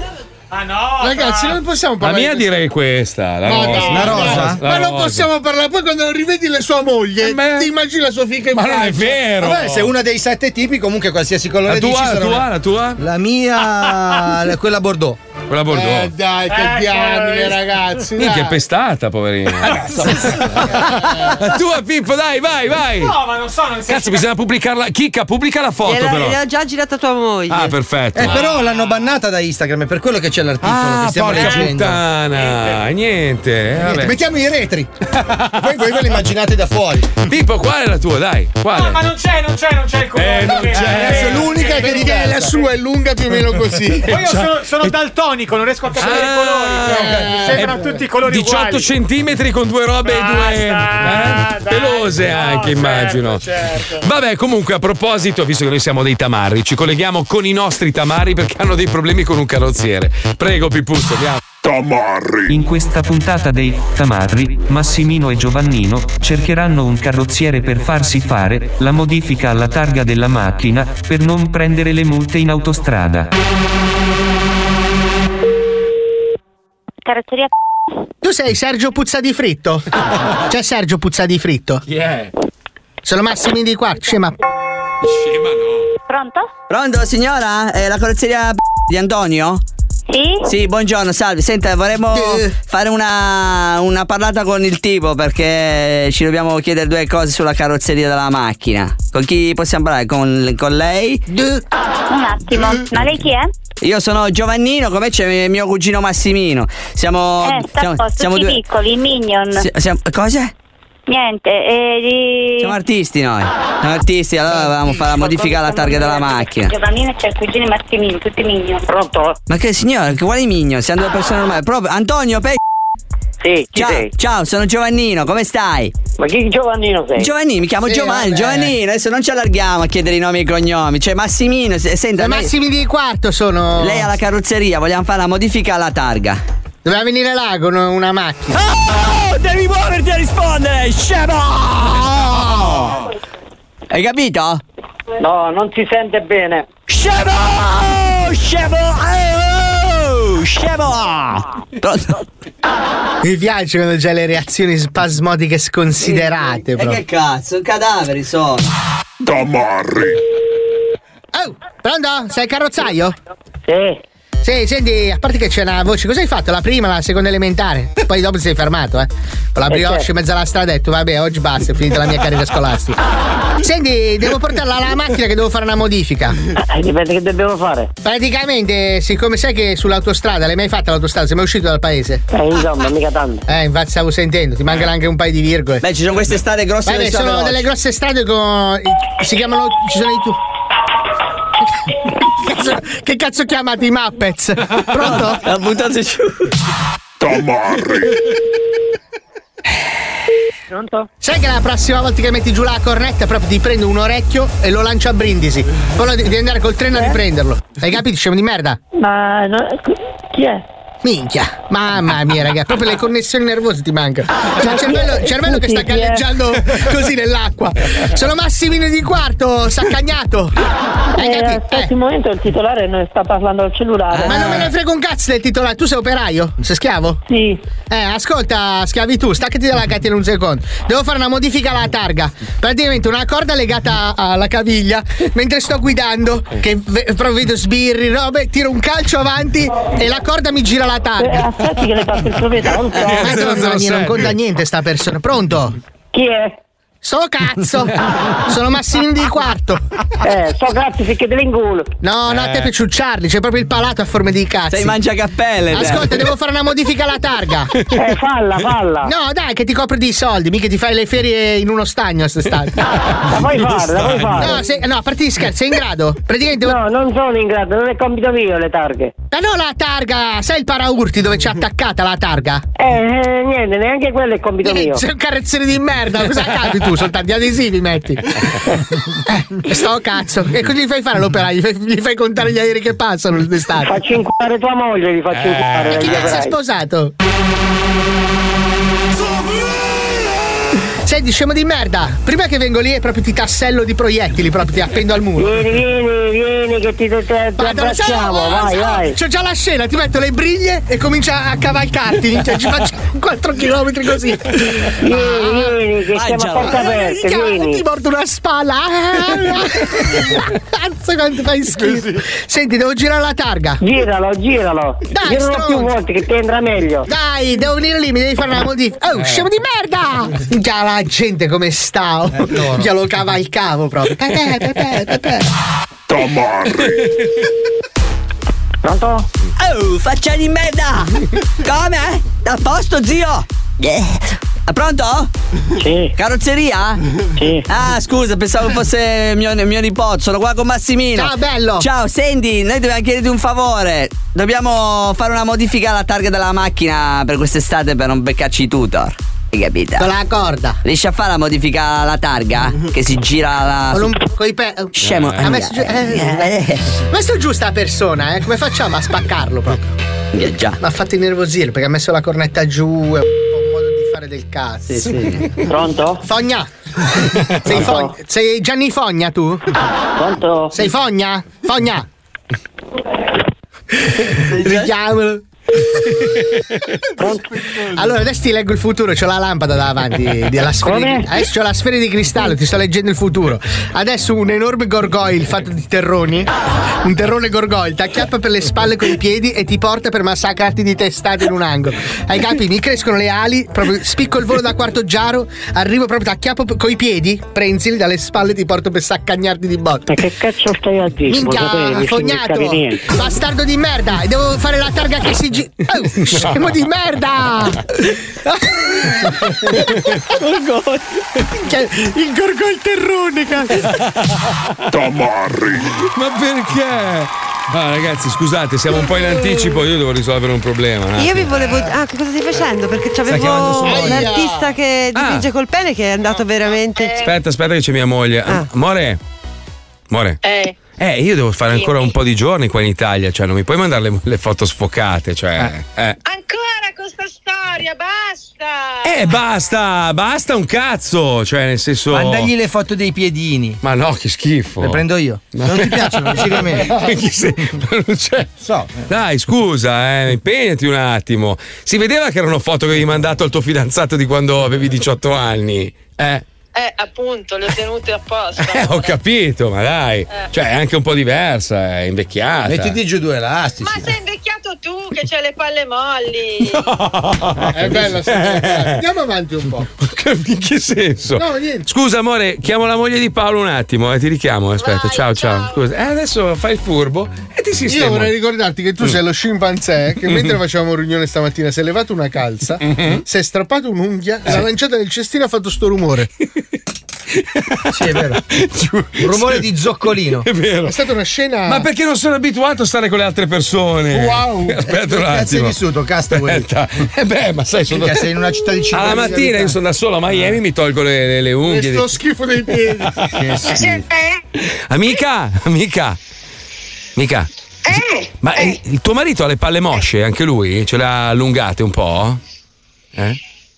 Ah no! Ragazzi, non possiamo La parlare mia di questo. direi questa, la Ma rosa. dai, La rosa? dai. La Ma non rosa. possiamo parlare. Poi quando rivedi la sua moglie, ti immagini la sua fica in Ma non è faccia. vero. Vabbè, se è una dei sette tipi, comunque qualsiasi colore La tua, dici la sarà tua, una- la tua? La mia, la- quella Bordeaux. Quella Bordeaux. Eh dai, che Ecco, diamine, ragazzi. Minchia, è dai. pestata, poverina. La tua, Pippo, dai, vai, vai. No, ma non so, non si Cazzo, bisogna pubblicarla. Chicca, pubblica la foto, Gliela- però. gliel'ha già girata tua moglie. Ah, perfetto. Eh, però l'hanno bannata da Instagram, è per quello che c'è l'articolo Ah, che stiamo porca leggendo. puttana. Niente. eh, Niente, vabbè. mettiamo i retri. Voi, voi ve lo immaginate da fuori. Pippo, qual è la tua? Dai, quale? No, ma non c'è, non c'è, non c'è il colore. Eh, non che- c'è. Adesso è l'unica che dica che la sua è lunga più o meno così. Poi io sono, sono daltonico, non riesco a capire i colori. cioè, sembrano tutti i colori diciotto uguali. centimetri con due robe e due eh? dai, pelose no, anche, certo, immagino. certo. Vabbè, comunque, a proposito, visto che noi siamo dei tamarri, ci colleghiamo con i nostri tamari perché hanno dei problemi con un carrozziere. Prego, Pippusto, andiamo. Tamarri. In questa puntata dei Tamarri, Massimino e Giovannino cercheranno un carrozziere per farsi fare la modifica alla targa della macchina per non prendere le multe in autostrada. Carrozzeria. Tu sei Sergio Puzza di Fritto? C'è Sergio Puzza di Fritto? Chi è? Sono Massimi di qua, scema. Scema no. Pronto? Pronto signora? È la carrozzeria di Antonio? Sì? Sì, buongiorno, salve. Senta, vorremmo fare una, una parlata con il tipo perché ci dobbiamo chiedere due cose sulla carrozzeria della macchina. Con chi possiamo parlare? Con, con lei? Un attimo, ma lei chi è? Io sono Giovannino, come c'è mio cugino Massimino. Siamo. Eh, sta siamo, a posto, siamo tutti due. piccoli, minion. si- siamo- cosa? Niente, eh, di... Siamo artisti noi. Siamo artisti, allora volevamo fare la modifica alla targa della macchina. Giovannino e c'è il cugino Massimino, tutti minion. Pronto? Ma che signora, che quali migno? Siamo due persone normali. Proprio Antonio Pe. Sì, chi ciao, sei? ciao, sono Giovannino, come stai? Ma chi Giovannino sei? Giovannino, mi chiamo Sì, Giovanni, vabbè. Giovannino, adesso non ci allarghiamo a chiedere i nomi e i cognomi. Cioè Massimino, se- senta, Da lei, Massimi di Quarto sono. lei ha la carrozzeria, vogliamo fare la modifica alla targa. Doveva venire là con una macchina. Oh, devi muoverti a rispondere, scemo! Hai capito? No, non si sente bene. Scemo! Scemo! Oh, scemo! Pronto? Mi piace quando c'è le reazioni spasmodiche sconsiderate. E Proprio. che cazzo, cadaveri sono. Tamarri. Oh, pronto? Sei il carrozzaio? Sì. Sì, senti, a parte che c'è una voce, cosa hai fatto? La prima, la seconda elementare? Poi dopo ti sei fermato, eh? Con la Eh, brioche certo. in mezzo alla strada hai detto, vabbè, oggi basta, è finita la mia carriera scolastica. Senti, devo portarla alla macchina che devo fare una modifica. Eh, dipende che dobbiamo fare. Praticamente, siccome sai che sull'autostrada, l'hai mai fatta l'autostrada? Sei mai uscito dal paese? Eh, insomma, mica tanto. Eh, infatti stavo sentendo, ti mancano anche un paio di virgole. Beh, ci sono queste strade grosse. Vabbè, dove sono sono veloci. delle grosse strade con. Si chiamano. Ci sono i tu. Che cazzo, che cazzo chiamate i Muppets? Pronto? La buttate giù. Tamarri. Pronto? Sai che la prossima volta che metti giù la cornetta proprio ti prendo un orecchio e lo lancio a Brindisi. Poi lo devi andare col treno a riprenderlo. Hai capito? Scemo di merda. Ma no, chi è? Minchia, mamma mia, raga, proprio le connessioni nervose ti mancano. C'è il cervello, il cervello che sta galleggiando così nell'acqua. Sono Massimino di Quarto, saccagnato. Hai Eh, capito? aspetti un momento, il titolare non sta parlando al cellulare. Ma non me ne frega un cazzo del titolare, tu sei operaio? Sei schiavo? Sì. Eh, ascolta, schiavitù, staccati dalla catena un secondo. Devo fare una modifica alla targa. Praticamente una corda legata alla caviglia mentre sto guidando, che ve- proprio vedo sbirri, robe, tiro un calcio avanti e la corda mi gira la Eh, targa. aspetti che le passo il proprietario. Madonna mia, non conta niente sta persona. Pronto? Chi è? Sto cazzo! Sono Massimino di Quarto. Eh, sto cazzo finché te in culo. No, no, a te per ciucciarli, c'è proprio il palato a forma di cazzo. Sei mangiacappelle. te. Ascolta, devo fare una modifica alla targa. Eh, falla, falla. No, dai, che ti copri di soldi, mica ti fai le ferie in uno stagno quest'estate. La puoi fare, la puoi fare. No, se, no, a parte di scherzi, sei in grado? Praticamente. No, non sono in grado, non è compito mio le targhe. Ma no, la targa, sai il paraurti dove c'è attaccata la targa? Eh, eh niente, neanche quello è compito mio. Sei un carrezzere di merda, cosa capi tu? Soltanto gli adesivi metti. Eh, sto cazzo. E cosa gli fai fare all'operaio? Gli fai, gli fai contare gli aerei che passano d'estate? Faccio inculare tua moglie, li faccio inculare E chi dagli cazzo è operai. sposato? Senti, scemo di merda, prima che vengo lì e proprio ti tassello di proiettili, proprio ti appendo al muro. Vieni, vieni, vieni che ti, ti, ti abbracciamo, vai, vai. C'ho già la scena, ti metto le briglie e comincia a cavalcarti, cioè, ci faccio quattro chilometri così. Vieni, vieni, che siamo a porta aperta, vieni. Ti porto una spalla. Cazzo quanto fai schifo. Senti, devo girare la targa. Giralo, giralo. Dai, giralo stronzo. più volte che ti andrà meglio. Dai, devo venire lì, mi devi fare una modifica. Oh, scemo di merda! Già la gente come sta. Già lo cavalcavo proprio. Pepe, pepe, pepe. Tamarri. Pronto? Oh, faccia di merda! Come? A posto, zio? Yeah. Pronto? Sì. Carrozzeria? Sì. Ah, scusa, pensavo fosse mio, mio nipote, sono qua con Massimino. Ciao, bello. Ciao, senti, noi dobbiamo chiederti un favore. Dobbiamo fare una modifica alla targa della macchina per quest'estate per non beccarci i tutor. Hai capito? Con la corda. Riesci a fare la modifica alla targa? Che si gira la. Con un coi pe... Scemo. Ha messo giù, eh, messo giù sta persona, eh? Come facciamo a spaccarlo proprio? Eh, già. Mi ha fatto innervosire perché ha messo la cornetta giù, è un po' un modo di fare del cazzo. Sì, sì. Pronto? Fogna. Sei, Fogna. Sei Gianni Fogna tu? Pronto? Sei Fogna? Fogna. Richiamalo. Allora adesso ti leggo il futuro, c'ho la lampada davanti della sfera di, adesso c'ho la sfera di cristallo, ti sto leggendo il futuro. Adesso un enorme gorgoyle fatto di terroni, un terrone gorgoyle ti acchiappa per le spalle con i piedi e ti porta per massacrarti di testate in un angolo. Ai capi mi crescono le ali, proprio spicco il volo da quarto giaro, arrivo proprio ti acchiappo coi piedi, prensili dalle spalle, ti porto per saccagnarti di botte. Ma che cazzo stai a dire? Minchia, fognato, bastardo di merda, devo fare la targa che si gira. Oh, scemo di merda! Il gorgol terrone, cazzo! Tamarri. Ma perché? Ah, ragazzi, scusate, siamo un po' in anticipo, io devo risolvere un problema. Un Io vi volevo. Ah, che cosa stai facendo? Perché c'avevo un artista che dipinge Ah. col pene che è andato veramente. Aspetta, aspetta che c'è mia moglie. Ah. Amore. Amore. Eh. Eh, io devo fare ancora un po' di giorni qua in Italia, cioè non mi puoi mandare le, le foto sfocate, cioè. Eh. Ancora con sta storia, basta! Eh, basta, basta un cazzo, cioè nel senso. Mandagli le foto dei piedini. Ma no, che schifo. Le prendo io. Se non ti piacciono, decidi a me. Chi sei? Non c'è. So. Dai, scusa, eh, impegnati un attimo. Si vedeva che erano foto che avevi mandato al tuo fidanzato di quando avevi diciotto anni. Eh. Eh, appunto, le ho tenute apposta. Eh, ho capito, ma dai. Cioè, è anche un po' diversa, è invecchiata. Mettiti giù due elastici. Ma sei invecchiato tu che c'hai le palle molli. È bello, andiamo avanti un po'. In che senso? No, niente. Scusa, amore, chiamo la moglie di Paolo un attimo, eh, ti richiamo. Aspetta, Vai, ciao, ciao. ciao. Scusa, eh, adesso fai il furbo e ti sistemo. Io vorrei ricordarti che tu sei lo scimpanzé che mentre facevamo riunione stamattina si è levato una calza, si è strappato un'unghia e l'ha lanciata nel cestino e ha fatto sto rumore. Sì, è vero. Un rumore di zoccolino. È vero. È stata una scena. Ma perché non sono abituato a stare con le altre persone? Wow. Aspetta un Che cazzo hai attimo. vissuto, Castaway? Aspetta. Eh beh, ma sai, sono. Mica sei in una città di cinque Alla mattina io sono da solo a Miami, mi tolgo le, le, le unghie. Questo schifo dei piedi. Che schifo. Amica, amica. Mica. Eh, Ma eh, il tuo marito ha le palle mosce, anche lui? Ce le ha allungate un po'? Eh?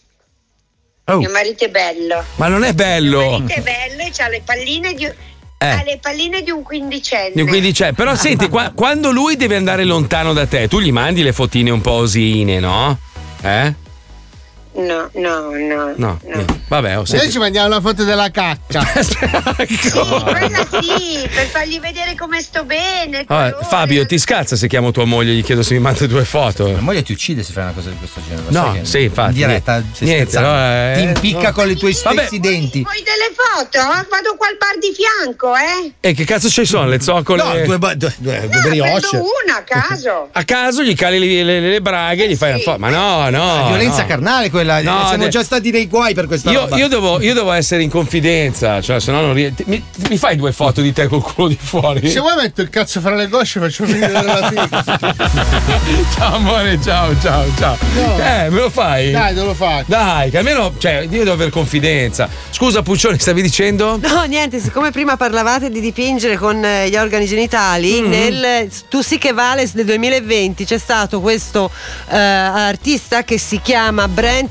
Oh. mio marito è bello. Ma non è bello. Mio marito è bello e ha le palline di, ha le palline di un quindicenne. Di un quindicenne. Però senti, qua- quando lui deve andare lontano da te, tu gli mandi le fotine un po' osine, no? Eh? No, no, no. No, niente. Vabbè, ho Noi sentito. ci mandiamo la foto della cacca. Sì, quella sì, per fargli vedere come sto bene. il Vabbè, colore. Fabio, ti scazza se chiamo tua moglie e gli chiedo se mi manda due foto? La moglie ti uccide se fai una cosa di questo genere. lo No, sai che- sì, infatti. In diretta, sei Niente, spezzato. no, eh, ti impicca no. con i tuoi Vabbè. stessi denti. Vuoi delle foto? Vado qua al bar di fianco, eh? E che cazzo ci sono? Le zoccole? No, due, ba- due, due, due No, brioche. prendo una a caso. A caso gli cali le, le- le braghe e gli fai una foto. Ma no, no. Violenza no. carnale quella. No, siamo de- già stati nei guai per questa Io, roba. io, devo, io devo essere in confidenza, cioè se no non ries- mi, mi fai due foto di te col culo di fuori? Se vuoi metto il cazzo fra le cosce e faccio finire la figa. Ciao amore, ciao, ciao, ciao. No. Eh, me lo fai? Dai, te lo faccio. Dai, che almeno, cioè, io devo avere confidenza. Scusa Puccioni, stavi dicendo? No, niente, siccome prima parlavate di dipingere con eh, gli organi genitali, Mm-hmm. nel Tu sì che vales del duemilaventi c'è stato questo eh, artista che si chiama Brent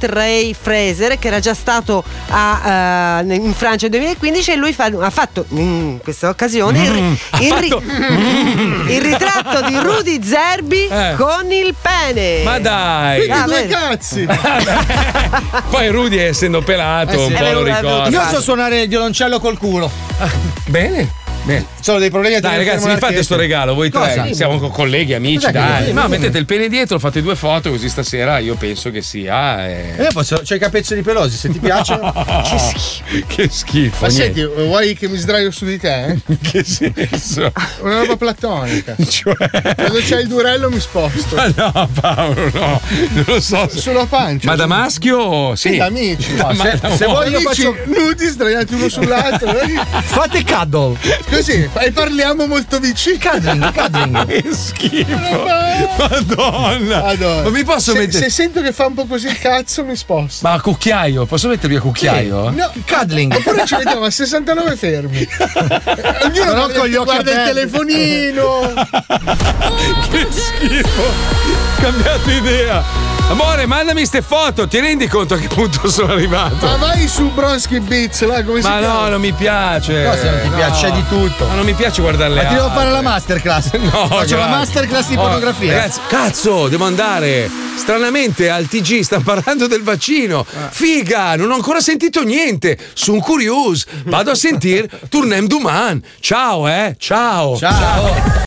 Monterrey Fraser, che era già stato a, uh, in Francia nel duemilaquindici, e lui fa, ha fatto in questa occasione mm, il, il, fatto... ri, il ritratto di Rudy Zerbi eh. con il pene. Ma dai, quindi ah, due cazzi. Poi Rudy, essendo pelato, eh sì, un po' lo ricorda. Io so suonare il violoncello col culo. Ah, bene. Beh, sono dei problemi a dai ragazzi, mi fate sto regalo voi tre. Cosa? Siamo con colleghi, amici. Cos'è dai, che... no, mettete il pene dietro, fate due foto, così stasera io penso che sia. E... io posso, c'ho i capezzoli pelosi, se ti piacciono. Che schifo. Che schifo. Ma niente. Senti, vuoi che mi sdraio su di te? Eh? Che senso? Una roba platonica. Cioè. Quando c'è il durello mi sposto. Ma no, Paolo, no. Non lo so. Sulla pancia. Ma da maschio? Sì. Sì, da amici. Da no, ma- se, da se vuoi io amici, faccio nudi sdraiati uno sull'altro. Fate cuddle. Così, e parliamo molto vicini. Cuddling, cuddling. Che schifo. Madonna. Madonna. Ma mi posso se, mettere. Se sento che fa un po' così il cazzo, mi sposto. Ma a cucchiaio? Posso mettermi a cucchiaio? Sì. No, cuddling. Oppure ci mettiamo a sessantanove fermi. Ognuno non con gli occhi guarda aperti. il telefonino. Che schifo. Cambiato idea. Amore, mandami ste foto, ti rendi conto a che punto sono arrivato? Ma vai su Bronski Beats, là, come Ma si no, chiama? non mi piace. Cosa non ti no. piace? C'è di tutto. Ma non mi piace guardare le Ma ti devo altre. fare la masterclass. No, faccio grazie. la masterclass di Oh, pornografia. Ragazzi, cazzo, devo andare. Stranamente al T G stanno parlando del vaccino. Figa, non ho ancora sentito niente. Sono curioso. Vado a sentire Tournem Duman. Ciao, eh. Ciao. Ciao. Ciao.